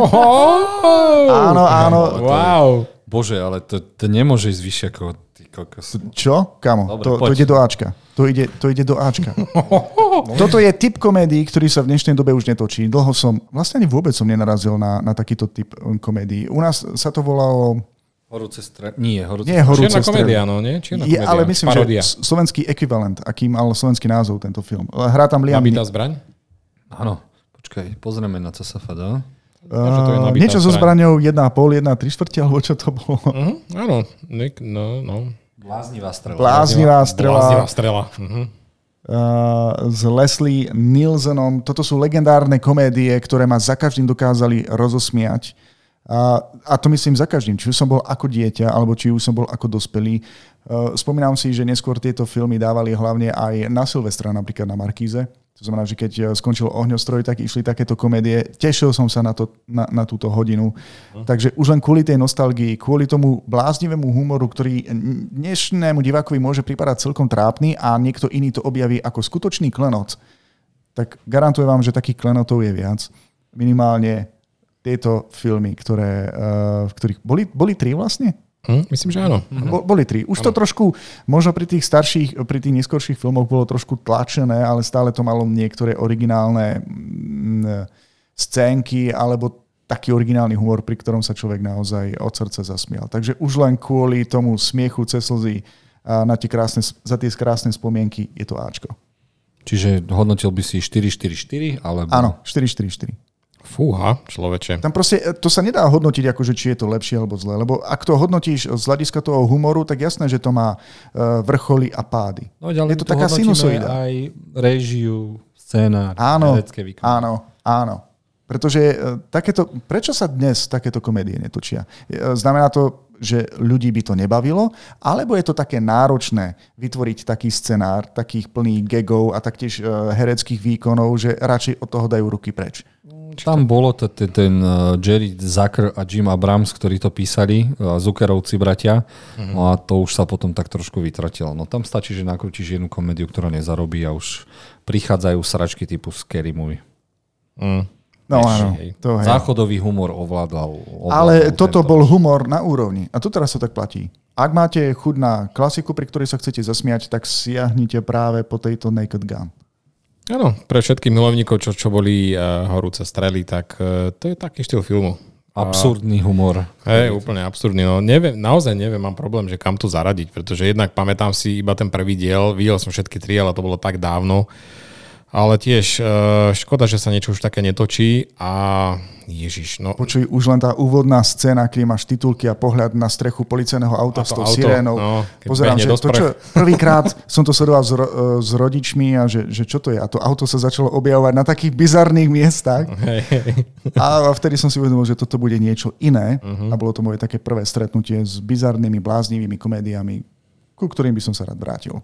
Áno. Wow. Bože, ale to nemôže ísť vyššie ako ty kokos. Čo? Kamo, Dobre, to ide do Ačka. To ide do Ačka. Toto je typ komédií, ktorý sa v dnešnej dobe už netočí. Vlastne ani vôbec som nenarazil na takýto typ komédií. U nás sa to volalo... Horúce strely. Nie, horúce strely. Čierna komédia, no nie? Čierna komédia. Ale myslím, paródia. Že slovenský ekvivalent, aký mal slovenský názov tento film. Hrá tam Liam... Nabitá zbraň? Áno. Počkaj, pozrieme na CSFD. Niečo so zbraňou 1,5, 1,3, alebo čo to bolo? Áno. Bláznivá strela. Blázniva strela. S Leslie Nielsenom. Toto sú legendárne komédie, ktoré ma za každým dokázali rozosmiať. A to myslím za každým. Či už som bol ako dieťa, alebo či už som bol ako dospelý. Spomínam si, že neskôr tieto filmy dávali hlavne aj na Silvestra, napríklad na Markíze. To znamená, že keď skončil Ohňostroj, tak išli takéto komédie. Tešil som sa na túto hodinu. Takže už len kvôli tej nostalgii, kvôli tomu bláznivému humoru, ktorý dnešnému divákovi môže pripadať celkom trápny a niekto iný to objaví ako skutočný klenot, tak garantujem vám, že takých klenotov je viac. Minimálne tieto filmy, v ktorých... Boli 3 vlastne? Myslím, že áno. Boli 3. Už to trošku, možno pri tých neskorších filmoch bolo trošku tlačené, ale stále to malo niektoré originálne scénky alebo taký originálny humor, pri ktorom sa človek naozaj od srdca zasmial. Takže už len kvôli tomu smiechu cez slzy a za tie krásne spomienky je to Ačko. Čiže hodnotil by si 4-4-4? Alebo... Áno, 4-4-4. Fúha, človeče. Tam proste, to sa nedá hodnotiť, akože, či je to lepšie alebo zlé, lebo ak to hodnotíš z hľadiska toho humoru, tak jasné, že to má vrcholy a pády. No, ale je to taká sinusoida. Aj réžiu, scénár, herecké výkony. Áno. Pretože prečo sa dnes takéto komédie netočia? Znamená to, že ľudí by to nebavilo, alebo je to také náročné vytvoriť taký scenár, takých plných gagov a taktiež hereckých výkonov, že radšej od toho dajú ruky preč? Tam bolo ten Jerry Zucker a Jim Abrams, ktorí to písali, Zuckerovci bratia, no a to už sa potom tak trošku vytratilo. No tam stačí, že nakrútiš jednu komédiu, ktorá nezarobí a už prichádzajú sračky typu Scary Movie. No áno. Záchodový humor ovládal. Ale toto bol humor na úrovni. A tu teraz to tak platí. Ak máte chuť na klasiku, pri ktorej sa chcete zasmiať, tak siahnite práve po tejto Naked Gun. Áno, pre všetkých milovníkov, čo boli horúce strely, tak to je taký štýl filmu. Absurdný humor. Úplne absurdný. No, naozaj neviem, mám problém, že kam to zaradiť, pretože jednak pamätám si iba ten prvý diel, videl som všetky 3, ale to bolo tak dávno. Ale tiež škoda, že sa niečo už také netočí a ježiš, no. Počuj, už len tá úvodná scéna, keď máš titulky a pohľad na strechu policajného auta s tou sirénou. No, pozerám, že prvýkrát som to sledoval s rodičmi a že čo to je? A to auto sa začalo objavovať na takých bizarných miestach. A vtedy som si uvedomil, že toto bude niečo iné. A bolo to moje také prvé stretnutie s bizarnými, bláznivými komédiami, ku ktorým by som sa rád vrátil.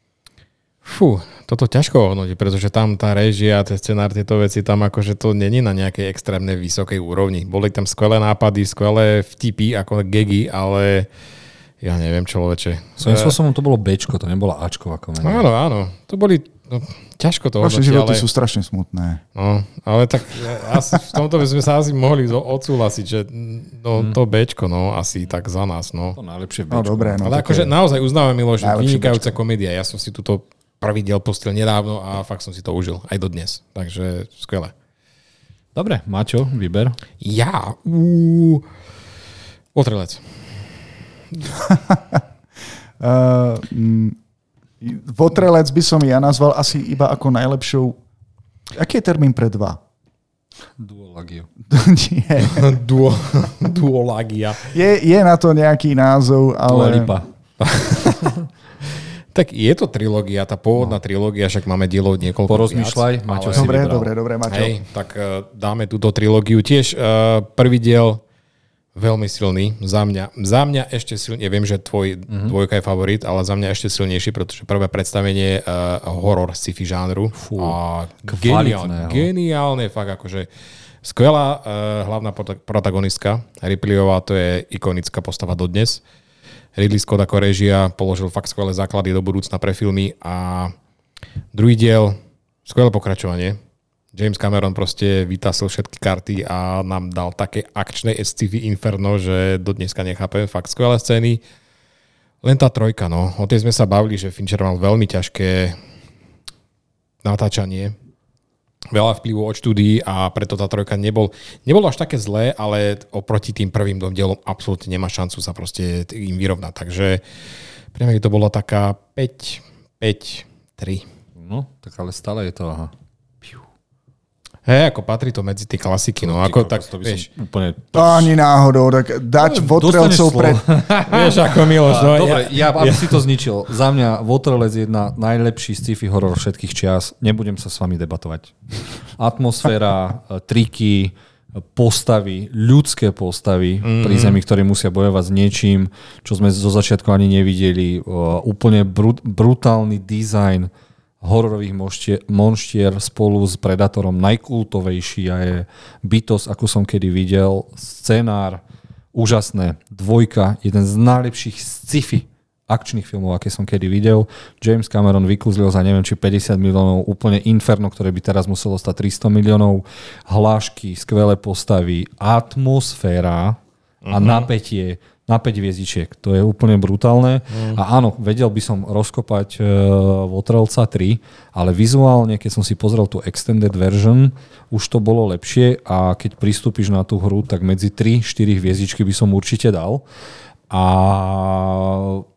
Fú, toto ťažko hodnotiť, pretože tam tá réžia, ten scenár, tieto veci, tam akože to není na nejakej extrémnej vysokej úrovni. Boli tam skvelé nápady, skvelé vtipy, ako gagy, ale ja neviem, človeče. Svojím spôsobom to bolo Bčko, to nebola Ačková komédia. Áno. To boli, ťažko to hodnotiť. Vaše životy sú strašne smutné. No, ale tak v tomto by sme sa asi mohli odsúhlasiť, že to Bčko, asi tak za nás. No. To najlepšie Bčko. No dobré. Ale akože naozaj uznávam, Milo, že vynikajúca komédia. Ja som si túto prvý diel pustil nedávno a fakt som si to užil. Aj dodnes. Takže skvelé. Dobre, Maťo, vyber. Ja. Votrelec. Votrelec by som ja nazval asi iba ako najlepšou... Aký je termín pre 2? Duolagia. Nie. Duolagia. Je na to nejaký názov, ale... Dualipa. Tak je to trilógia, tá pôvodná trilógia, však máme dielov niekoľko porozmýšľaj, Maťo si vybral. Dobre, Maťo. Hej, tak dáme túto trilógiu. Tiež prvý diel veľmi silný. Za mňa ešte silný. Ja viem, že tvoj dvojka je favorit, ale za mňa ešte silnejší, pretože prvé predstavenie horor sci-fi žánru. Fú, geniálne, fakt akože skvelá hlavná protagonistka. Ripleyová, to je ikonická postava dodnes. Ridley Scott ako režia položil fakt skvelé základy do budúcna pre filmy a druhý diel, skvelé pokračovanie. James Cameron proste vytasil všetky karty a nám dal také akčné sci-fi inferno, že do dneska nechápem. Fakt skvelé scény. Len tá trojka, no. O tej sme sa bavili, že Fincher mal veľmi ťažké natáčanie. Veľa vplyvu od štúdií a preto tá trojka nebolo až také zlé, ale oproti tým prvým dielom absolútne nemá šancu sa proste im vyrovnať. Takže pre mňa to bolo taká 5-3. No, tak ale stále je to, aha. Hej, ako patrí to medzi tie klasiky, no ako tak, to by vieš. Úplne... To ani náhodou, tak dať Votrelcov pred... Vieš, ako Miloš, no. Dobre, aby si to zničil. Za mňa Votrelec je jedna najlepší sci-fi horor všetkých čias. Nebudem sa s vami debatovať. Atmosféra, triky, postavy, ľudské postavy pri zemi, ktoré musia bojovať s niečím, čo sme zo začiatku ani nevideli. Úplne brutálny dizajn hororových monštier spolu s Predatorom. Najkultovejší je bytosť, ako som kedy videl. Scenár, úžasné. Dvojka, jeden z najlepších sci-fi akčných filmov, aké som kedy videl. James Cameron vykúzlil za neviem, či 50 miliónov úplne inferno, ktoré by teraz muselo stať 300 miliónov. Hlášky, skvelé postavy, atmosféra a napätie na 5 hviezdičiek. To je úplne brutálne. A áno, vedel by som rozkopať Votrelca 3, ale vizuálne, keď som si pozrel tú extended version, už to bolo lepšie a keď pristúpiš na tú hru, tak medzi 3-4 hviezdičky by som určite dal. A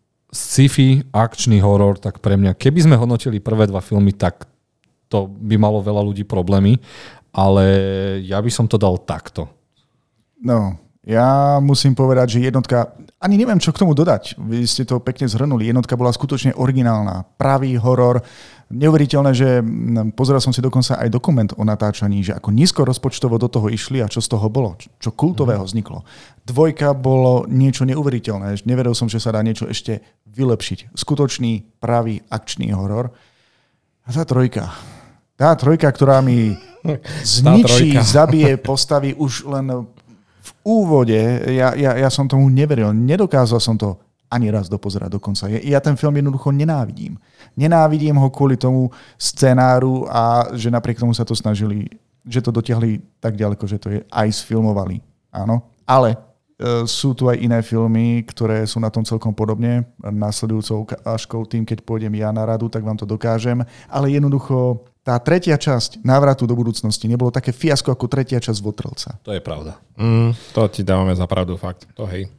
sci-fi, akčný horor, tak pre mňa, keby sme hodnotili prvé dva filmy, tak to by malo veľa ľudí problémy, ale ja by som to dal takto. No, ja musím povedať, že jednotka, ani neviem, čo k tomu dodať. Vy ste to pekne zhrnuli. Jednotka bola skutočne originálna. Pravý horor. Neuveriteľné, že pozeral som si dokonca aj dokument o natáčaní, že ako nízko rozpočtovo do toho išli a čo z toho bolo, čo kultového vzniklo. Dvojka bolo niečo neuveriteľné. Nevedel som, že sa dá niečo ešte vylepšiť. Skutočný, pravý, akčný horor. A tá trojka, ktorá mi zničí, zabije postavy už len v úvode, ja som tomu neveril. Nedokázal som to ani raz dopozerať dokonca. Ja ten film jednoducho nenávidím. Nenávidím ho kvôli tomu scenáru a že napriek tomu sa to snažili, že to dotiahli tak ďaleko, že to je aj sfilmovali. Áno. Ale sú tu aj iné filmy, ktoré sú na tom celkom podobne. Nasledujúcou ukážkou tým, keď pôjdem ja na radu, tak vám to dokážem. Ale jednoducho tá tretia časť Návratu do budúcnosti nebolo také fiasko ako tretia časť Votrelca. To je pravda. To ti dávame za pravdu, fakt. To hej.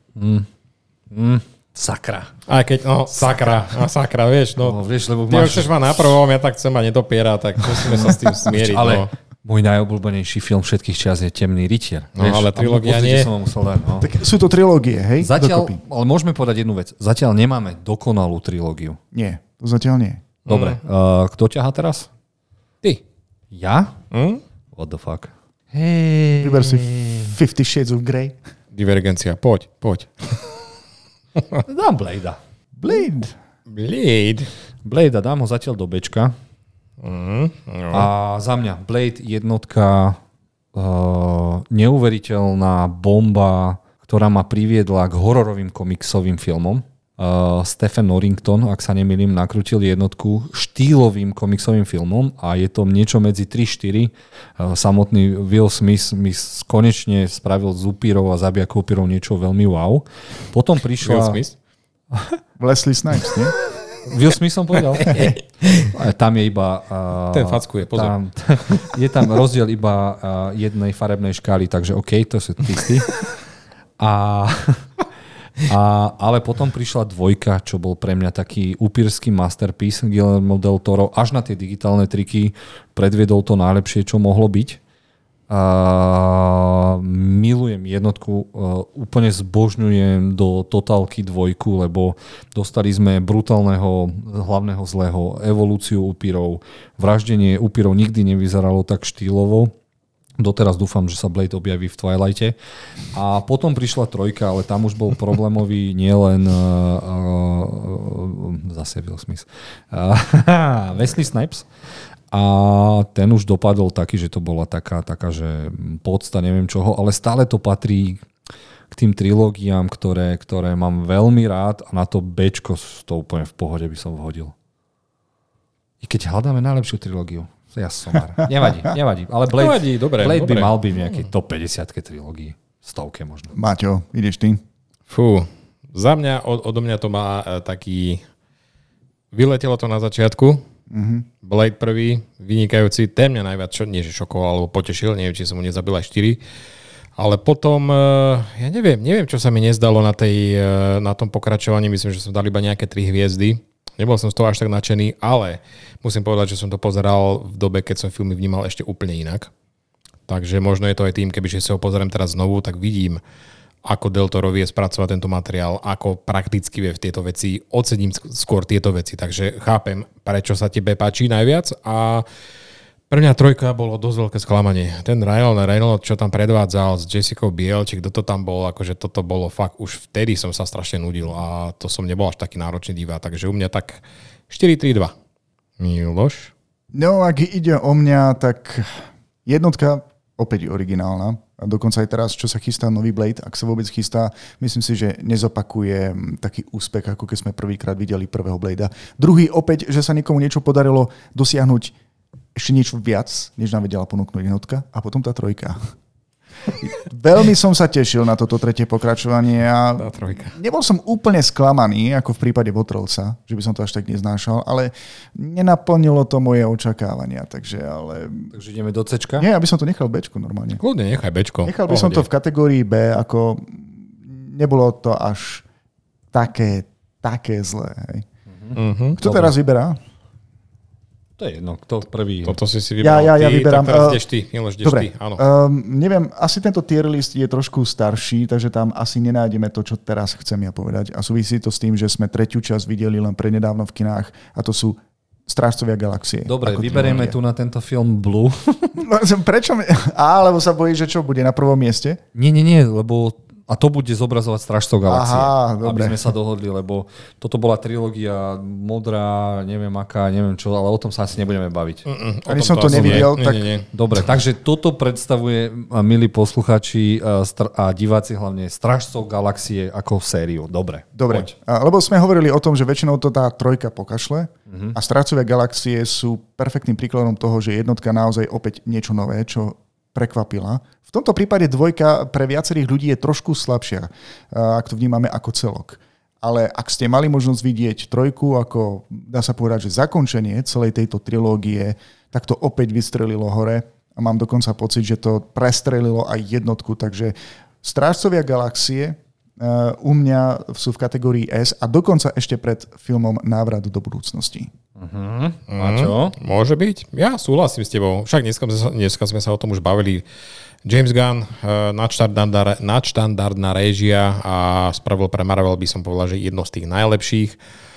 Sakra. Aj keď, sakra, vieš, vieš, lebo ty chceš mať na prvom, ja tak chcem mať nedopiera, tak musíme sa s tým smieриť. Ale môj najobľúbenejší film všetkých čias je Temný rytier. No, vieš, ale trilógia nie. Som musel dať, no. Tak sú to trilógie, hej? Zatiaľ, ale môžeme povedať jednu vec. Zatiaľ nemáme dokonalú trilógiu. Nie, to zatiaľ nie. Dobre, kto ťahá teraz? Ty. Ja? What the fuck? Hey. Vyber si 50 Shades of Grey. Divergencia, poď. Dám Bladea. Blade dám ho zatiaľ do Bčka. A za mňa Blade jednotka, neuveriteľná bomba, ktorá ma priviedla k hororovým komiksovým filmom. Stephen Norrington, ak sa nemýlim, nakrutil jednotku štýlovým komiksovým filmom a je to niečo medzi 3-4. Samotný Will Smith mi konečne spravil z upírov a zabijakov upírov niečo veľmi wow. Potom prišla... Will Smith? Wesley Snipes, nie? Will Smith som povedal? Tam je iba... Ten fackuje, pozor. Je tam rozdiel iba jednej farebnej škály, takže OK, to sú tí. Ale potom prišla dvojka, čo bol pre mňa taký upírsky masterpiece Guillermo del Toro. Až na tie digitálne triky predviedol to najlepšie, čo mohlo byť. Milujem jednotku, úplne zbožňujem do totálky dvojku, lebo dostali sme brutálneho hlavného zlého, evolúciu upírov. Vraždenie upírov nikdy nevyzeralo tak štýlovo. Doteraz dúfam, že sa Blade objaví v Twilighte. A potom prišla trojka, ale tam už bol problémový nielen zase Will Smith. Wesley Snipes. A ten už dopadol taký, že to bola taká že podsta, neviem čoho, ale stále to patrí k tým trilógiám, ktoré mám veľmi rád a na to Bčko to úplne v pohode by som vhodil. I keď hľadáme najlepšiu trilógiu. Ja somár. Nevadí. Ale Blade by mal byť nejaký top 50 trilógii. 100 možno. Maťo, ideš ty? Fú, za mňa, odo mňa to má taký... Vyletelo to na začiatku. Blade prvý, vynikajúci. Ten mňa najviac, nie že šokoval, alebo potešil. Neviem, či som mu nezabil aj 4. Ale potom, ja neviem, čo sa mi nezdalo na tom pokračovaní. Myslím, že som dal iba nejaké 3 hviezdy. Nebol som z toho až tak nadšený, ale musím povedať, že som to pozeral v dobe, keď som filmy vnímal ešte úplne inak. Takže možno je to aj tým, kebyže si ho pozerám teraz znovu, tak vidím, ako Del Toro vie spracovať tento materiál, ako prakticky vie v tieto veci, ocením skôr tieto veci. Takže chápem, prečo sa tebe páči najviac a pre mňa trojka bolo dosť veľké sklamanie. Ten Ryan Reynolds, čo tam predvádzal s Jessicou Biel, či kto to tam bol, akože toto bolo fakt, už vtedy som sa strašne nudil a to som nebol až taký náročný divák, takže u mňa tak 4-3-2. Miloš? No, ak ide o mňa, tak jednotka opäť originálna. A dokonca aj teraz, čo sa chystá nový Blade, ak sa vôbec chystá, myslím si, že nezopakuje taký úspech, ako keď sme prvýkrát videli prvého Bladea. Druhý opäť, že sa niekomu niečo podarilo dosiahnuť ešte niečo viac, než nám vedela ponúknuť jednotka a potom tá trojka. Veľmi som sa tešil na toto tretie pokračovanie a nebol som úplne sklamaný, ako v prípade Votrelca, že by som to až tak neznášal, ale nenaplnilo to moje očakávania, takže ideme do Cčka? Nie, aby som to nechal Bčku normálne. Kľudne, nechaj Bčko. Nechal by som to v kategórii B, ako nebolo to až také také zlé. Hej. Kto teraz vyberá? To je jedno, kto prvý. Toto si vybral. Ja vyberám. Tak teraz ideš ty, Miloš, Dobre, áno. Neviem, asi tento tier list je trošku starší, takže tam asi nenájdeme to, čo teraz chcem ja povedať. A súvisí to s tým, že sme tretiu časť videli len prednedávno v kinách a to sú Strážcovia galaxie. Dobre, vyberieme tu na tento film Blue. Prečo? Lebo sa bojí, že čo, bude na prvom mieste? Nie, lebo... A to bude zobrazovať Strážcov galaxie. Aha, dobre. Aby sme sa dohodli, lebo toto bola trilógia modrá, neviem aká, neviem čo, ale o tom sa asi nebudeme baviť. Ani som to nevidel. Nie. Dobre, takže toto predstavuje, milí posluchači a diváci hlavne, Strážcov galaxie ako sériu. Dobre. Lebo sme hovorili o tom, že väčšinou to tá trojka pokašle a Strážcovia galaxie sú perfektným príkladom toho, že jednotka naozaj opäť niečo nové, čo prekvapila. V tomto prípade dvojka pre viacerých ľudí je trošku slabšia, ak to vnímame ako celok. Ale ak ste mali možnosť vidieť trojku ako, dá sa povedať, že zakončenie celej tejto trilógie, tak to opäť vystrelilo hore a mám dokonca pocit, že to prestrelilo aj jednotku. Takže Strážcovia galaxie u mňa sú v kategórii S a dokonca ešte pred filmom Návrat do budúcnosti. Maťo? Môže byť. Ja súhlasím s tebou. Však dneska sme sa o tom už bavili. James Gunn, nadštandardná réžia a spravil pre Marvel, by som povedal, že jedno z tých najlepších.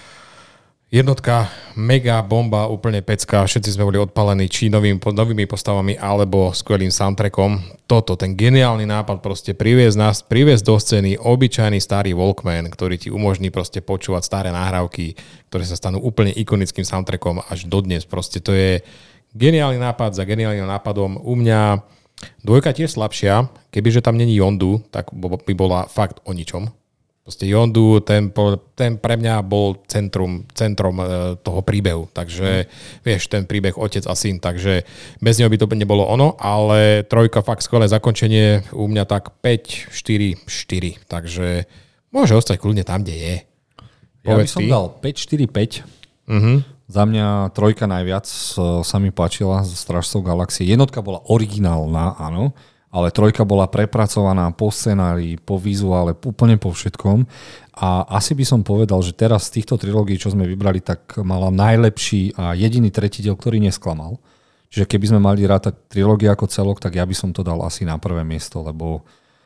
Jednotka, mega bomba, úplne pecka, všetci sme boli odpalení či novými postavami alebo skvelým soundtrackom. Ten geniálny nápad proste priviesť do scény obyčajný starý Walkman, ktorý ti umožní proste počúvať staré nahrávky, ktoré sa stanú úplne ikonickým soundtrackom až dodnes. Proste to je geniálny nápad za geniálnym nápadom. U mňa dvojka tiež slabšia, kebyže tam není Yondu, tak by bola fakt o ničom. Proste Yondu, ten pre mňa bol centrom toho príbehu. Takže vieš, ten príbeh otec a syn, takže bez neho by to nebolo ono, ale trojka fakt skvelé zakončenie, u mňa tak 5-4-4, takže môže ostať kľudne tam, kde je. Ja by som dal 5-4-5. Za mňa trojka najviac sa mi páčila z Strážcov galaxie. Jednotka bola originálna, áno, ale trojka bola prepracovaná po scenárii, po vizuále, úplne po všetkom. A asi by som povedal, že teraz z týchto trilógií, čo sme vybrali, tak mala najlepší a jediný tretí diel, ktorý nesklamal. Čiže keby sme mali rátať trilógie ako celok, tak ja by som to dal asi na prvé miesto, lebo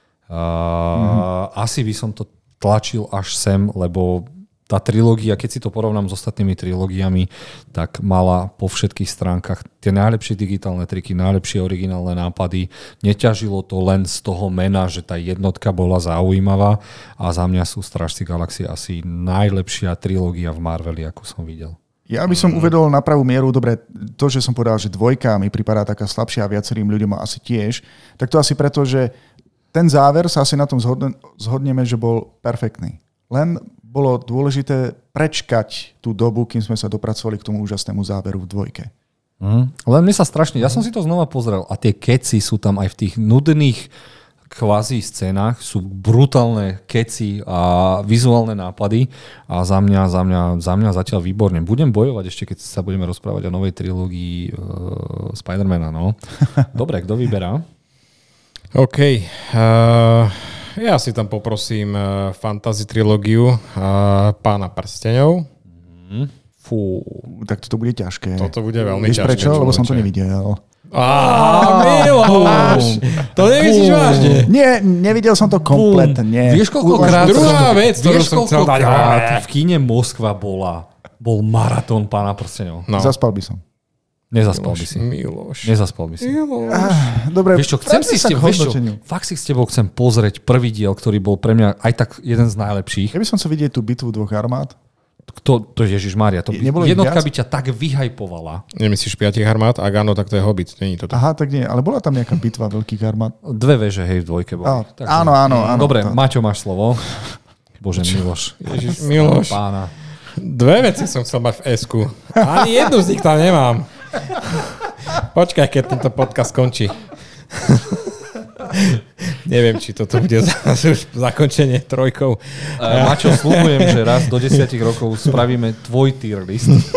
asi by som to tlačil až sem, lebo tá trilógia, keď si to porovnám s ostatnými trilógiami, tak mala po všetkých stránkach tie najlepšie digitálne triky, najlepšie originálne nápady. Neťažilo to len z toho mena, že tá jednotka bola zaujímavá a za mňa sú Strážci galaxie asi najlepšia trilógia v Marveli, ako som videl. Ja by som uvedol na pravú mieru, dobre, to, že som povedal, že dvojka mi pripadá taká slabšia a viacerým ľuďom asi tiež, tak to asi preto, že ten záver sa asi na tom zhodneme, že bol perfektný. Len bolo dôležité prečkať tú dobu, kým sme sa dopracovali k tomu úžasnému záveru v dvojke. Len mne sa strašne, ja som si to znova pozrel a tie keci sú tam aj v tých nudných kvázi scénách, sú brutálne keci a vizuálne nápady a za mňa zatiaľ výborne. Budem bojovať ešte, keď sa budeme rozprávať o novej trilógii Spider-mana. No. Dobre, kto vyberá? OK. Ja si tam poprosím fantasy trilógiu Pána prsteňov. Fú, tak toto bude ťažké. Toto bude veľmi ťažké. Vieš prečo? Lebo som to nevidel. Miloš! To nemyslíš vážne? Nie, nevidel som to kompletne. Vieš, koľkokrát druhá vec, ktorú som chcel dať. V kíne Moskva bol maratón Pána prsteňov. No. Zaspal by som. Nezaspal by si. Nezaspal by si. Dobre, vieš čo, chcem si fakt si s tebou chcem pozrieť prvý diel, ktorý bol pre mňa aj tak jeden z najlepších. Ja by som chcel vidieť tú bitvu dvoch armád. To Ježišmária, jednotka by ťa tak vyhajpovala. Nemyslíš 5 armád? Ak áno, tak to je Hobbit. Není to tak. Aha, tak nie, ale bola tam nejaká bitva veľkých armád? 2 veže, hej, v dvojke boli. Áno. Dobre, Maťo, máš slovo. Bože, Miloš. Ježiš, Miloš. Pána. 2 veci som chcel mať v S-ku. Ani jednu z nich tam nemám. Počkaj, keď tento podcast skončí. Neviem, či toto bude zakončenie trojkou. Mačo, slúbujem, že raz do 10 rokov spravíme tvoj tier list.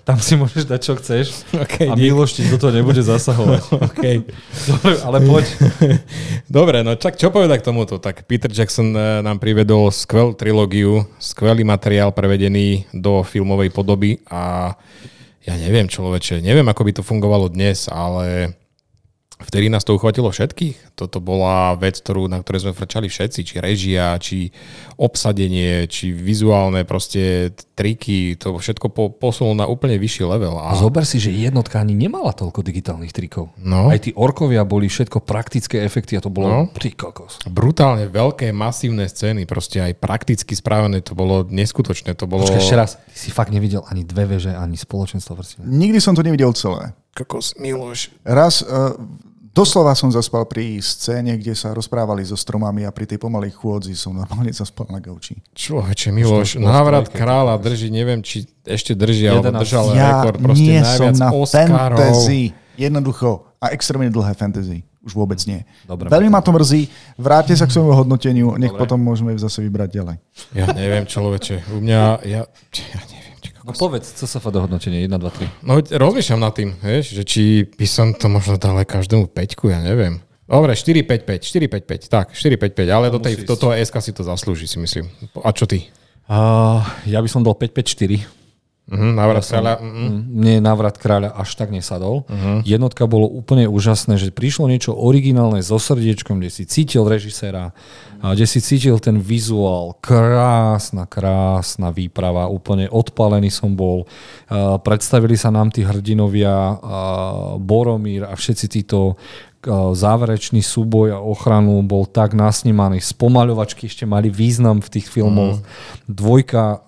tam si môžeš dať, čo chceš Okay, a Miloš ti do toho nebude zasahovať. Okay. Dobre, ale poď. Dobre, no čo povedať k tomuto? Tak Peter Jackson nám privedol skvelú trilógiu, skvelý materiál prevedený do filmovej podoby a ja neviem, človeče, neviem, ako by to fungovalo dnes, ale vtedy nás to uchvatilo všetkých. Toto bola vec, na ktorej sme frčali všetci, či režia, či obsadenie, či vizuálne proste triky, to všetko posunulo na úplne vyšší level. A zober si, že jednotka ani nemala toľko digitálnych trikov. No. Aj tí orkovia boli všetko praktické efekty a to bolo ty kokos. Brutálne veľké, masívne scény, proste aj prakticky správené, to bolo neskutočné. To bolo... Počkaj, ešte raz, ty si fakt nevidel ani dve veže, ani spoločenstvo vrstve. Nikdy som to nevidel celé. Kokos, Miloš. Raz doslova som zaspal pri scéne, kde sa rozprávali so stromami a pri tej pomalej chôdzi som normálne zaspal na gauči. Človeče, Miloš, Návrat kráľa drží, neviem, či ešte drží, alebo držal rekord. Proste nie najviac som na Oscarov. fantasy. Jednoducho. A extrémne dlhé fantasy. Už vôbec nie. Dobre, veľmi ma to mrzí. Vráťte sa k svojmu hodnoteniu. Nech potom môžeme zase vybrať ďalej. Ja neviem, človeče. U mňa, ja neviem. No povedz, co sa do hodnotenie 1, 2, 3. No rozmýšľam nad tým, vieš, že či by som to možno dal aj každému 5, ja neviem. Dobre, 4-5-5, tak, 4-5-5, ale do toho SK si to zaslúži, si myslím. A čo ty? Ja by som dal 5-5-4. Návrat kráľa. Mne Návrat kráľa až tak nesadol. Jednotka bolo úplne úžasné, že prišlo niečo originálne so srdiečkom, kde si cítil režiséra, kde si cítil ten vizuál. Krásna výprava. Úplne odpálený som bol. Predstavili sa nám tí hrdinovia, Boromír a všetci títo. Záverečný súboj a ochranu bol tak nasnímaný. Spomaľovačky ešte mali význam v tých filmoch. Dvojka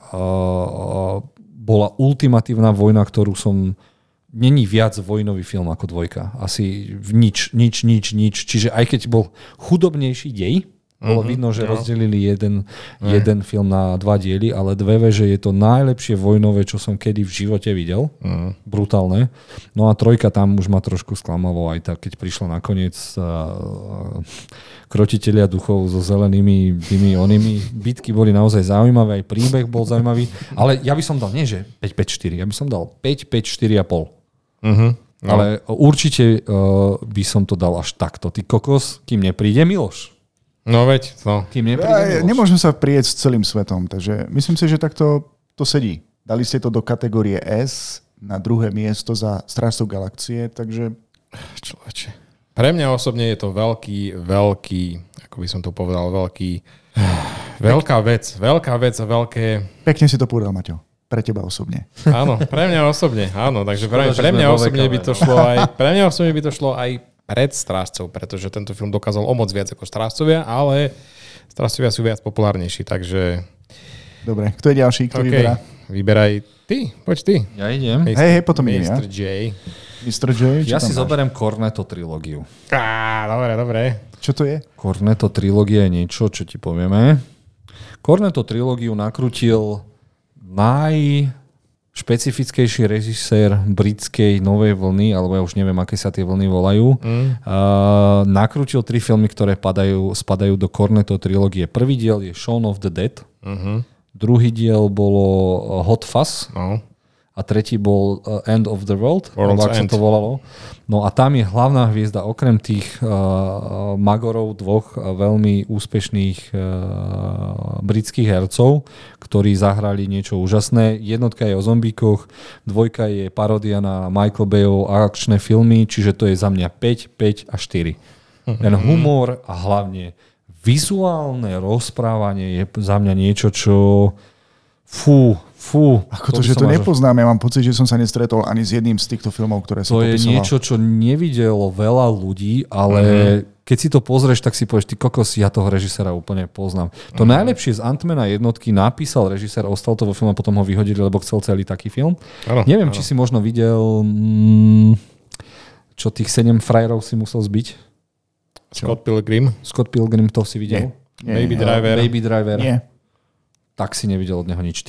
bola ultimatívna vojna, ktorú som... Není viac vojnový film ako dvojka. Asi nič. Čiže aj keď bol chudobnejší dej, bolo vidno, že rozdelili jeden film na 2 diely, ale Dve veže je to najlepšie vojnové, čo som kedy v živote videl. Brutálne. No a trojka tam už ma trošku sklamalo aj tak, keď prišlo nakoniec krotitelia duchov so zelenými tými onými. Bitky boli naozaj zaujímavé, aj príbeh bol zaujímavý, ale ja by som dal nie, že 5-5-4, ja by som dal 5-5-4,5. No. Ale určite by som to dal až takto. Ty kokos, kým nepríde Miloš. No veď, no. Kým nepríde Miloš. Nemôžeme sa prieť s celým svetom, takže myslím si, že takto to sedí. Dali ste to do kategórie S na druhé miesto za Strážcov galaxie, takže... Človeče. Pre mňa osobne je to veľký, ako by som to povedal, veľká vec a veľké... Pekne si to povedal, Maťo. Pre teba osobne. Áno, pre mňa osobne, áno. Takže pre mňa osobne by to šlo aj pred Strážcov, pretože tento film dokázal o moc viac ako Strážcovia, ale Strážcovia sú viac populárnejší, takže... Dobre, kto je ďalší, kto vyberá? Vyberaj ty, poď ty. Ja idem. Hej, potom idem ja. Mr. J. Mr. J, ja si zoberiem Cornetto trilógiu. Dobre. Čo to je? Cornetto trilógia je niečo, čo ti povieme. Cornetto trilógiu nakrutil najšpecifickejší režisér britskej novej vlny, alebo ja už neviem, aké sa tie vlny volajú. Nakrutil 3 filmy, ktoré spadajú do Cornetto trilógie. Prvý diel je Shaun of the Dead. Druhý diel bolo Hot Fuzz. A tretí bol End of the World, ako sa to volalo. No a tam je hlavná hviezda, okrem tých magorov, 2 veľmi úspešných britských hercov, ktorí zahrali niečo úžasné. Jednotka je o zombíkoch, 2 je paródia na Michael Bayov akčné filmy, čiže to je za mňa 5, 5 a 4. Ten humor a hlavne vizuálne rozprávanie je za mňa niečo, čo... Fú. Ako to, že to nepoznám, ja mám pocit, že som sa nestretol ani s jedným z týchto filmov, ktoré som popisoval. To je niečo, čo nevidelo veľa ľudí, ale keď si to pozrieš, tak si povieš, ty kokos, ja toho režisera úplne poznám. To najlepšie z Ant-Mana jednotky napísal režisér, ostal to vo filme, potom ho vyhodili, lebo chcel celý taký film. Neviem, či si možno videl, čo tých 7 frajerov si musel zbiť. Scott Pilgrim, to si videl? Nie. Baby Driver. Nie. Tak si nevidel od neho nič.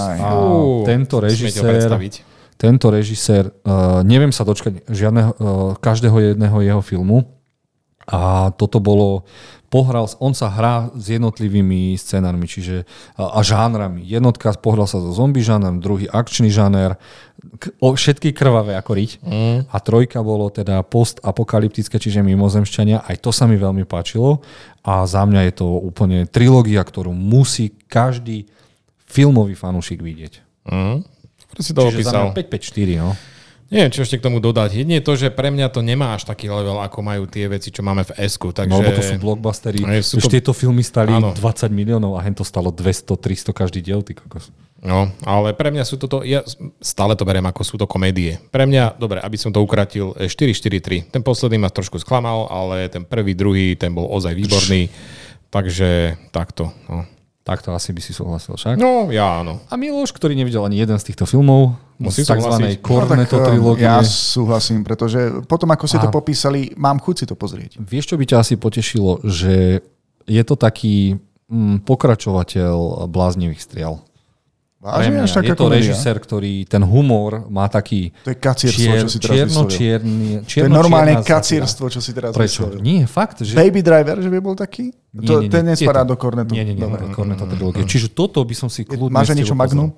Tento režisér, neviem sa dočkať každého jedného jeho filmu a toto bolo on sa hrá s jednotlivými scénarmi, čiže a žánrami. Jednotka pohral sa so zombie žánrom, druhý akčný žáner, všetky krvavé ako riť. A trojka bolo teda postapokalyptické, čiže mimozemšťania. Aj to sa mi veľmi páčilo. A za mňa je to úplne trilógia, ktorú musí každý filmový fanúšik vidieť. Si to čiže opísal. Za mňa 5-5-4, no. Neviem, čo ešte k tomu dodať. Jedine je to, že pre mňa to nemá až taký level, ako majú tie veci, čo máme v S-ku. Takže... No, lebo to sú blockbustery. Tieto filmy stali 20 miliónov a hento stalo 200-300 každý diel, ty kokos. No, ale pre mňa sú toto, ja stále to beriem ako sú to komédie. Pre mňa, dobre, aby som to ukratil, 4-4-3. Ten posledný ma trošku sklamal, ale ten prvý, druhý, ten bol ozaj výborný. Takže takto, no. Takto asi by si súhlasil však? No, ja áno. A Miloš, ktorý nevidel ani jeden z týchto filmov, musí z takzvanej súhlasiť. Cornetto trilógie. Ja súhlasím, pretože potom, ako ste to popísali, mám chuť si to pozrieť. Vieš, čo by ťa asi potešilo? Že je to taký pokračovateľ Bláznivých striel. Vážne, až taká je to komédia? režisér, ktorý ten humor má taký To je kacierstvo, čo si teraz vyslovil. To je normálne kacierstvo, čo si teraz Prečo? vyslovil. Nie, fakt. Že... Baby Driver, že by bol taký? Ten nespadá do Cornetto. Nie, Cornetto trilógie. Čiže toto by som si kľudne... Máš niečo Magnum?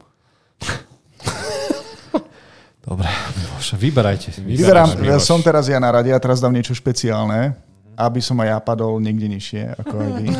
Dobre, vyberajte. Vyberám, som teraz ja na rade a teraz dám niečo špeciálne, aby som aj ja padol niekde nižšie, ako aj vy.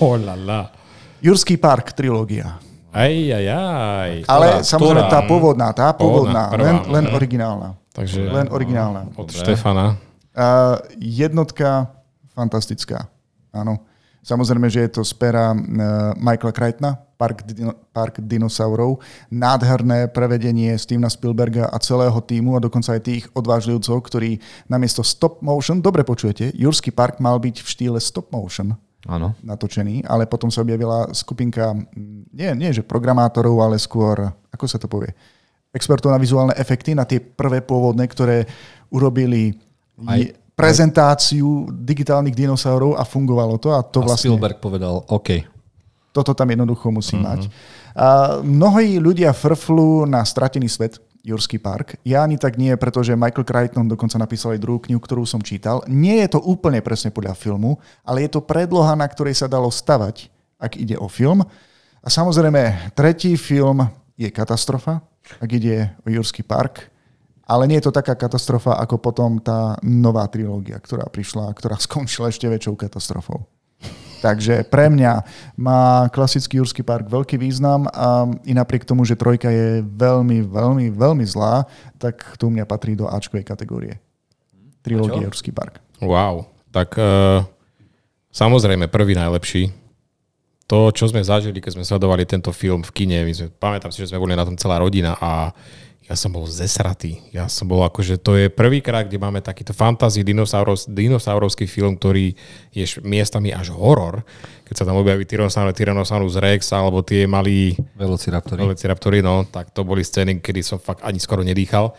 Jurský park trilógia. Aj. Ale samozrejme tá pôvodná, len originálna. Takže len originálna. Od Štefana. Jednotka fantastická. Áno. Samozrejme, že je to z pera Michaela Crichtona, Park dinosaurov. Nádherné prevedenie Stevena Spielberga a celého týmu a dokonca aj tých odvážlivcov, ktorí namiesto stop motion, dobre počujete, Jurský park mal byť v štýle stop motion. Áno. Natočený, ale potom sa objavila skupinka, nie že programátorov, ale skôr, ako sa to povie, expertov na vizuálne efekty, na tie prvé pôvodné, ktoré urobili prezentáciu digitálnych dinosaurov a fungovalo to. A vlastne Spielberg povedal, OK. Toto tam jednoducho musí mať. A mnohí ľudia frflú na Stratený svet, Jurský park. Ja ani tak nie, pretože Michael Crichton dokonca napísal aj druhú knihu, ktorú som čítal. Nie je to úplne presne podľa filmu, ale je to predloha, na ktorej sa dalo stavať, ak ide o film. A samozrejme, tretí film je katastrofa, ak ide o Jurský park. Ale nie je to taká katastrofa, ako potom tá nová trilógia, ktorá prišla, ktorá skončila ešte väčšou katastrofou. Takže pre mňa má klasický Jurský park veľký význam a i napriek tomu, že trojka je veľmi, veľmi, veľmi zlá, tak tu mňa patrí do Ačkovej kategórie. Trilógia Jurský park. Wow. Tak samozrejme, prvý najlepší. To, čo sme zažili, keď sme sledovali tento film v kine, pamätám si, že sme boli na tom celá rodina a ja som bol zesratý. Ja som bol akože, to je prvýkrát, kde máme takýto fantasy dinosaurovský film, ktorý je miestami až horor. Keď sa tam objaví Tyrannosaurus Rex alebo tie malí Velociraptory, no, tak to boli scény, kedy som fakt ani skoro nedýchal.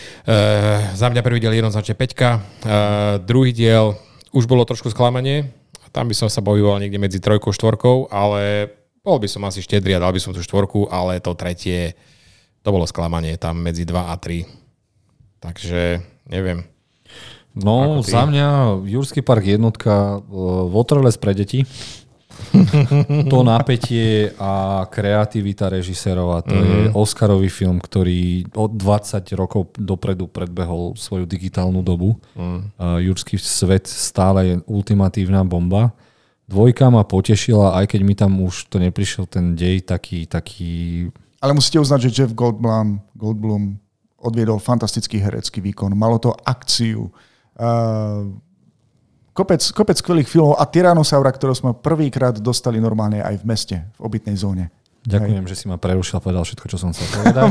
Za mňa prvý diel jednoznačne 5. Druhý diel už bolo trošku sklamanie. Tam by som sa bojoval niekde medzi 3 a 4, ale bol by som asi štedrý a dal by som tú 4, ale to tretie to bolo sklamanie tam medzi 2 a 3. Takže neviem. No, za mňa Jurský park jednotka Waterless pre deti. To napätie a kreativita režisérova, to je Oscarový film, ktorý od 20 rokov dopredu predbehol svoju digitálnu dobu. Jurský svet stále je ultimatívna bomba. Dvojka ma potešila, aj keď mi tam už to neprišiel ten dej taký... Ale musíte uznať, že Jeff Goldblum odviedol fantastický herecký výkon. Malo to akciu. Kopec skvelých filmov a Tyrannosaura, ktorého sme prvýkrát dostali normálne aj v meste, v obytnej zóne. Ďakujem, že si ma prerušil a povedal všetko, čo som chcel povedať.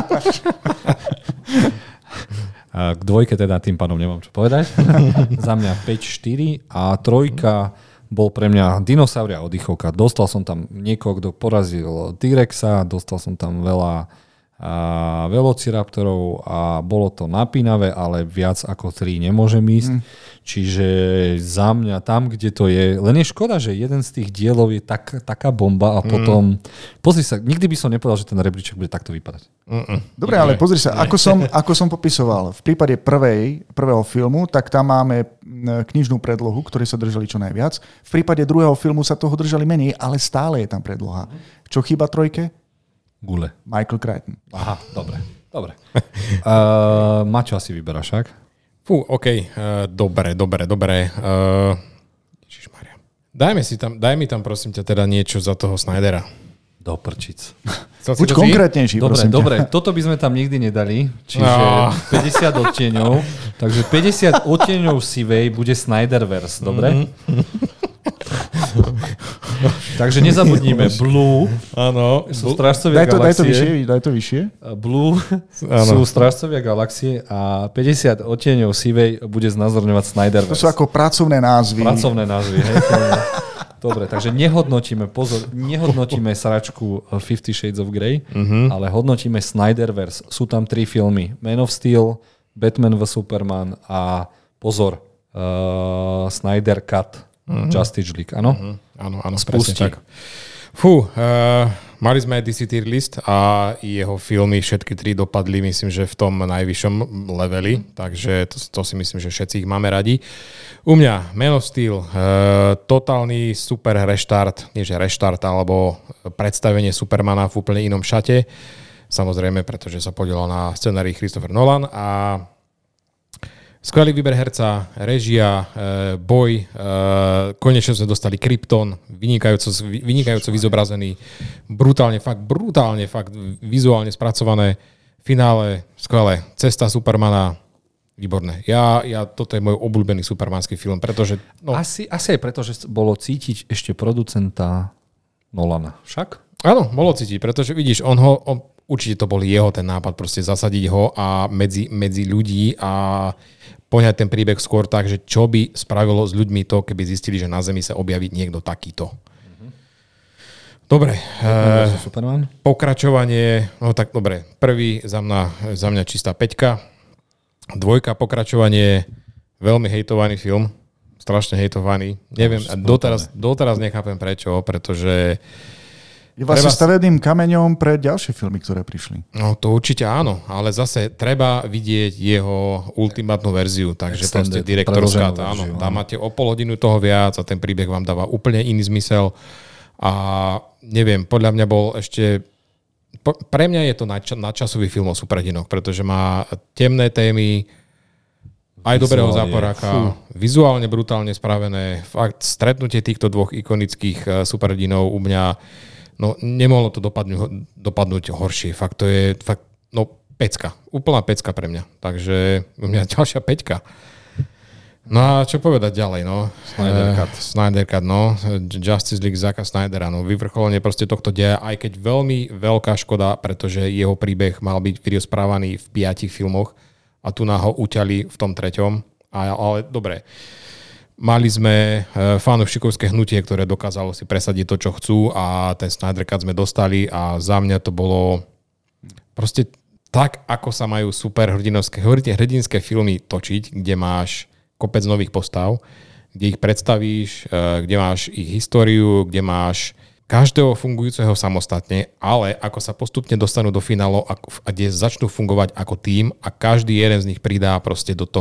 K dvojke teda tým pádom nemám čo povedať. Za mňa 5-4 a trojka bol pre mňa dinosauria oddychovka. Dostal som tam niekoho, kto porazil T-Rexa, dostal som tam veľa a velociraptorov a bolo to napínavé, ale viac ako 3 nemôžem ísť. Čiže za mňa tam, kde to je, len je škoda, že jeden z tých dielov je taká bomba a potom, pozri sa, nikdy by som nepovedal, že ten rebríček bude takto vypadať. Dobre, ale pozri sa, ako som popisoval, v prípade prvého filmu, tak tam máme knižnú predlohu, ktorej sa držali čo najviac. V prípade druhého filmu sa toho držali menej, ale stále je tam predloha. Čo chýba trojke? Gule. Michael Crichton. Aha, dobre. Maťo asi vyberá však. OK. Dobre. Ježišmaria. Daj mi tam prosím ťa teda niečo za toho Snydera. Do prčic. Buď konkrétnejší, prosím ťa. Dobre, toto by sme tam nikdy nedali. Čiže 50 odtieňov. Takže 50 odtieňov sivej bude Snyderverse, dobre? Takže nezabudnime, Blue sú Strážcovia galaxie. Daj to vyššie. Blue sú Strážcovia galaxie a 50 odtieňov sivej bude znázorňovať Snyderverse. To sú ako pracovné názvy. Hej. Dobre, takže nehodnotíme sračku 50 Shades of Grey, ale hodnotíme Snyderverse. Sú tam 3 filmy. Man of Steel, Batman v Superman a pozor, Snyder Cut. Justice League, áno? Áno, presne tak. Mali sme DC tier list a jeho filmy všetky 3 dopadli, myslím, že v tom najvyššom leveli, takže to si myslím, že všetci ich máme radi. U mňa Man of Steel, totálny super reštart, nie že reštart, alebo predstavenie Supermana v úplne inom šate, samozrejme, pretože sa podielal na scenárii Christopher Nolan a skvelý výber herca, režia, boj, konečne sme dostali Krypton, vynikajúco vyzobrazený, brutálne fakt vizuálne spracované, finále, skvelé, cesta Supermana, výborné. Toto je môj obľúbený supermanský film, pretože... Asi aj preto, že bolo cítiť ešte producenta Nolana, však? Áno, bolo cítiť, pretože vidíš, určite to bol jeho ten nápad, proste zasadiť ho a medzi ľudí a poňať ten príbeh skôr tak, že čo by spravilo s ľuďmi to, keby zistili, že na Zemi sa objaví niekto takýto. Dobre. Superman? Pokračovanie, tak dobre. Prvý za mňa čistá 5. 2 pokračovanie, veľmi hejtovaný film. Strašne hejtovaný. Neviem, doteraz nechápem prečo, pretože je vlastne stavebným kameňom pre ďalšie filmy, ktoré prišli. No to určite áno, ale zase treba vidieť jeho ultimátnu verziu, takže proste direktorská, áno, tam máte o pol hodinu toho viac a ten príbeh vám dáva úplne iný zmysel a neviem, podľa mňa bol ešte, pre mňa je to nadčasový film o superhrdinoch, pretože má temné témy, aj dobrého záporáka, vizuálne brutálne spravené, fakt stretnutie týchto dvoch ikonických superhrdinov u mňa nemohlo to dopadnúť horšie. Fakt to je pecka. Úplná pecka pre mňa. Takže u mňa ďalšia 5. No a čo povedať ďalej, Snyder Cut, Justice League Zacka Snydera, vyvrcholenie proste tohto deja, aj keď veľmi veľká škoda, pretože jeho príbeh mal byť videosprávaný v 5 filmoch a tu ho uťali v tom 3. Ale dobre. Mali sme fanúšikovské hnutie, ktoré dokázalo si presadiť to, čo chcú a ten Snyder Cut sme dostali a za mňa to bolo proste tak, ako sa majú hrdinské filmy točiť, kde máš kopec nových postav, kde ich predstavíš, kde máš ich históriu, kde máš každého fungujúceho samostatne, ale ako sa postupne dostanú do finálu a kde začnú fungovať ako tím a každý jeden z nich pridá proste do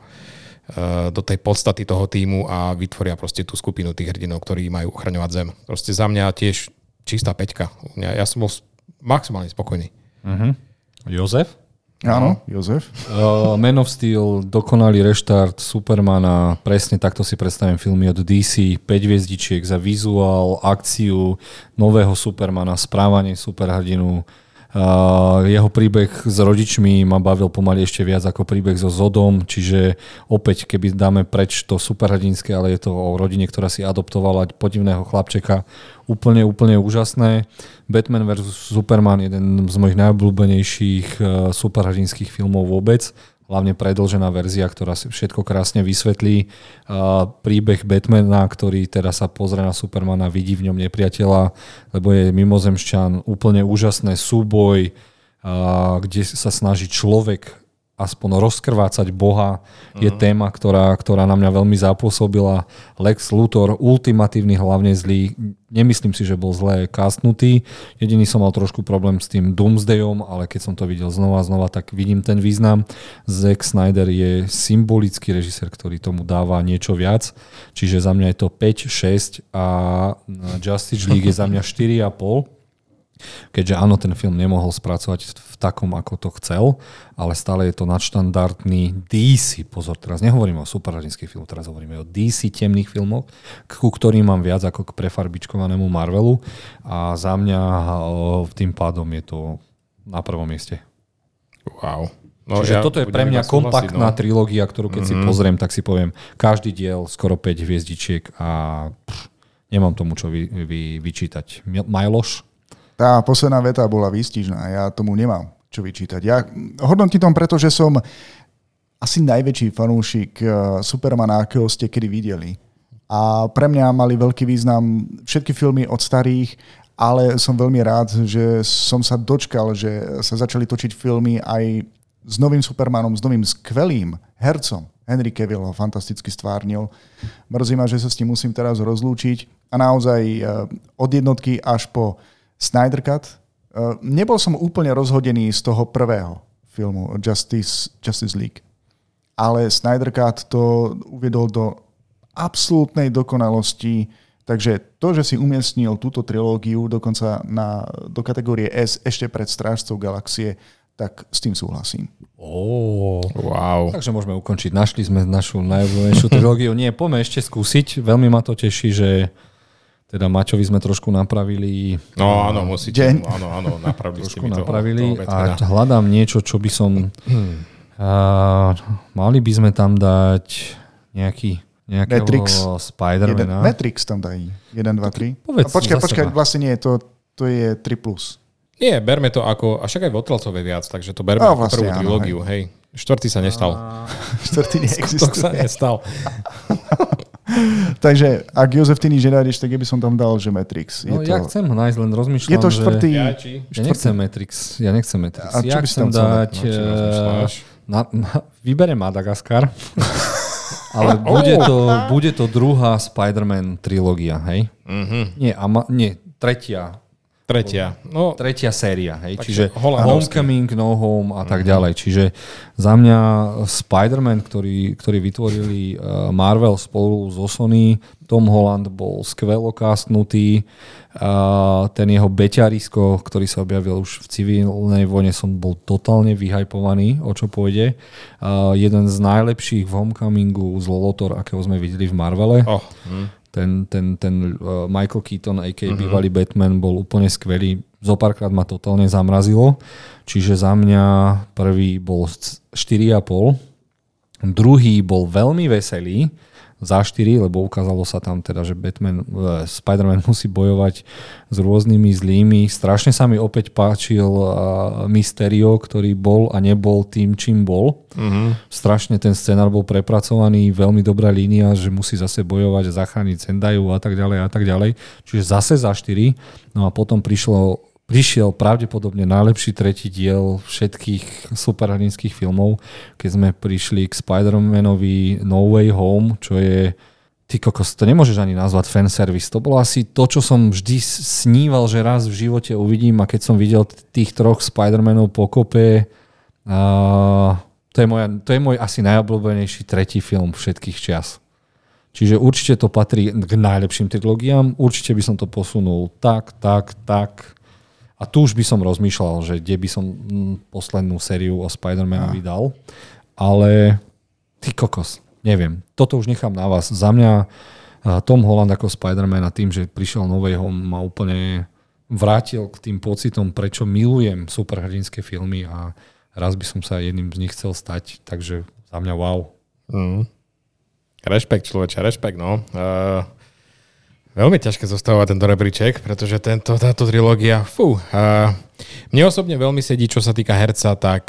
tej podstaty toho tímu a vytvoria proste tú skupinu tých hrdinov, ktorí majú ochraňovať Zem. Proste za mňa tiež čistá 5. Ja som bol maximálne spokojný. Jozef? Áno, Jozef. Man of Steel, dokonalý reštart Supermana, presne takto si predstavím filmy od DC, 5 hviezdičiek za vizuál, akciu, nového Supermana, správanie superhrdinu. Jeho príbeh s rodičmi ma bavil pomaly ešte viac ako príbeh so Zodom, čiže opäť, keby dáme preč to superhrdinské, ale je to o rodine, ktorá si adoptovala podivného chlapčeka, úplne úžasné. Batman vs. Superman, jeden z mojich najobľúbenejších superhrdinských filmov vôbec, hlavne predĺžená verzia, ktorá si všetko krásne vysvetlí. Príbeh Batmana, ktorý teda sa pozrie na Supermana, vidí v ňom nepriateľa, lebo je mimozemšťan, úplne úžasné súboj, kde sa snaží človek aspoň rozkrvácať Boha, je téma, ktorá na mňa veľmi zapôsobila. Lex Luthor, ultimatívny hlavne zlý. Nemyslím si, že bol zle castnutý. Jediný som mal trošku problém s tým Doomsdayom, ale keď som to videl znova, tak vidím ten význam. Zack Snyder je symbolický režisér, ktorý tomu dáva niečo viac. Čiže za mňa je to 5, 6 a Justice League je za mňa 4,5. Keďže áno, ten film nemohol spracovať v takom, ako to chcel, ale stále je to nadštandardný DC. Pozor, teraz nehovoríme o superhrdinských filmoch, teraz hovoríme o DC temných filmoch, ku ktorým mám viac ako k prefarbičkovanému Marvelu a za mňa tým pádom je to na prvom mieste. Wow. No, čiže toto je pre mňa kompaktná trilógia, ktorú keď si pozriem, tak si poviem, každý diel skoro 5 hviezdičiek a nemám tomu čo vyčítať. Majloš? Tá posledná veta bola výstižná. Ja tomu nemám čo vyčítať. Ja hodnotím tom, pretože som asi najväčší fanúšik Supermana, akého ste kedy videli. A pre mňa mali veľký význam všetky filmy od starých, ale som veľmi rád, že som sa dočkal, že sa začali točiť filmy aj s novým Supermanom, s novým skvelým hercom. Henry Cavill ho fantasticky stvárnil. Mrzí ma, že sa s tým musím teraz rozlúčiť. A naozaj od jednotky až po Snyder Cut. Nebol som úplne rozhodený z toho prvého filmu Justice League. Ale Snyder Cut to uviedol do absolútnej dokonalosti. Takže to, že si umiestnil túto trilógiu dokonca do kategórie S ešte pred Strážcov galaxie, tak s tým súhlasím. Wow. Takže môžeme ukončiť. Našli sme našu najobľúbenejšiu trilógiu. Nie, poďme ešte skúsiť. Veľmi ma to teší, že teda Maťovi sme trošku napravili. No áno, musíte. Áno, napravili trošku napravili a hľadám niečo, čo by som... mali by sme tam dať nejakého Matrix. Spider-mana. Matrix tam daj. 1, 2, 3. Počkaj, vlastne nie, to je 3+. Nie, berme to ako... A však aj v Otrelcove viac, takže to berme ako vlastne, prvú trilógiu. Hej. Štvrtý sa nestal. Štvrtý neexistuje. sa nestal. Takže ak Jozef, ty nič nenájdeš, tak ja by som tam dal, že Matrix. Ja chcem nájsť, len rozmýšľam, je to štvrtý... Ja nechcem Matrix. A čo by si tam chcel dať... Vyberiem Madagaskar. Ale bude to druhá Spider-Man trilógia, hej? Nie, tretia. Tretia séria, hej? Čiže Homecoming, No Home a tak ďalej. Čiže za mňa Spider-Man, ktorý vytvorili Marvel spolu so Sony, Tom Holland bol skvelo castnutý. Ten jeho beťarisko, ktorý sa objavil už v Civilnej vojne, som bol totálne vyhypovaný, o čo pôjde. Jeden z najlepších v Homecomingu Zlolotor, akého sme videli v Marvele. Ten Michael Keaton, a.k.a. bývalý Batman, bol úplne skvelý. Zopárkrát ma totálne zamrazilo. Čiže za mňa prvý bol 4,5. Druhý bol veľmi veselý za 4, lebo ukázalo sa tam teda, že Spider-Man musí bojovať s rôznymi zlými. Strašne sa mi opäť páčil Mysterio, ktorý bol a nebol tým, čím bol. Strašne ten scenár bol prepracovaný, veľmi dobrá línia, že musí zase bojovať, zachrániť Zendaju a tak ďalej a tak ďalej. Čiže zase za 4. No a potom prišiel pravdepodobne najlepší tretí diel všetkých superhrdinských filmov, keď sme prišli k Spider-Manovi No Way Home, čo je... Ty kokos, to nemôžeš ani nazvať fanservice. To bolo asi to, čo som vždy sníval, že raz v živote uvidím, a keď som videl tých 3 Spider-Manov pokope, to je môj asi najobľúbenejší tretí film všetkých čias. Čiže určite to patrí k najlepším trilógiám, určite by som to posunul tak. A tu už by som rozmýšľal, že kde by som poslednú sériu o Spider-Manovi dal. Ale ty kokos, neviem. Toto už nechám na vás. Za mňa Tom Holland ako Spider-Man a tým, že prišiel No Way Home, ma úplne vrátil k tým pocitom, prečo milujem superhrdinské filmy a raz by som sa jedným z nich chcel stať. Takže za mňa wow. Rešpekt, človeče, rešpekt, no. Veľmi ťažké zostavovať tento rebríček, pretože táto trilógia, mne osobne veľmi sedí, čo sa týka herca, tak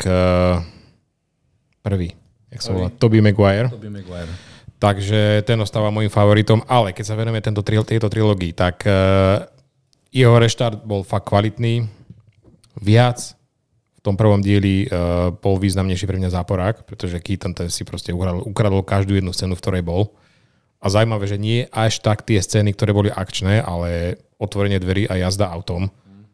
prvý, jak sa volá, Tobey Maguire. Takže ten ostáva môjim favoritom, ale keď sa venujeme tejto trilógii, tak jeho reštart bol fakt kvalitný. Viac v tom prvom dieli bol významnejší pre mňa záporák, pretože Keaton ten si proste ukradol každú jednu scénu, v ktorej bol. A zaujímavé, že nie až tak tie scény, ktoré boli akčné, ale otvorenie dverí a jazda autom.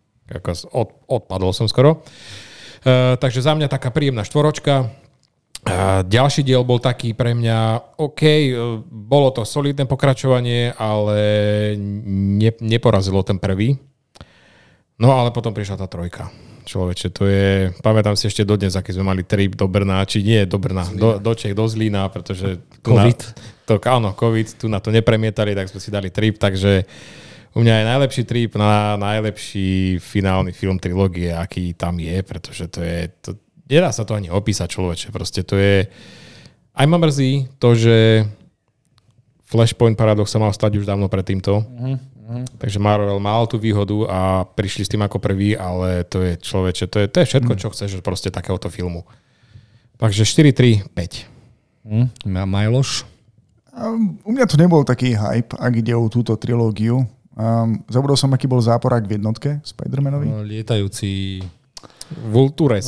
Odpadol som skoro. Takže za mňa taká príjemná štvoročka. Ďalší diel bol taký pre mňa OK, bolo to solidné pokračovanie, ale neporazilo ten prvý. No ale potom prišla tá trojka. Človeče, to je, pamätám si ešte dodnes, aký sme mali trip do Brna, či nie do Brna, do Čech, do Zlína, pretože COVID. Áno, COVID, tu na to nepremietali, tak sme si dali trip, takže u mňa je najlepší trip na najlepší finálny film trilógie, aký tam je, pretože to je... Nedá sa to ani opísať, človeče. Proste to je... Aj ma mrzí to, že Flashpoint Paradox sa mal stať už dávno pred týmto. Takže Marvel mal tú výhodu a prišli s tým ako prvý, ale to je, človeče, to je všetko, čo chceš proste takéhoto filmu. Takže 4, 3, 5. Majloš? U mňa to nebol taký hype, ak ide o túto trilógiu. Zabudol som, aký bol záporák v jednotke Spider-Manovi. Lietajúci... Vulture.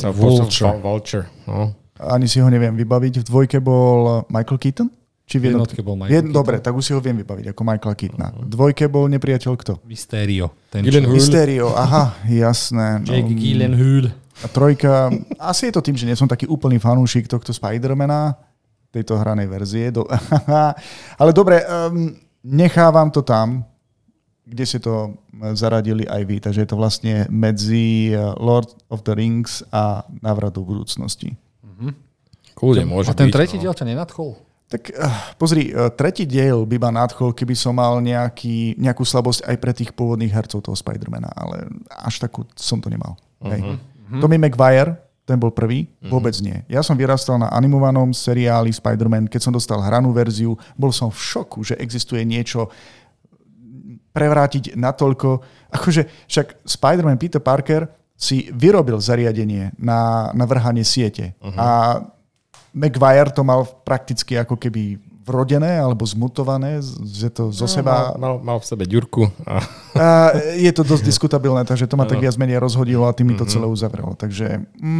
No. Ani si ho neviem vybaviť. V dvojke bol Michael Keaton? Či v jednotke bol Michael Keaton. Dobre, tak už si ho viem vybaviť ako Michaela Keatona. V dvojke bol nepriateľ kto? Mysterio. Mysterio, aha, jasné. Jake Gyllenhaal. A trojka, asi je to tým, že nie som taký úplný fanúšik tohto Spider-mana, tejto hranej verzie. Ale dobre, nechávam to tam, kde si to zaradili aj vy. Takže je to vlastne medzi Lord of the Rings a Návrat do budúcnosti. Kľudne môže byť. A ten tretí diel ťa nenadchol? Tak pozri, tretí diel by ma nadchol, keby som mal nejakú slabosť aj pre tých pôvodných hercov toho Spider-mana, ale až takú som to nemal. Hej. Tommy Maguire, ten bol prvý, vôbec nie. Ja som vyrastal na animovanom seriáli Spider-Man, keď som dostal hranú verziu, bol som v šoku, že existuje niečo prevrátiť natoľko. Akože však Spider-Man Peter Parker si vyrobil zariadenie na vrhanie siete. A Maguire to mal prakticky ako keby vrodené alebo zmutované, že to zo seba... Mal v sebe ďurku. Je to dosť diskutabilné, takže to ma tak viac menej rozhodilo a tým mi to celé uzavrelo. Takže...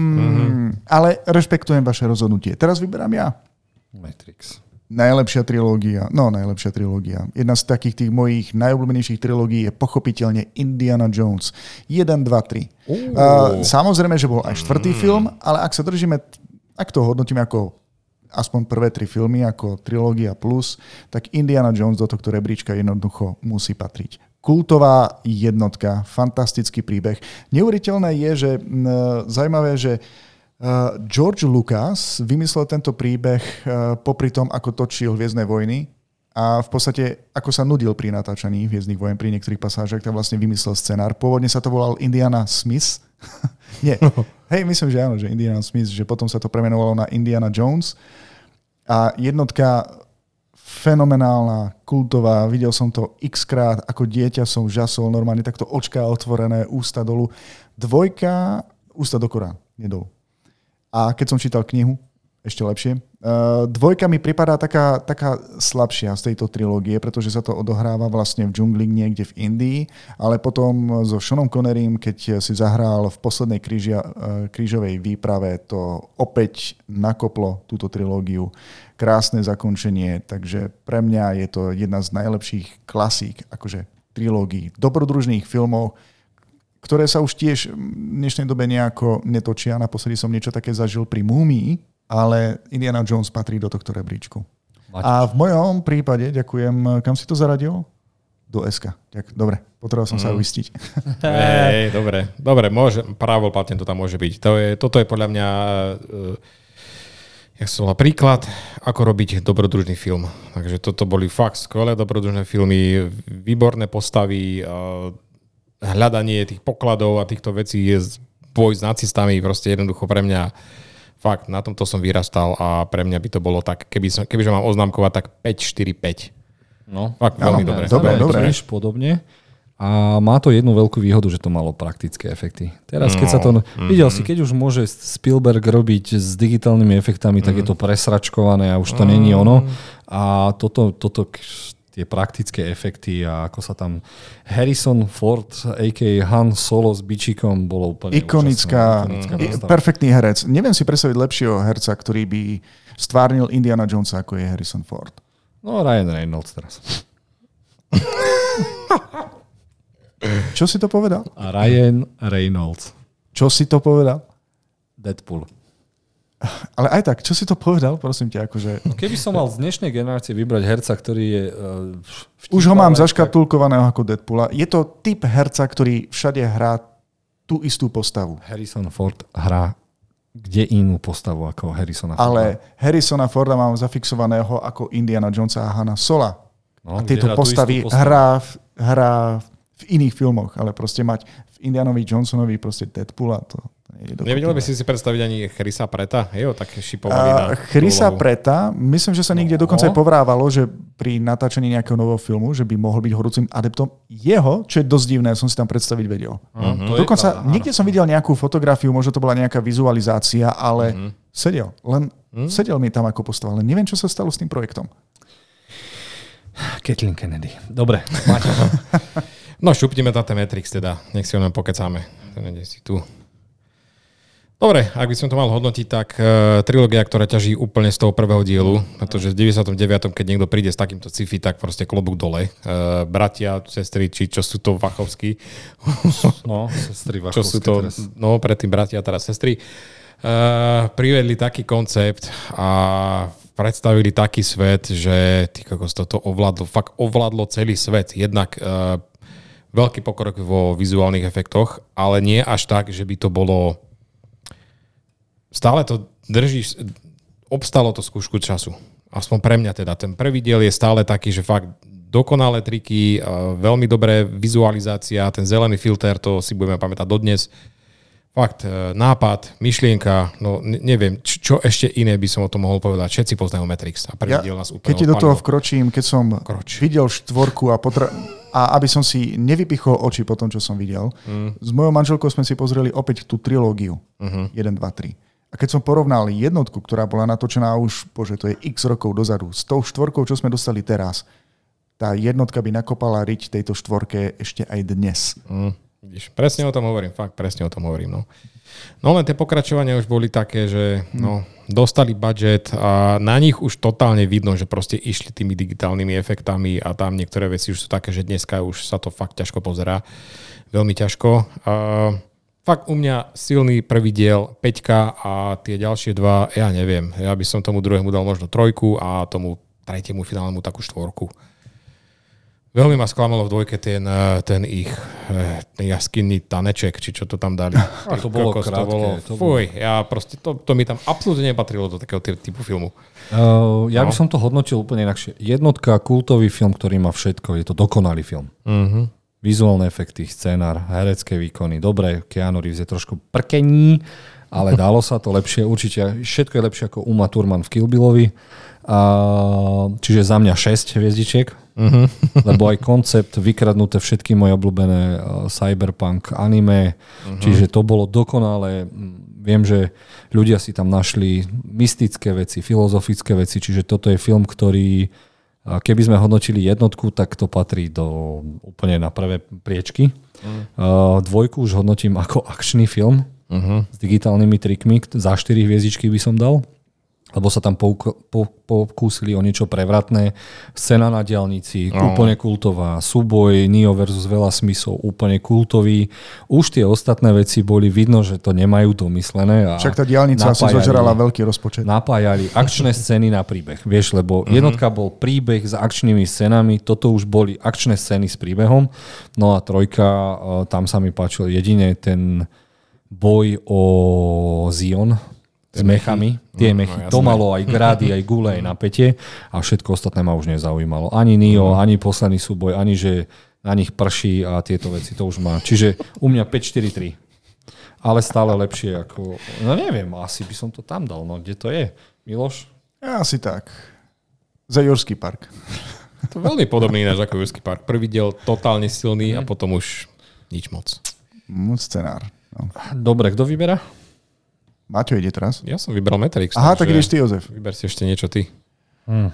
Ale rešpektujem vaše rozhodnutie. Teraz vyberám ja. Matrix. Najlepšia trilógia. Jedna z takých tých mojich najobľúbenejších trilógií je pochopiteľne Indiana Jones. 1, 2, 3. Samozrejme, že bol aj štvrtý film, ale ak sa držíme, ak to hodnotíme ako aspoň prvé 3 filmy, ako trilógia plus, tak Indiana Jones do tohto rebríčka jednoducho musí patriť. Kultová jednotka, fantastický príbeh. Neuveriteľné je, že zaujímavé, že George Lucas vymyslel tento príbeh popri tom, ako točil Hviezdne vojny a v podstate, ako sa nudil pri natáčaní Hviezdnych vojen pri niektorých pasážach, tak vlastne vymyslel scenár. Pôvodne sa to volal Indiana Smith. Nie. Hej, myslím, že áno, že Indiana Smith, že potom sa to premenovalo na Indiana Jones. A jednotka fenomenálna, kultová, videl som to x-krát, ako dieťa som žasol, normálne takto očká otvorené, ústa dolu. Dvojka, ústa do Korán, nie dolu. A keď som čítal knihu, ešte lepšie. Dvojka mi pripadá taká slabšia z tejto trilógie, pretože sa to odohráva vlastne v džungli niekde v Indii, ale potom so Seanom Connerym, keď si zahral v poslednej krížovej výprave, to opäť nakoplo túto trilógiu. Krásne zakončenie, takže pre mňa je to jedna z najlepších klasík, akože trilógií, dobrodružných filmov, ktoré sa už tiež v dnešnej dobe nejako netočia. Naposledy som niečo také zažil pri Múmii, ale Indiana Jones patrí do tohto rebríčku. A v mojom prípade, ďakujem, kam si to zaradil? Do SK. Dobre, potreboval som sa uistiť. Dobre, môže, právoplatne to tam môže byť. Toto je podľa mňa príklad, ako robiť dobrodružný film. Takže toto boli fakt skvelé dobrodružné filmy, výborné postavy, hľadanie tých pokladov a týchto vecí je boj s nacistami, proste jednoducho pre mňa fakt, na tomto som vyrastal a pre mňa by to bolo tak, kebyže mám oznámkovať, tak 5, 4, 5. No, fakt veľmi dobre. Dobre. Podobne. A má to jednu veľkú výhodu, že to malo praktické efekty. Teraz, keď sa to... Videl si, keď už môže Spielberg robiť s digitálnymi efektami, tak je to presračkované a už to není ono. A toto tie praktické efekty a ako sa tam Harrison Ford, a.k.a. Han Solo s bičikom, bolo úplne ikonická postava. perfektný herec. Neviem si predstaviť lepšieho herca, ktorý by stvárnil Indiana Jonesa, ako je Harrison Ford. No, Ryan Reynolds teraz. Čo si to povedal? A Ryan Reynolds. Čo si to povedal? Deadpool. Ale aj tak, čo si to povedal, prosím ťa, akože... Keby som mal z dnešnej generácie vybrať herca, ktorý je... Už ho mám zaškatulkovaného ako Deadpoola. Je to typ herca, ktorý všade hrá tú istú postavu. Harrison Ford hrá kde inú postavu ako Harrisona Forda. Ale Harrisona Forda mám zafixovaného ako Indiana Jonesa a Hana Sola. No, a tieto postavy hrá v iných filmoch, ale proste mať v Indianovi Johnsonovi proste Deadpoola, to nie je dokonale. Nevedel by si predstaviť ani Chrisa Pretta? Je ho také šipovaný na Chrisa úlohu. Pretta, myslím, že sa niekde dokonca aj povrávalo, že pri natáčaní nejakého nového filmu, že by mohol byť horúcim adeptom jeho, čo je dosť divné, som si tam predstaviť vedel. Dokonca niekde som videl nejakú fotografiu, možno to bola nejaká vizualizácia, ale sedel mi tam ako postava, ale neviem, čo sa stalo s tým projektom. Kathleen Kennedy. Dobre, máte to. No šupnime na ten Matrix teda, nech si o ňom pokecáme. Si tu. Dobre, ak by som to mal hodnotiť, tak trilógia, ktorá ťaží úplne z toho prvého dielu, pretože v 99. keď niekto príde s takýmto sci-fi, tak proste klobúk dole. Bratia, sestry, či čo sú to Wachowski. No, sestry Wachowski. Čo sú to, teraz. no predtým bratia, teraz sestry. Privedli taký koncept a predstavili taký svet, že ty kokos, toto ovládlo celý svet. Jednak veľký pokrok vo vizuálnych efektoch, ale nie až tak, že by to bolo... Stále to drží, obstalo to skúšku času. Aspoň pre mňa teda. Ten prvý diel je stále taký, že fakt dokonalé triky, veľmi dobré vizualizácia, ten zelený filter, to si budeme pamätať dodnes. Fakt, nápad, myšlienka, no neviem, čo ešte iné by som o tom mohol povedať. Všetci poznajú Matrix a prvý diel nás úplne keď ti do toho vkročím, keď som videl štvorku a aby som si nevypichol oči po tom, čo som videl, s mojou manželkou sme si pozreli opäť tú trilógiu 1, 2, 3. A keď som porovnal jednotku, ktorá bola natočená už, to je x rokov dozadu, s tou štvorkou, čo sme dostali teraz, tá jednotka by nakopala riť tejto štvorke ešte aj dnes. Vidíš, presne o tom hovorím, fakt presne o tom hovorím. No len tie pokračovania už boli také, že dostali budget a na nich už totálne vidno, že proste išli tými digitálnymi efektami a tam niektoré veci už sú také, že dneska už sa to fakt ťažko pozerá. Veľmi ťažko. Fakt u mňa silný prvý diel, 5 a tie ďalšie dva, ja neviem. Ja by som tomu druhému dal možno 3 a tomu tretiemu finálnemu takú 4. Veľmi ma sklamalo v dvojke ten ich jaskinný taneček, či čo to tam dali. A to bolo krátke. Fuj, ja proste, to mi tam absolútne nepatrilo do takého typu filmu. Ja by som to hodnotil úplne inakšie. Jednotka, kultový film, ktorý má všetko. Je to dokonalý film. Vizuálne efekty, scenár, herecké výkony. Dobre, Keanu Reeves je trošku prkení, ale dalo sa to lepšie. Určite všetko je lepšie ako Uma Thurman v Kill Billovi. Čiže za mňa 6 hviezdičiek. Lebo aj koncept vykradnuté všetky moje obľúbené cyberpunk anime. Čiže to bolo dokonalé. Viem, že ľudia si tam našli mystické veci, filozofické veci. Čiže toto je film, ktorý keby sme hodnotili jednotku, tak to patrí úplne na prvé priečky. Dvojku už hodnotím ako akčný film s digitálnymi trikmi. Za 4 hviezdičky by som dal, lebo sa tam pokúsili o niečo prevratné. Scéna na diaľnici, úplne kultová. Súboj Neo versus Veľa smyslov, úplne kultový. Už tie ostatné veci boli vidno, že to nemajú domyslené. Však tá diaľnica asi zožerala veľký rozpočet. Napájali akčné scény na príbeh. Vieš, lebo jednotka bol príbeh s akčnými scénami, toto už boli akčné scény s príbehom. No a trojka, tam sa mi páčil jedine ten boj o Zion, s mechami, tie mechy. To malo aj grády, aj gule, aj napätie a všetko ostatné ma už nezaujímalo. Ani Neo, ani posledný súboj, ani že na nich prší a tieto veci, to už má. Čiže u mňa 5-4-3. Ale stále lepšie ako... No neviem, asi by som to tam dal. No kde to je? Miloš? Ja asi tak. Za Jurský park. To je veľmi podobný ináč ako Jurský park. Prvý diel totálne silný a potom už nič moc. Scenár. No. Dobre, kto vyberá? Maťo ide teraz? Ja som vybral Matrix. Aha, tak ideš ty, Jozef. Vyber si ešte niečo ty.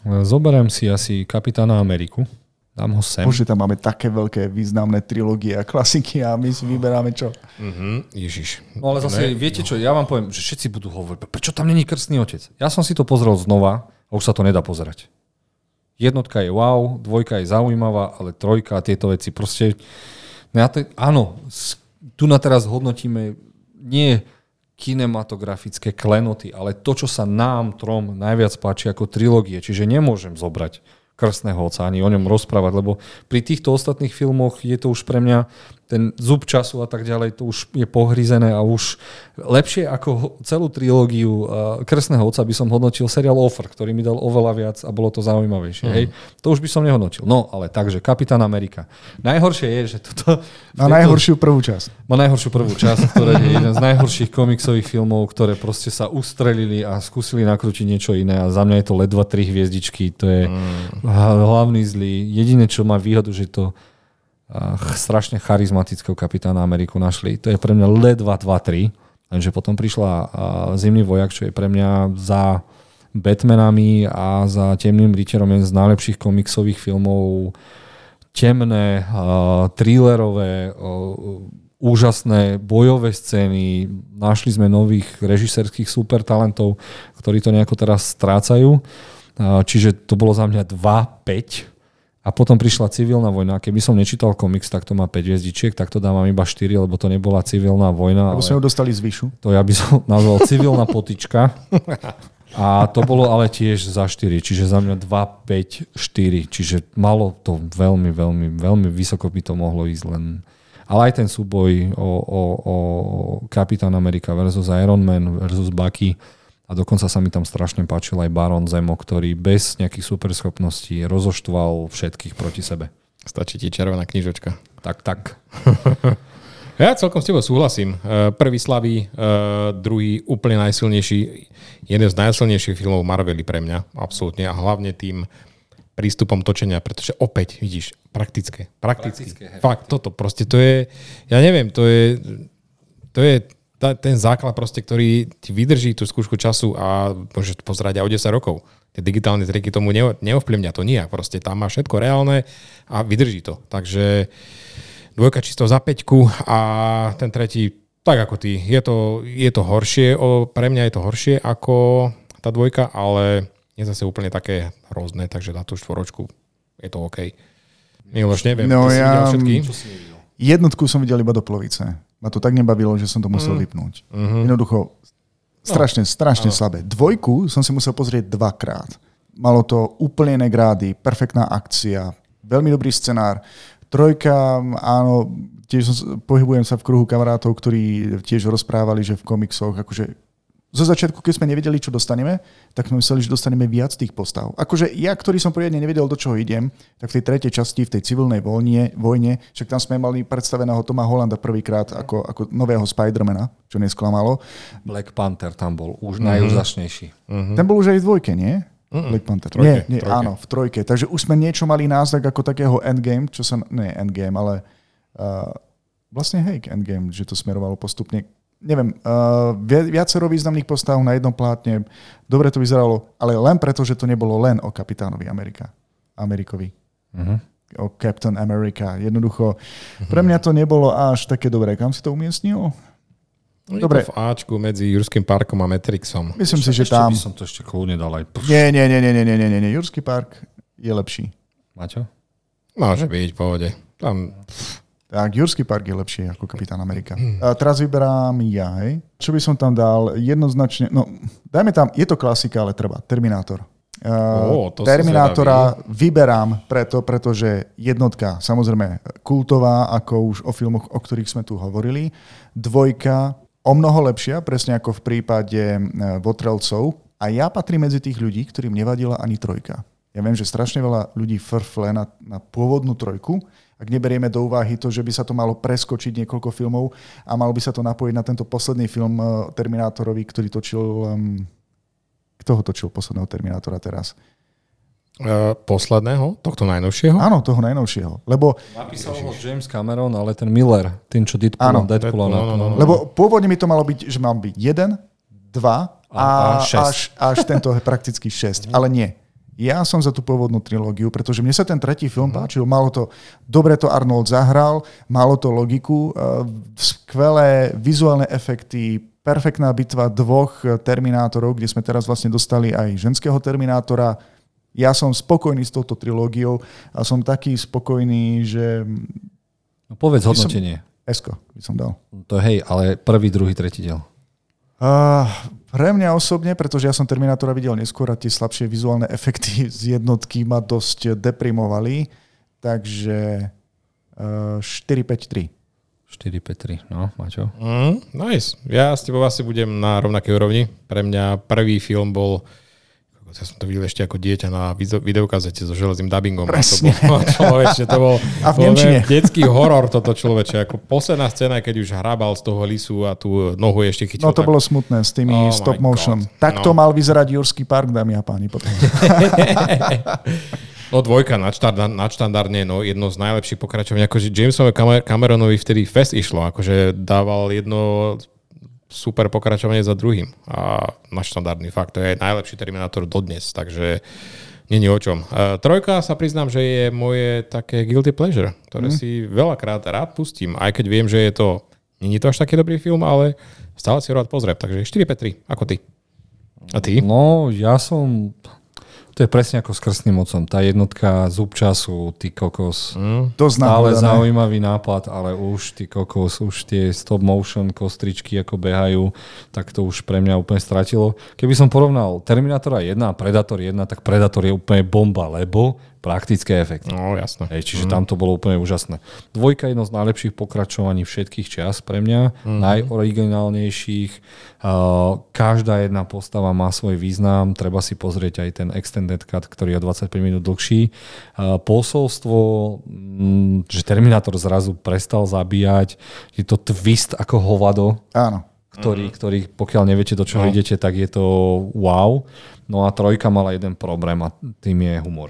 Zoberiem si asi Kapitána Ameriku. Dám ho sem. Bože, tam máme také veľké významné trilógie a klasiky a my si vyberáme čo? Ježiš. No ale zase, viete čo, ja vám poviem, že všetci budú hovoriť, prečo tam není Krstný otec? Ja som si to pozrel znova a už sa to nedá pozerať. Jednotka je wow, dvojka je zaujímavá, ale trojka a tieto veci proste... Áno, tu na teraz hodnotíme nie kinematografické klenoty, ale to, čo sa nám trom najviac páči ako trilógie. Čiže nemôžem zobrať Krstného otca ani o ňom rozprávať, lebo pri týchto ostatných filmoch je to už pre mňa ten zub času a tak ďalej, to už je pohryzené a už lepšie ako celú trilógiu Krstného otca by som hodnotil seriál Offer, ktorý mi dal oveľa viac a bolo to zaujímavejšie. Hej? To už by som nehodnotil. No, ale takže Kapitán Amerika. Najhoršie je, že toto... Má najhoršiu prvú časť. Má najhoršiu prvú časť, ktorá je jeden z najhorších komiksových filmov, ktoré proste sa ustrelili a skúsili nakrútiť niečo iné a za mňa je to ledva 3 hviezdičky. To je hlavný zlý. Jediné, čo má výhodu, že to strašne charizmatického Kapitána Ameriku našli. To je pre mňa ledva 2-3. Takže potom prišla Zimný vojak, čo je pre mňa za Batmanami a za Temným rytierom jeden z najlepších komiksových filmov. Temné, thrillerové, úžasné bojové scény. Našli sme nových režisérskych supertalentov, ktorí to nejako teraz strácajú. Čiže to bolo za mňa 2-5. A potom prišla Civilná vojna. Keby som nečítal komiks, tak to má 5 hviezdičiek, tak to dávam iba 4, lebo to nebola civilná vojna. Lebo sme ho dostali z výšu. To ja by som nazval civilná potyčka. A to bolo ale tiež za 4, čiže za mňa 2, 5, 4. Čiže malo to veľmi, veľmi, veľmi vysoko by to mohlo ísť len. Ale aj ten súboj o Kapitán Amerika versus Iron Man versus Bucky. A dokonca sa mi tam strašne páčil aj Baron Zemo, ktorý bez nejakých superschopností rozoštval všetkých proti sebe. Stačí ti červená knižočka. Tak. Ja celkom s tebou súhlasím. Prvý slabý, druhý úplne najsilnejší, jeden z najsilnejších filmov Marvely pre mňa, absolútne. A hlavne tým prístupom točenia, pretože opäť, vidíš, praktické. Fakt, toto proste, to je, ja neviem, to je ten základ proste, ktorý ti vydrží tú skúšku času a môžeš pozerať aj o 10 rokov. Tie digitálne triky tomu neovplyvňa to nijak. Proste tam má všetko reálne a vydrží to. Takže dvojka čisto za 5 a ten tretí tak ako ty. Je to horšie, pre mňa je to horšie ako tá dvojka, ale je zase úplne také hrozné, takže na tú štvorečku je to OK. Miloš, neviem, no ty si videl všetky? Jednotku som videl iba do polovice. Ma to tak nebavilo, že som to musel vypnúť. Jednoducho, strašne slabé. Dvojku som si musel pozrieť 2-krát. Malo to úplne iné grády, perfektná akcia, veľmi dobrý scenár. Trojka, áno, tiež pohybujem sa v kruhu kamarátov, ktorí tiež rozprávali, že v komiksoch, akože zo začiatku, keď sme nevedeli, čo dostaneme, tak sme mysleli, že dostaneme viac tých postav. Akože ja, ktorý som poriadne nevedel, do čoho idem, tak v tej tretej časti, v tej civilnej vojne, však tam sme mali predstaveného Toma Hollanda prvýkrát ako nového Spidermana, čo nesklamalo. Black Panther tam bol už najúžasnejší. Ten bol už aj v dvojke, nie? Black Panther. Trojke. Áno, v trojke. Takže už sme niečo mali náznak ako takého Endgame, Endgame, ale vlastne Endgame, že to smerovalo postupne. Neviem, viacero významných postav na jednom plátne, dobre to vyzeralo, ale len preto, že to nebolo len o Kapitánovi Amerikovi. O Captain America. Jednoducho, pre mňa to nebolo až také dobré. Kam si to umiestnil? Dobre. Je to v Ačku medzi Jurským parkom a Matrixom. Myslím si, že tam... by som to ešte kľudne dal aj... Nie. Jurský park je lepší. Maťo? Môže byť, v pohode. Tam... Tak, Jurský park je lepší ako Kapitán Amerika. A teraz vyberám ja, hej. Čo by som tam dal? Jednoznačne, no, dajme tam, je to klasika, ale treba. Terminátor. Terminátora vyberám pretože jednotka, samozrejme, kultová, ako už o filmoch, o ktorých sme tu hovorili. Dvojka, o mnoho lepšia, presne ako v prípade Votrelcov. A ja patrím medzi tých ľudí, ktorým nevadila ani trojka. Ja viem, že strašne veľa ľudí frfle na pôvodnú trojku, ak neberieme do úvahy to, že by sa to malo preskočiť niekoľko filmov a malo by sa to napojiť na tento posledný film Terminátorovi, ktorý točil... Kto ho točil posledného Terminátora teraz? Posledného? Tohto najnovšieho? Áno, toho najnovšieho. Lebo... Napísal ho James Cameron, ale ten Miller, ten, čo Deadpool. No. Lebo pôvodne mi to malo byť, že mám byť 1, 2 a až tento prakticky 6. Ale nie. Ja som za tú pôvodnú trilógiu, pretože mne sa ten tretí film páčil. Dobre to Arnold zahral, malo to logiku, skvelé vizuálne efekty, perfektná bitva dvoch Terminátorov, kde sme teraz vlastne dostali aj ženského Terminátora. Ja som spokojný s touto trilógiou a som taký spokojný, že... No povedz hodnotenie. Esko by som dal. To hej, ale prvý, druhý, tretí diel. Pre mňa osobne, pretože ja som Terminátora videl neskôr a tie slabšie vizuálne efekty z jednotky ma dosť deprimovali, takže 4-5-3. 4-5-3, no, Maťo? Nice. Ja s tebou asi budem na rovnakej úrovni. Pre mňa prvý film bol, ja som to videl ešte ako dieťa na videokazete so železným dubbingom. Presne. To bol a v nemčine. Detský horor toto človeče. Ako posledná scéna, keď už hrabal z toho lisu a tú nohu ešte chytil. No to bolo smutné s tými stop motion. Takto mal vyzerať Jurský park, dámy a páni. Potom. No dvojka nadštandardne, no jedno z najlepších pokračovaní. Akože Jamesovi Cameronovi vtedy fest išlo. Akože dával jedno super pokračovanie za druhým. A nadštandardný fakt. To je najlepší Terminátor dodnes. Takže není o čom. Trojka sa priznám, že je moje také guilty pleasure, ktoré si veľakrát rád pustím. Aj keď viem, že je to... Není to až taký dobrý film, ale stále si ho rád pozriem. Takže 4-5-3. Ako ty? A ty? No, ja som... To je presne ako s Krstným otcom. Tá jednotka zub času, ty kokos. To stále zaujímavý nápad, ale už ty kokos, už tie stop motion kostričky ako behajú, tak to už pre mňa úplne stratilo. Keby som porovnal Terminátora 1 a Predator 1, tak Predator je úplne bomba, lebo praktické efekty. No, jasné. Čiže tam to bolo úplne úžasné. Dvojka je jedno z najlepších pokračovaní všetkých čias pre mňa, najoriginálnejších. Každá jedna postava má svoj význam, treba si pozrieť aj ten extended cut, ktorý je 25 minút dlhší. Posolstvo, že Terminátor zrazu prestal zabíjať, je to twist ako hovado. Áno. Ktorý, pokiaľ neviete, do čoho idete, tak je to wow. No a trojka mala jeden problém a tým je humor.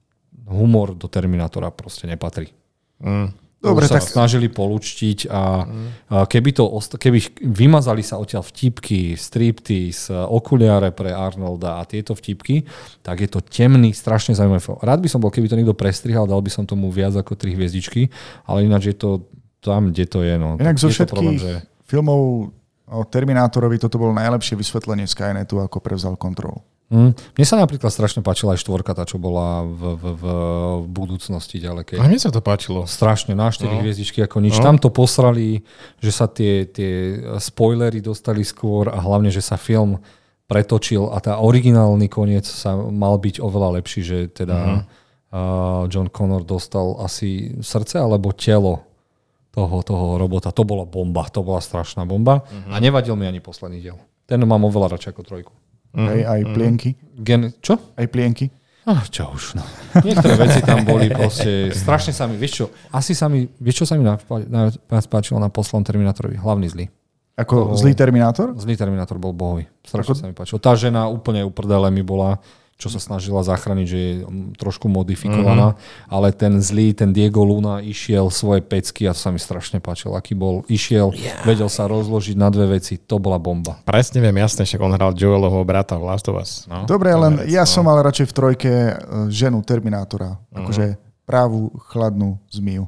Humor do Terminátora proste nepatrí. Dobre, sa tak snažili polúčtiť a keby vymazali sa odtiaľ vtipky, striptease, okuliare pre Arnolda a tieto vtipky, tak je to temný, strašne zaujímavý film. Rád by som bol, keby to niekto prestrihal, dal by som tomu viac ako 3 hviezdičky, ale ináč je to tam, kde to je. No. Inak zo všetkých filmov o Terminátorovi toto bolo najlepšie vysvetlenie Skynetu, ako prevzal kontrolu. Mne sa napríklad strašne páčila aj štvorka, tá, čo bola v budúcnosti ďalekej. A mne sa to páčilo. Strašne, na 4 hviezdičky ako nič. Tam to posrali, že sa tie spoilery dostali skôr a hlavne, že sa film pretočil a tá originálny koniec sa mal byť oveľa lepší, že teda John Connor dostal asi srdce alebo telo toho robota. To bola bomba, to bola strašná bomba a nevadil mi ani posledný diel. Ten mám oveľa radšej ako trojku. Aj plienky. Čo? Aj plienky. Čo už, no. Niektoré veci tam boli proste, strašne sa mi, vieš čo sa mi najviac páčilo na poslednom Terminátorovi? Hlavný zlý. Ako zlý Terminátor? Zlý Terminátor bol bohový. Strašne sa mi páčilo. Tá žena úplne uprdele mi bola, čo sa snažila zachrániť, že je trošku modifikovaná, ale ten zlý, ten Diego Luna išiel svoje pecky a to sa mi strašne páčilo. Aký bol, vedel sa rozložiť na dve veci, to bola bomba. Presne viem, jasne, však on hral Joelovho brata v Last of Us. No, dobre, len ja som mal radšej v trojke ženu Terminátora, akože právu chladnú zmiju.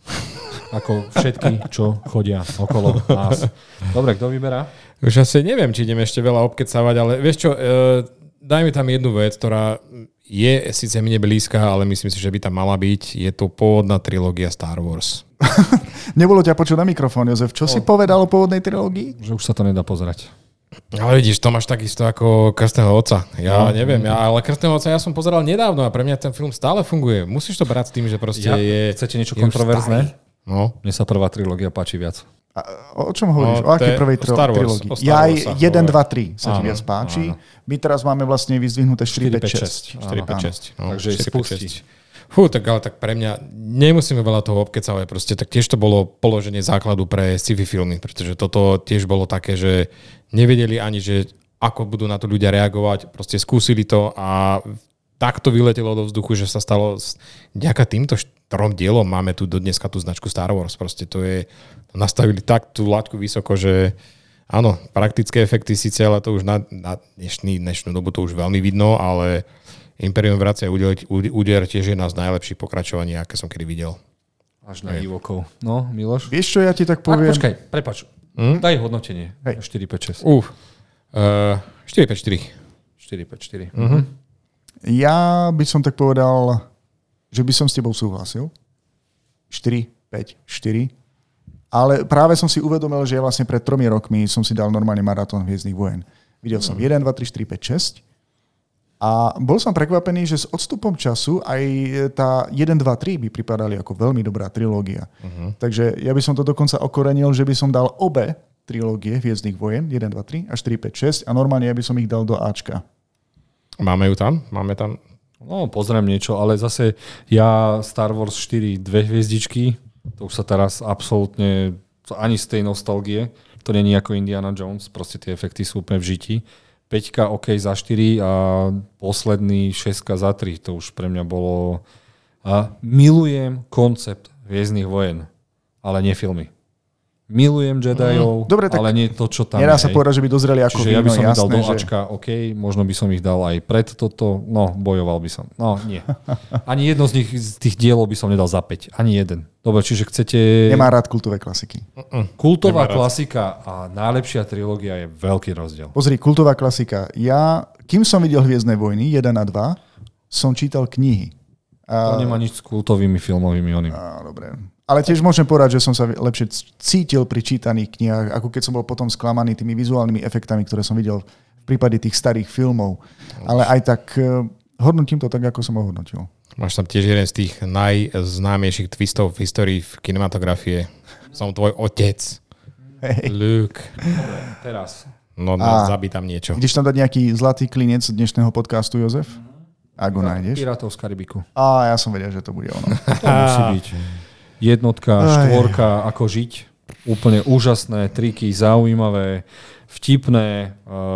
Ako všetky, čo chodia okolo nás. Dobre, kto vyberá? Už asi neviem, či idem ešte veľa obkecávať, ale vieš čo, daj mi tam jednu vec, ktorá je síce mne blízka, ale myslím si, že by tam mala byť. Je to pôvodná trilógia Star Wars. Nebolo ťa počuť na mikrofón, Jozef. Čo si povedal o pôvodnej trilógii? Že už sa to nedá pozerať. Ale vidíš, to máš takisto ako Krstného otca. Ja neviem, ale Krstného otca ja som pozeral nedávno a pre mňa ten film stále funguje. Musíš to brať s tým, že proste Chcete niečo kontroverzné? No. Mne sa prvá trilógia páči viac. A o čom hovoríš? O akej prvej trilógii? Ja aj 1, 2, 3 sa ti viac páči. My teraz máme vlastne vyzdvihnuté 4, 5, 6. 4, 5, 6. Takže spustí. Tak ale tak pre mňa nemusíme veľa toho obkecávať. Proste tak tiež to bolo položenie základu pre sci-fi filmy, pretože toto tiež bolo také, že nevedeli ani, že ako budú na to ľudia reagovať. Proste skúsili to a tak to vyletelo do vzduchu, že sa stalo vďaka týmto 4 dielom máme tu do dneska tú značku Star Wars. Proste to je, nastavili tak tú laťku vysoko, že áno, praktické efekty síce, ale to už na dnešnú dobu to už veľmi vidno, ale Imperium vracia úder tiež je jedna z najlepších pokračovaní, aké som kedy videl. Až na divokov. No, Miloš? Vieš čo, ja ti tak poviem... Počkaj, prepáč. Daj hodnotenie. Hej. 4, 5, 6. 4, 5, 4. 4, 5, 4. Ja by som tak povedal, že by som s tebou súhlasil. 4, 5, 4. Ale práve som si uvedomil, že vlastne pred 3 rokmi som si dal normálne maratón Hviezdnych vojen. Videl som 1, 2, 3, 4, 5, 6. A bol som prekvapený, že s odstupom času aj tá 1, 2, 3 by pripadali ako veľmi dobrá trilógia. Takže ja by som to dokonca okorenil, že by som dal obe trilógie Hviezdnych vojen, 1, 2, 3 a 4, 5, 6 a normálne ja by som ich dal do Ačka. Máme ju tam? Máme tam? No, pozriem niečo, ale zase ja Star Wars 4, 2 hviezdičky, to už sa teraz absolútne ani z tej nostalgie, to není ako Indiana Jones, proste tie efekty sú úplne v žiti. 5 OK za 4 a posledný 6 za 3. To už pre mňa bolo... A milujem koncept Hviezdnych vojen, ale nie filmy. Milujem Jediov, Dobre, tak ale nie to, čo tam nedá je. sa povedať, že by dozreli ako Čiže ja by som ich dal do že... Ačka, OK, možno by som ich dal aj pred toto, no, bojoval by som. No, nie. Ani jedno z nich, z tých dielov by som nedal za 5. Ani jeden. Dobre, čiže chcete... Nemá rád kultové klasiky. Kultová klasika a najlepšia trilógia je veľký rozdiel. Pozri, kultová klasika. Ja, kým som videl Hviezdne vojny 1 a 2, som čítal knihy. To nemá nič s kultovými filmovými onými. Dobre. Ale tiež môžem povedať, že som sa lepšie cítil pri čítaných knihách, ako keď som bol potom sklamaný tými vizuálnymi efektami, ktoré som videl v prípade tých starých filmov. Ale aj tak hodnotím to tak, ako som ho hodnotil. Máš tam tiež jeden z tých najznámejších twistov v histórii v kinematografie. Som tvoj otec. Hej. Luke. Teraz. No, zabí tam niečo. Ideš tam dať nejaký zlatý klinec dnešného podcastu, Jozef? Ak ho nájdeš. Pirátov z Karibiku. Ja som vedel, že to bude ono. To musí byť. Jednotka, štvorka, ako žiť. Úplne úžasné, triky, zaujímavé, vtipné.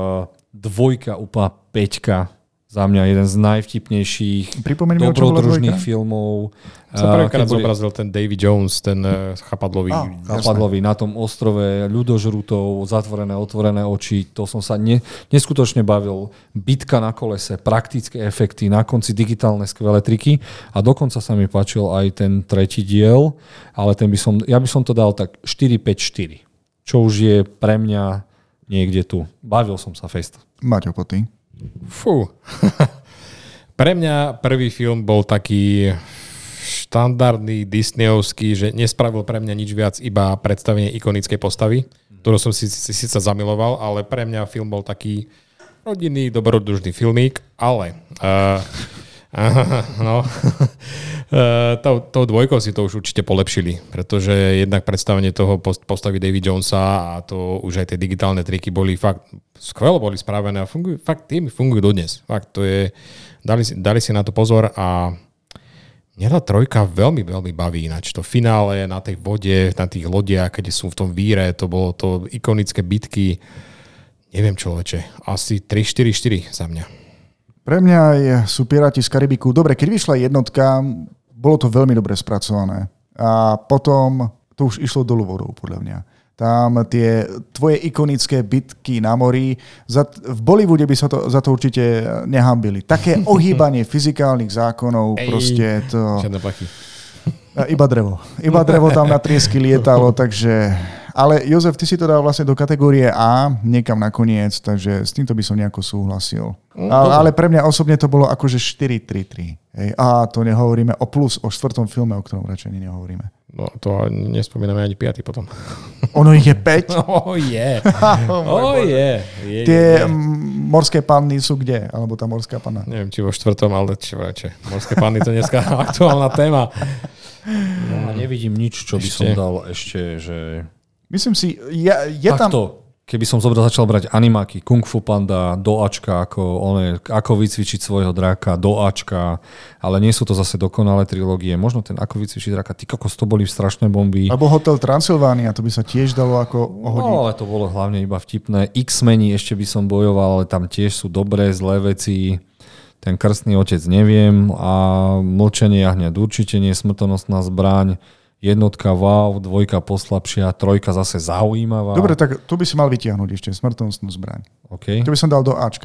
Dvojka, úplná 5. Za mňa jeden z najvtipnejších dobrodružných filmov. Sa prvýkrát zobrazil ten Davy Jones, ten chapadlový. Chapadlový na tom ostrove ľudožrutov, zatvorené, otvorené oči. To som sa neskutočne bavil. Bitka na kolese, praktické efekty, na konci digitálne skvelé triky. A dokonca sa mi páčil aj ten tretí diel, ale ja by som to dal tak 4-5-4. Čo už je pre mňa niekde tu. Bavil som sa fest. Maťo, po ty. Fú. Pre mňa prvý film bol taký štandardný disneyovský, že nespravil pre mňa nič viac, iba predstavenie ikonickej postavy, ktorú som si síce zamiloval, ale pre mňa film bol taký rodinný, dobrodružný filmík, ale tou dvojkou si to už určite polepšili, pretože jednak predstavenie toho postavy Davy Jonesa a to už aj tie digitálne triky boli fakt skvelo boli spravené a fungujú dodnes. Fakt to je, dali si na to pozor a mňa tá trojka veľmi, veľmi baví ináč. To finále na tej vode, na tých lodiach, keď sú v tom víre, to bolo to ikonické bitky. Neviem človeče, asi 3-4-4 za mňa. Pre mňa sú Piráti z Karibiku. Dobre, keď vyšla jednotka, bolo to veľmi dobre spracované. A potom to už išlo dolu vodou, podľa mňa. Tam tie tvoje ikonické bitky na mori, v Bollywoode by sa za to určite nehambili. Také ohýbanie fyzikálnych zákonov, proste to... Žiadne plachy. Iba drevo. Iba drevo tam na triesky lietalo, takže... Ale Jozef, ty si to dal vlastne do kategórie A, niekam nakoniec, takže s týmto by som nejako súhlasil. Ale pre mňa osobne to bolo akože 4-3-3. A to nehovoríme o plus, o 4. filme, o ktorom radšej nehovoríme. No to nespomíname ani 5. potom. Ono ich je 5? Tie morské panny sú kde? Alebo tá morská panna? Neviem, či vo 4. ale morské panny to dneska aktuálna téma. No a nevidím nič, čo by som dal ešte, že... Myslím si, takto, keby som začal brať animáky, Kung Fu Panda do Ačka, ako vycvičiť svojho dráka do Ačka, ale nie sú to zase dokonalé trilógie. Možno ten Ako vycvičiť dráka, ty kokos, to boli strašné bomby. Alebo Hotel Transylvánia, to by sa tiež dalo ako ohodiť. No, ale to bolo hlavne iba vtipné. X-meni ešte by som bojoval, ale tam tiež sú dobré, zlé veci. Ten Krstný otec neviem a Mlčenie jahňat určite nie, Smrtonosná zbraň. Jednotka wow, dvojka poslabšia, trojka zase zaujímavá. Dobre, tak tu by si mal vytiahnuť ešte Smrtonosnú zbraň. Okay. To by som dal do Ačka.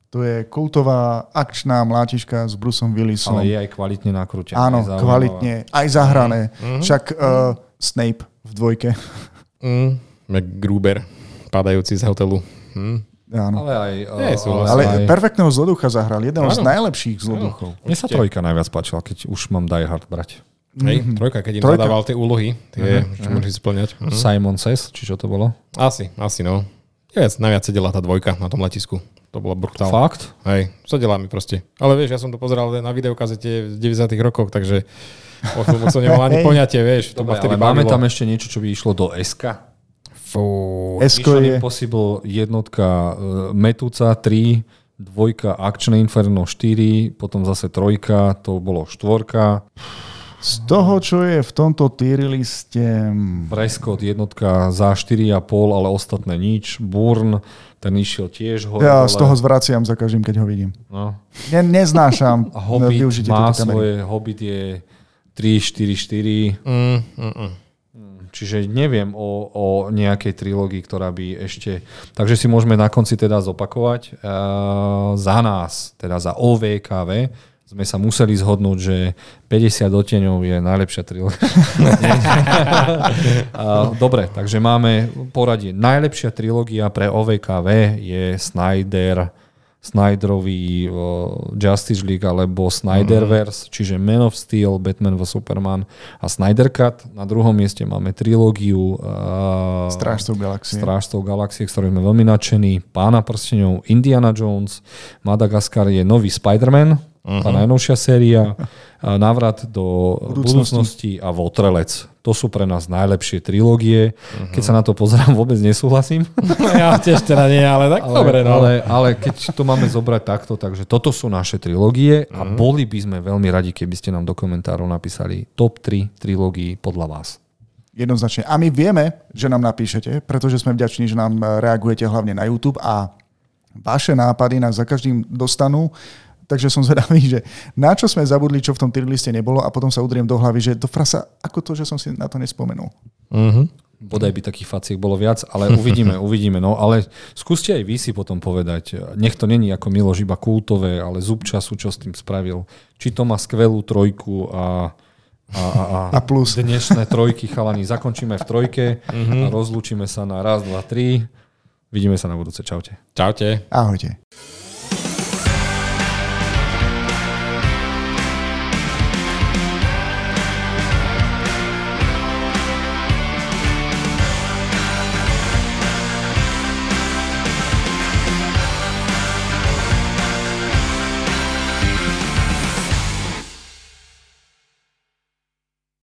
To je kultová akčná mlátička s Bruceom Willisom. Ale je aj kvalitne nakrútené. Áno, kvalitne, aj zahrané. Však Snape v 2. McGruber, padajúci z hotelu. Áno. Ale perfektného zloducha zahral. Jedného z najlepších zloduchov. Mne sa 3 najviac páčila, keď už mám Die Hard brať. Hej, 3, keď im zadával tie úlohy, čo môžeš splňať. Simon Says, či čo to bolo? Asi no. Najviac sedela tá 2 na tom letisku. To bolo brutálne. Fakt? Hej, sedela mi proste. Ale vieš, ja som to pozeral na videokazete v 90 rokoch, takže o filmu som nemal ani poňatie, vieš. To dobre, ale máme tam ešte niečo, čo by išlo do SK? Mission Impossible 1, Metúca 3, 2, Akčné Inferno 4, potom zase 3, to bolo 4. Z toho, čo je v tomto tier liste... Prescott 1 za 4,5, ale ostatné nič. Bourne, ten išiel tiež hore. Ja z toho zvraciam za každým, keď ho vidím. No. Neznášam využitie má svoje, Hobbit je 3, 4, 4. Čiže neviem o nejakej trilógii, ktorá by ešte... Takže si môžeme na konci teda zopakovať. Za nás, teda za OVKV, sme sa museli zhodnúť, že 50 odtieňov je najlepšia trilógia. Dobre, takže máme poradie. Najlepšia trilógia pre OVKV je Snyderový Justice League alebo Snyderverse, čiže Man of Steel, Batman vs Superman a Snyder Cut. Na druhom mieste máme trilógiu Strážcov galaxie, s ktorým sme veľmi nadšení. Pána prsteňov, Indiana Jones, Madagaskar je nový Spider-Man, tá najnovšia séria, Návrat do budúcnosti a Votrelec. To sú pre nás najlepšie trilógie. Keď sa na to pozerám, vôbec nesúhlasím. Ja tiež teda nie, ale tak dobre. No. Ale keď to máme zobrať takto, takže toto sú naše trilógie a boli by sme veľmi radi, keby ste nám do komentárov napísali top 3 trilógií podľa vás. Jednoznačne. A my vieme, že nám napíšete, pretože sme vďační, že nám reagujete hlavne na YouTube a vaše nápady nás za každým dostanú. Takže som zvedavý, že na čo sme zabudli, čo v tom tier liste nebolo a potom sa udriem do hlavy, že do frasa, ako to, že som si na to nespomenul. Bodaj by takých faciek bolo viac, ale uvidíme. No, ale skúste aj vy si potom povedať. Nech to není ako Miloš iba kultové, ale zub času, čo s tým spravil. Či to má skvelú 3 a plus. Dnešné 3 chalani zakončíme v 3 a rozlúčime sa na 1, 2, 3. Vidíme sa na budúce. Čaute. Čaute. Ahojte.